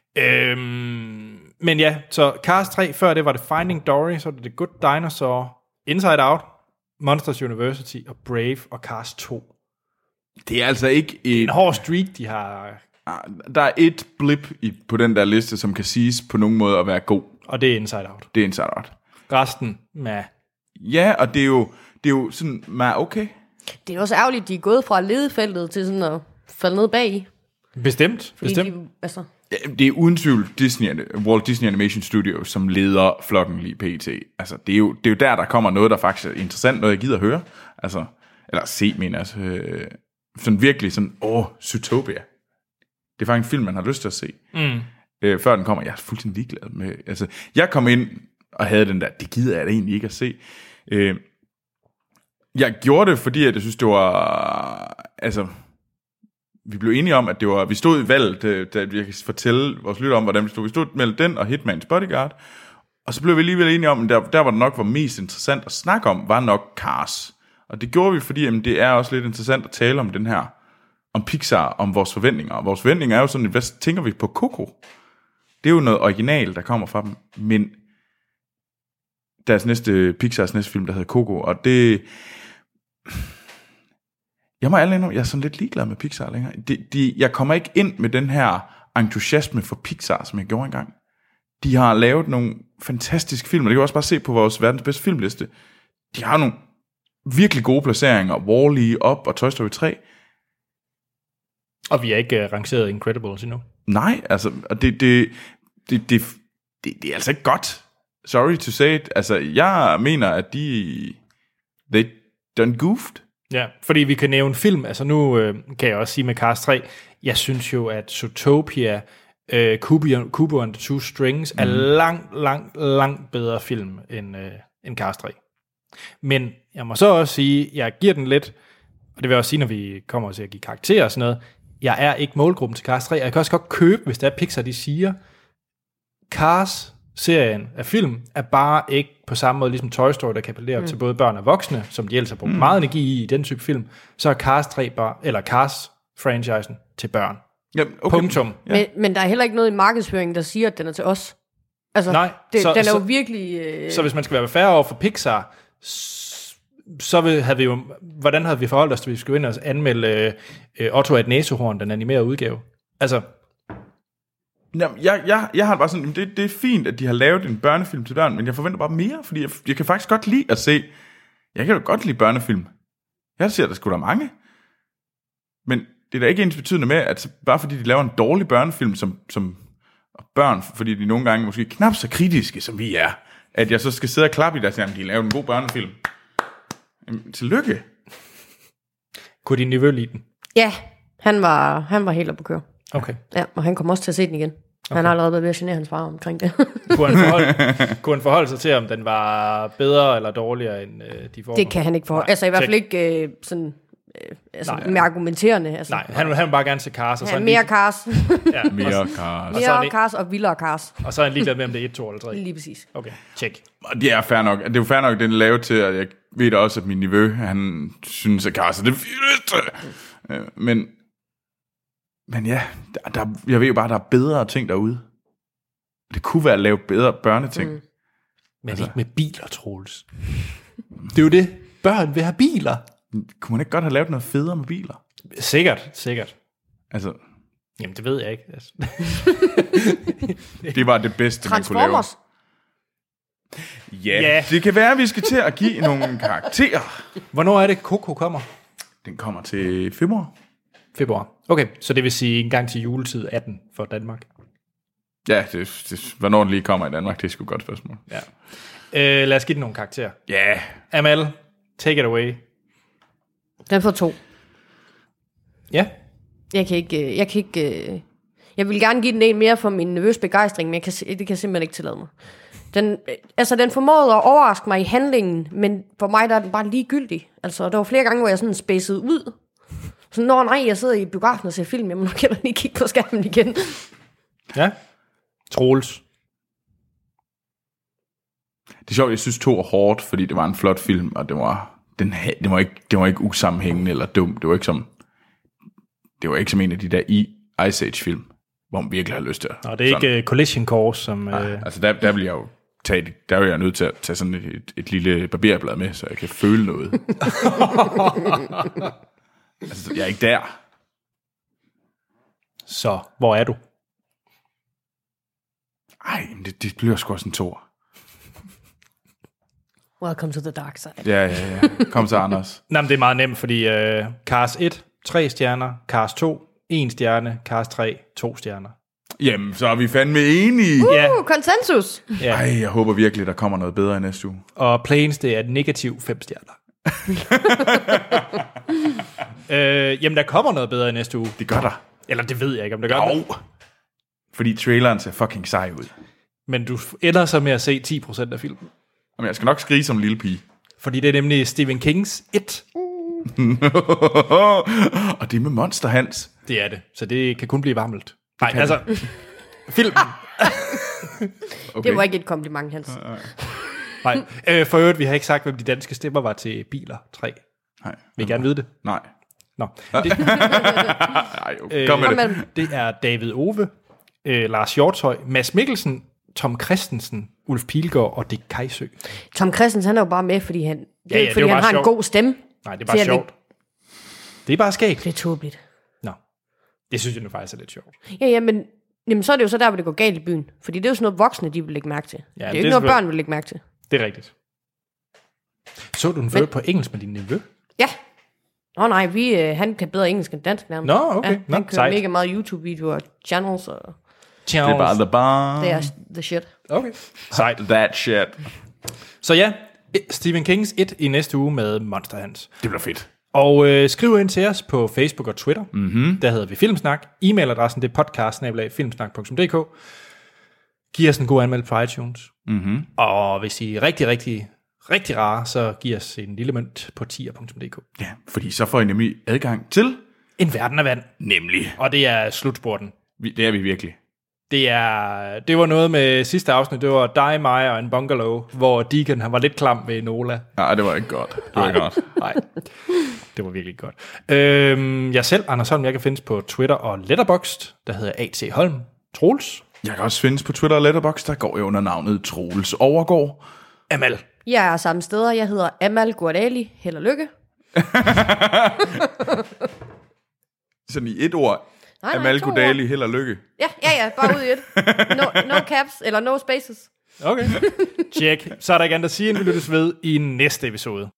S1: Men ja, så Cars 3, før det var det Finding Dory, så var det The Good Dinosaur, Inside Out, Monsters University og Brave og Cars 2.
S2: Det er altså ikke
S1: En hård streak, de har...
S2: Der er et blip på den der liste, som kan siges på nogen måde at være god.
S1: Og det er Inside Out.
S2: Det er Inside Out.
S1: Resten med...
S2: Ja, og det er jo sådan, okay.
S3: Det er også ærgerligt, de er gået fra ledefeltet til sådan at falde ned bag.
S1: Bestemt.
S3: De, altså...
S2: Det er uden tvivl Walt Disney Animation Studios, som leder flokken lige pt. Altså, det er jo der kommer noget, der faktisk er interessant, noget jeg gider at høre. Altså, eller se, mener jeg. Sådan virkelig sådan, Zootopia. Det er faktisk en film, man har lyst til at se. Før den kommer, jeg er fuldstændig ligeglad med. Altså, jeg kom ind og havde den der, det gider jeg da egentlig ikke at se. Jeg gjorde det, fordi jeg synes, det var... Altså, vi blev enige om, at det var... Vi stod i valget, da jeg kan fortælle vores lytter om, hvordan vi stod. Vi stod mellem den og Hitman's Bodyguard. Og så blev vi alligevel enige om, at der var det nok var mest interessant at snakke om, var nok Cars. Og det gjorde vi, fordi jamen, det er også lidt interessant at tale om den her... Om Pixar, om vores forventninger. Og vores forventninger er jo sådan, hvad tænker vi på Coco? Det er jo noget original, der kommer fra dem. Men Pixars næste film, der hedder Coco, og det... Jeg må jeg er sådan lidt ligeglad med Pixar længere. Jeg kommer ikke ind med den her entusiasme for Pixar, som jeg gjorde engang. De har lavet nogle fantastiske film, og det kan også bare se på vores verdens bedste filmliste. De har nogle virkelig gode placeringer. Wall-E, Up og Toy Story 3.
S1: Og vi har ikke rangeret Incredibles endnu.
S2: Nej, altså, og det er altså ikke godt. Sorry to say it. Altså, jeg mener, at they done goofed.
S1: Ja, fordi vi kan nævne film. Altså nu kan jeg også sige med Cars 3, jeg synes jo, at Zootopia, Kubo and the Two Strings er langt bedre film end Cars 3. Men jeg må så også sige, jeg giver den lidt, og det vil jeg også sige, når vi kommer til at give karakterer og sådan noget, jeg er ikke målgruppen til Cars 3. Jeg kan også godt købe, hvis der er Pixar, de siger, Cars-serien af film er bare ikke på samme måde ligesom Toy Story, der kan appellere til både børn og voksne, som de ellers har brugt meget energi i den type film, så er Cars 3 eller Cars-franchisen til børn.
S2: Ja, okay.
S1: Punktum.
S2: Ja.
S3: Men der er heller ikke noget i markedsføringen, der siger, at den er til os. Altså,
S1: Nej,
S3: den er jo virkelig...
S1: Så hvis man skal være færre over for Pixar, så havde vi jo... Hvordan havde vi forholdt os til, at vi skulle ind og anmelde Otto af et næsehorn, den animerede udgave? Altså...
S2: Jamen, jeg har bare sådan, det er fint, at de har lavet en børnefilm til børn, men jeg forventer bare mere, fordi jeg kan faktisk godt lide at se... Jeg kan jo godt lide børnefilm. Jeg ser, der sgu da mange. Men det er da ikke ensbetydende med, at bare fordi de laver en dårlig børnefilm som børn, fordi de nogle gange måske knap så kritiske, som vi er, at jeg så skal sidde og klappe i deres, jamen, de laver en god børnefilm. Jamen, tillykke.
S1: Kunne din nevø lide den?
S3: Ja, han var helt oppe at køre.
S1: Okay.
S3: Ja, og han kommer også til at se den igen. Okay. Han har allerede været ved at genere hans far omkring det.
S1: Kunne han forholde sig til, om den var bedre eller dårligere end de former?
S3: Det kan han ikke forholde. Altså i hvert fald ikke sådan... med argumenterende. Altså.
S1: Nej, han vil bare gerne se Cars. Og så
S3: mere Cars.
S1: Ja,
S2: mere Cars.
S3: Mere Cars og vildere Cars.
S1: Og så er han ligeglad med, om det er 1, 2 eller 3.
S3: Lige præcis.
S1: Okay, check.
S2: Og det er fair nok. Det er jo fair nok, den er lavet til, at jeg ved også, at min nevø, han synes, at Cars er det vildeste. Men ja, jeg ved jo bare, at der er bedre ting derude. Det kunne være at lave bedre børneting.
S1: Men altså, ikke med biler, Troels. Det er jo det. Børn vil have biler.
S2: Kunne man ikke godt have lavet noget federe med biler?
S1: Sikkert.
S2: Altså...
S1: Jamen, det ved jeg ikke. Altså.
S2: Det var det bedste, man kunne lave. Ja, det kan være, at vi skal til at give nogle karakterer.
S1: Hvornår er det, Coco kommer?
S2: Den kommer til februar.
S1: Okay, så det vil sige en gang til juletid 18 for Danmark.
S2: Ja, hvornår den lige kommer i Danmark, det er sgu et godt spørgsmål.
S1: Ja. Lad os give den nogle karakterer.
S2: Ja.
S1: Amal, take it away.
S3: Den får 2.
S1: Ja.
S3: Jeg vil gerne give den en mere for min nervøs begejstring, men det kan jeg simpelthen ikke tillade mig. Den formåede at overraske mig i handlingen, men for mig der er den bare ligegyldig. Altså, der var flere gange, hvor jeg sådan spacede ud. Så jeg sidder i biografen og ser film, jeg må nok lige kigge på skærmen igen.
S2: Ja.
S1: Troels.
S2: Det er sjovt, jeg synes 2 er hårdt, fordi det var en flot film, og det var ikke usammenhængende eller dum. Det var ikke som en af de der Ice Age film, hvor man virkelig har lyst til.
S1: Og det er ikke Collision Course, som...
S2: Nej, altså der vil jeg jo der er jeg nødt til at tage sådan et lille barberblad med, så jeg kan føle noget. Altså, jeg er ikke der.
S1: Så hvor er du?
S2: Ej, det bliver sgu også en 2.
S3: Welcome to the dark side.
S2: Ja. Kom så, Anders.
S1: Nej, men det er meget nemt, fordi Cars 1, 3 stjerner, Cars 2, 1 stjerne, Cars 3, 2 stjerner.
S2: Jamen, så er vi fandme enige.
S1: Ja.
S3: Konsensus.
S1: Ja.
S2: Ej, jeg håber virkelig, der kommer noget bedre i næste uge.
S1: Og Planes, det er negativ 5 stjerner. Jamen, der kommer noget bedre i næste uge.
S2: Det gør der.
S1: Eller det ved jeg ikke, om det gør
S2: Jo.
S1: det.
S2: Fordi traileren ser fucking sej ud.
S1: Men du ender så med at se 10% af filmen.
S2: Jamen, jeg skal nok skrige som en lille pige.
S1: Fordi det er nemlig Stephen Kings 1.
S2: Og det er med Monster Hans.
S1: Det er det, så det kan kun blive varmelt. Nej, altså, filmen.
S2: Okay.
S3: Det var ikke et kompliment, Hans.
S1: Nej, for øvrigt, vi har ikke sagt, hvem de danske stemmer var til Biler 3.
S2: Nej.
S1: Vil I gerne vide det?
S2: Nej.
S1: Nå. Det,
S2: Nej, okay. Kom med det.
S1: det er David Ove, Lars Hjortøj, Mads Mikkelsen, Tom Christensen, Ulf Pilgaard og Dick Kajsø.
S3: Tom Christensen, han er jo bare med, fordi han,
S1: Ja, det er
S3: fordi
S1: jo
S3: han
S1: bare
S3: har
S1: sjovt.
S3: en god stemme.
S1: Nej, det er bare sjovt. Det er bare skægt.
S3: Det er tåbeligt.
S1: Nå, det synes jeg nu faktisk er lidt sjovt.
S3: Ja, men jamen, så er det jo så der, hvor det går galt i byen. Fordi det er jo sådan noget voksne, de vil lægge mærke til.
S1: Ja,
S3: det er jo ikke noget, børn vil lægge mærke til.
S1: Det er rigtigt. Så du den før på engelsk med din nevø?
S3: Ja. Nej, han kan bedre engelsk end dansk nærmest.
S1: Nå, okay.
S3: Ja,
S1: Nå,
S3: han kører
S1: sejt.
S3: mega meget YouTube-videoer og channels, og
S2: Det er bare the bar.
S3: det er the shit.
S1: Okay. Sejt.
S2: That shit.
S1: Så ja, Stephen Kings 1 i næste uge med Monster Hans.
S2: Det bliver fedt.
S1: Og skriv ind til os på Facebook og Twitter. Mm-hmm. Der hedder vi Filmsnak. E-mailadressen det er podcast@filmsnak.dk. Giv os en god anmeldelse på iTunes.
S2: Mm-hmm.
S1: Og hvis I er rigtig rare, så giv os en lille mønt på tier.dk.
S2: Ja, fordi så får I nemlig adgang til...
S1: En verden af vand.
S2: Nemlig.
S1: Og det er slutspurten.
S2: Det er vi virkelig.
S1: Det var noget med sidste afsnit, det var dig, mig og en bungalow, hvor Deacon han var lidt klam ved Nola.
S2: Nej, det var ikke godt. Det var ikke godt.
S1: Nej, det var virkelig ikke godt. Jeg selv, Anders Holm, jeg kan findes på Twitter og Letterboxd, der hedder A.T. Holm. Troels.
S2: Jeg kan også findes på Twitter og Letterboxd, der går jeg under navnet Troels Overgaard.
S1: Amal.
S3: Jeg er samme steder. Jeg hedder Amal Gurdali. Held og lykke.
S2: Sådan i et ord.
S3: Nej,
S2: Amal
S3: 2
S2: Gurdali,
S3: ord.
S2: held og lykke.
S3: Ja, bare ud i et. No caps, eller no spaces.
S1: Okay. Check. Så er der ikke andet at sige, end vi lyttes ved i næste episode.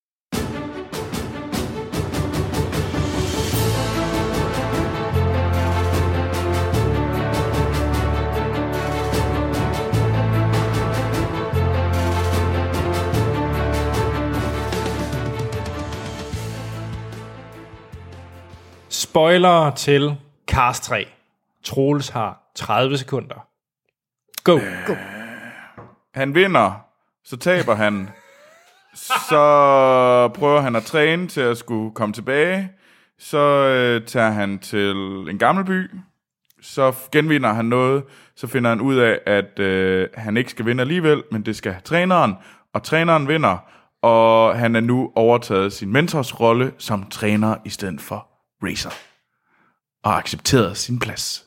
S1: Spoiler til Cars 3. Troels har 30 sekunder. Go.
S2: Han vinder, så taber han. Så prøver han at træne til at skulle komme tilbage. Så tager han til en gammel by. Så genvinder han noget. Så finder han ud af, at han ikke skal vinde alligevel, men det skal træneren. Og træneren vinder. Og han er nu overtaget sin mentors rolle som træner i stedet for racer. Og accepteret sin plads.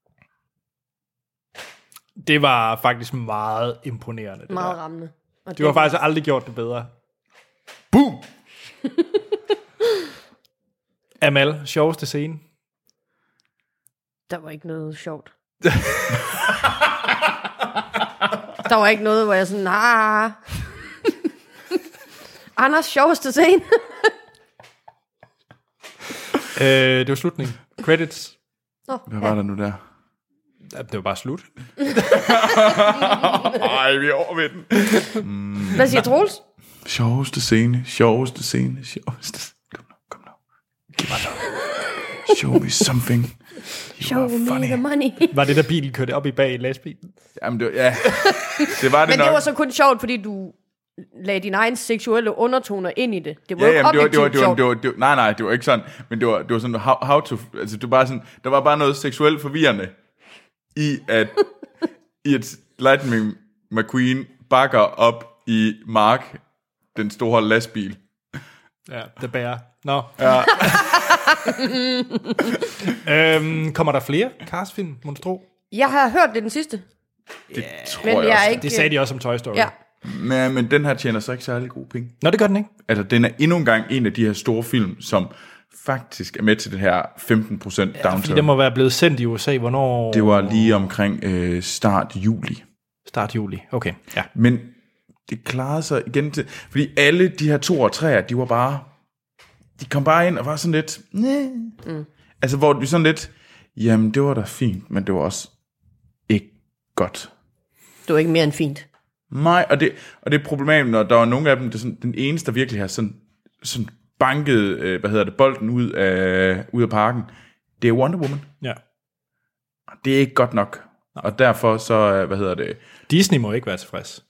S1: Det var faktisk meget imponerende. Det
S3: Meget
S1: der.
S3: rammende. Og
S1: Du har faktisk aldrig gjort det bedre.
S2: Boom!
S1: Amal, sjoveste scene.
S3: Der var ikke noget sjovt. Der var ikke noget, hvor jeg sådan, Anders sjoveste scene.
S1: Det var slutningen. Credits.
S2: Hvad var der nu der?
S1: Ja, det var bare slut.
S2: Ej, vi er over ved den.
S3: Hvad siger Troels?
S2: Sjoveste scene. Kom nu. Giv mig noget. Show me something.
S3: Show me the money.
S1: Var det, der bilen kørte op i bag i lastbilen?
S2: Jamen, det var, ja. Det var det
S3: Men
S2: nok.
S3: det var så kun sjovt, fordi du lagde dine egne seksuelle undertoner ind i det. Det var
S2: Ja,
S3: jo
S2: jamen,
S3: objektivt sjovt.
S2: nej, det var ikke sådan. Men det var sådan, how to... Altså, det var bare sådan, der var bare noget seksuelt forvirrende i at Lightning McQueen bakker op i Mark, den store lastbil.
S1: Ja, det bærer. Nå.
S2: Ja.
S1: Kommer der flere Cars-film, monstro?
S3: Jeg har hørt det den sidste.
S2: Det tror
S3: Men
S2: jeg
S3: jeg er
S2: også.
S3: ikke...
S1: Det sagde de også om Toy Story.
S3: Ja.
S2: Men den her tjener så ikke særlig gode penge.
S1: Nå, det gør den ikke.
S2: Altså, den er endnu en gang en af de her store film, som faktisk er med til det her 15% downturn.
S1: Fordi det må være blevet sendt i USA, hvornår?
S2: Det var lige omkring start juli.
S1: Start juli, okay. Ja.
S2: Men det klarede sig igen til... Fordi alle de her 2 og 3'er, de var bare... De kom bare ind og var sådan lidt... Altså, hvor vi sådan lidt... Jamen, det var da fint, men det var også ikke godt.
S3: Det var ikke mere end fint.
S2: Nej, og det er problematisk, når der var nogle af dem, det er sådan, den eneste, der virkelig har sådan banket, bolden ud af parken, det er Wonder Woman.
S1: Ja.
S2: Det er ikke godt nok. Og derfor så,
S1: Disney må ikke være tilfreds.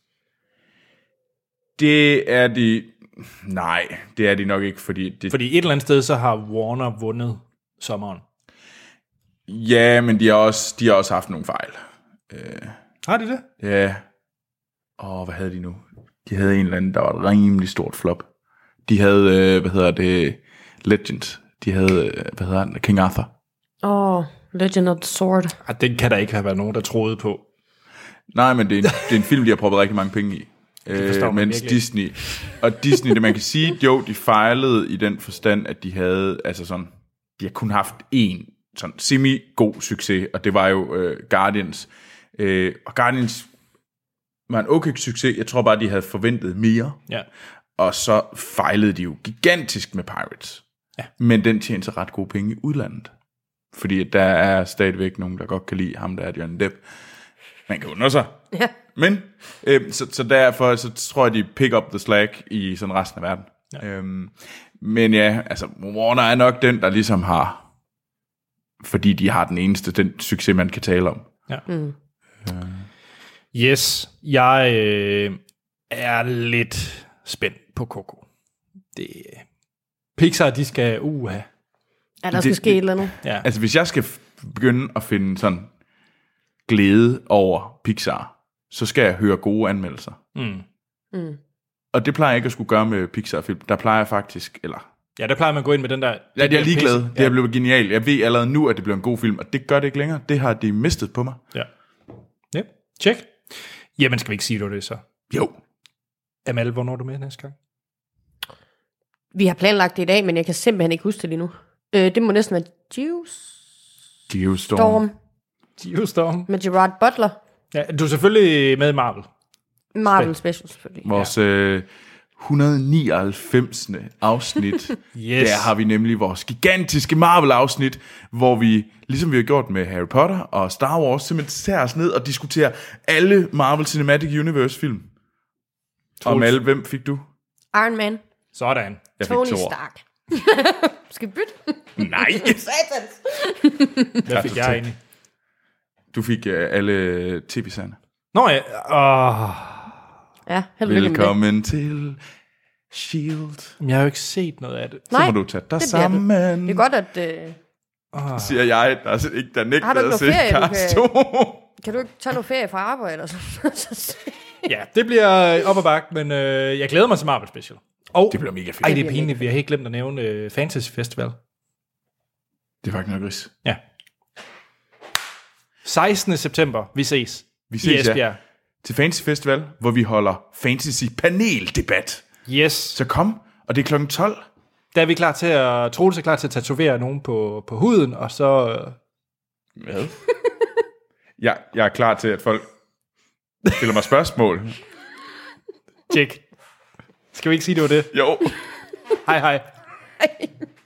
S2: Det er de... Nej, det er de nok ikke, fordi...
S1: Fordi et eller andet sted, så har Warner vundet sommeren.
S2: Ja, men de har også haft nogle fejl.
S1: Har de det?
S2: Ja. Hvad havde de nu? De havde en eller anden, der var et rimelig stort flop. De havde, Legend. De havde, King Arthur.
S3: Legend of the Sword.
S1: Det kan der ikke have været nogen, der troede på.
S2: Nej, men det er en film, de har proppet rigtig mange penge i. Mens Disney, det man kan sige, jo, de fejlede i den forstand, at de havde, altså sådan, de har kun haft én sådan semi-god succes, og det var jo Guardians. Og Guardians var en okay succes, jeg tror bare, de havde forventet mere.
S1: Ja.
S2: Og så fejlede de jo gigantisk med Pirates.
S1: Ja.
S2: Men den tjente så ret gode penge i udlandet. Fordi der er stadigvæk nogen, der godt kan lide ham, der er Johnny Depp. Man kan undre sig.
S3: Ja.
S2: Men, så derfor så tror jeg, de pick up the slack i sådan resten af verden. Ja. Men ja, altså Warner er nok den, der ligesom har, fordi de har den eneste, den succes, man kan tale om.
S1: Ja. Yes, jeg er lidt spændt på Coco. Pixar, de skal
S3: Ja, der skal ske et eller andet.
S2: Ja. Altså, hvis jeg skal begynde at finde sådan glæde over Pixar, så skal jeg høre gode anmeldelser. Og det plejer jeg ikke at skulle gøre med Pixar-film. Der plejer jeg faktisk,
S1: Ja, der plejer man at gå ind med den der...
S2: Ja, jeg er ligeglad. Det er blevet genialt. Jeg ved allerede nu, at det bliver en god film, og det gør det ikke længere. Det har de mistet på mig.
S1: Ja. Ja, tjek. Jamen, skal vi ikke sige, det så?
S2: Jo.
S1: Amal, hvornår er du med næste gang?
S3: Vi har planlagt det i dag, men jeg kan simpelthen ikke huske det lige nu. Det må næsten være
S2: Geostorm.
S1: Geostorm.
S3: Med Gerard Butler.
S1: Ja, du er selvfølgelig med i Marvel.
S3: Marvel Special, selvfølgelig.
S2: Vores 199. afsnit.
S1: Yes.
S2: Der har vi nemlig vores gigantiske Marvel-afsnit, hvor vi, ligesom vi har gjort med Harry Potter og Star Wars, simpelthen tager os ned og diskuterer alle Marvel Cinematic Universe-film. Og alle, hvem fik du?
S3: Iron Man.
S1: Sådan.
S2: Jeg fik
S3: Tony
S2: Thor.
S3: Stark. Skal vi bytte?
S2: Nej.
S3: Satans.
S1: Hvad fik jeg egentlig?
S2: Du fik alle tv-serierne.
S1: Nå ja.
S3: Ja, heldigvis.
S2: Velkommen til S.H.I.E.L.D.
S1: Jeg har jo ikke set noget af det.
S2: Så må du tage dig sammen.
S3: Det er godt, at...
S2: Siger jeg, der nægter
S3: har du ikke
S2: at se
S3: noget ferie,
S2: Cars 2.
S3: Kan du ikke tage noget ferie fra arbejde? Eller så?
S1: Ja, det bliver op ad bakke, men jeg glæder mig til Marvel Special. Og,
S2: det bliver mega fedt.
S1: Ej, det er pinligt, vi har helt glemt at nævne Fantasy Festival.
S2: Det er faktisk noget gris.
S1: Ja. 16. september, vi ses i Esbjerg.
S2: Ja. Til Fantasy Festival, hvor vi holder fantasy paneldebat.
S1: Yes.
S2: Så kom, og det er klokken 12.
S1: Der er vi klar til at... Troels er klar til at tatovere nogen på huden, og så...
S2: Hvad? Jeg er klar til, at folk stiller mig spørgsmål.
S1: Tjek. Skal vi ikke sige, det var det?
S2: Jo.
S1: Hej.
S3: Hej.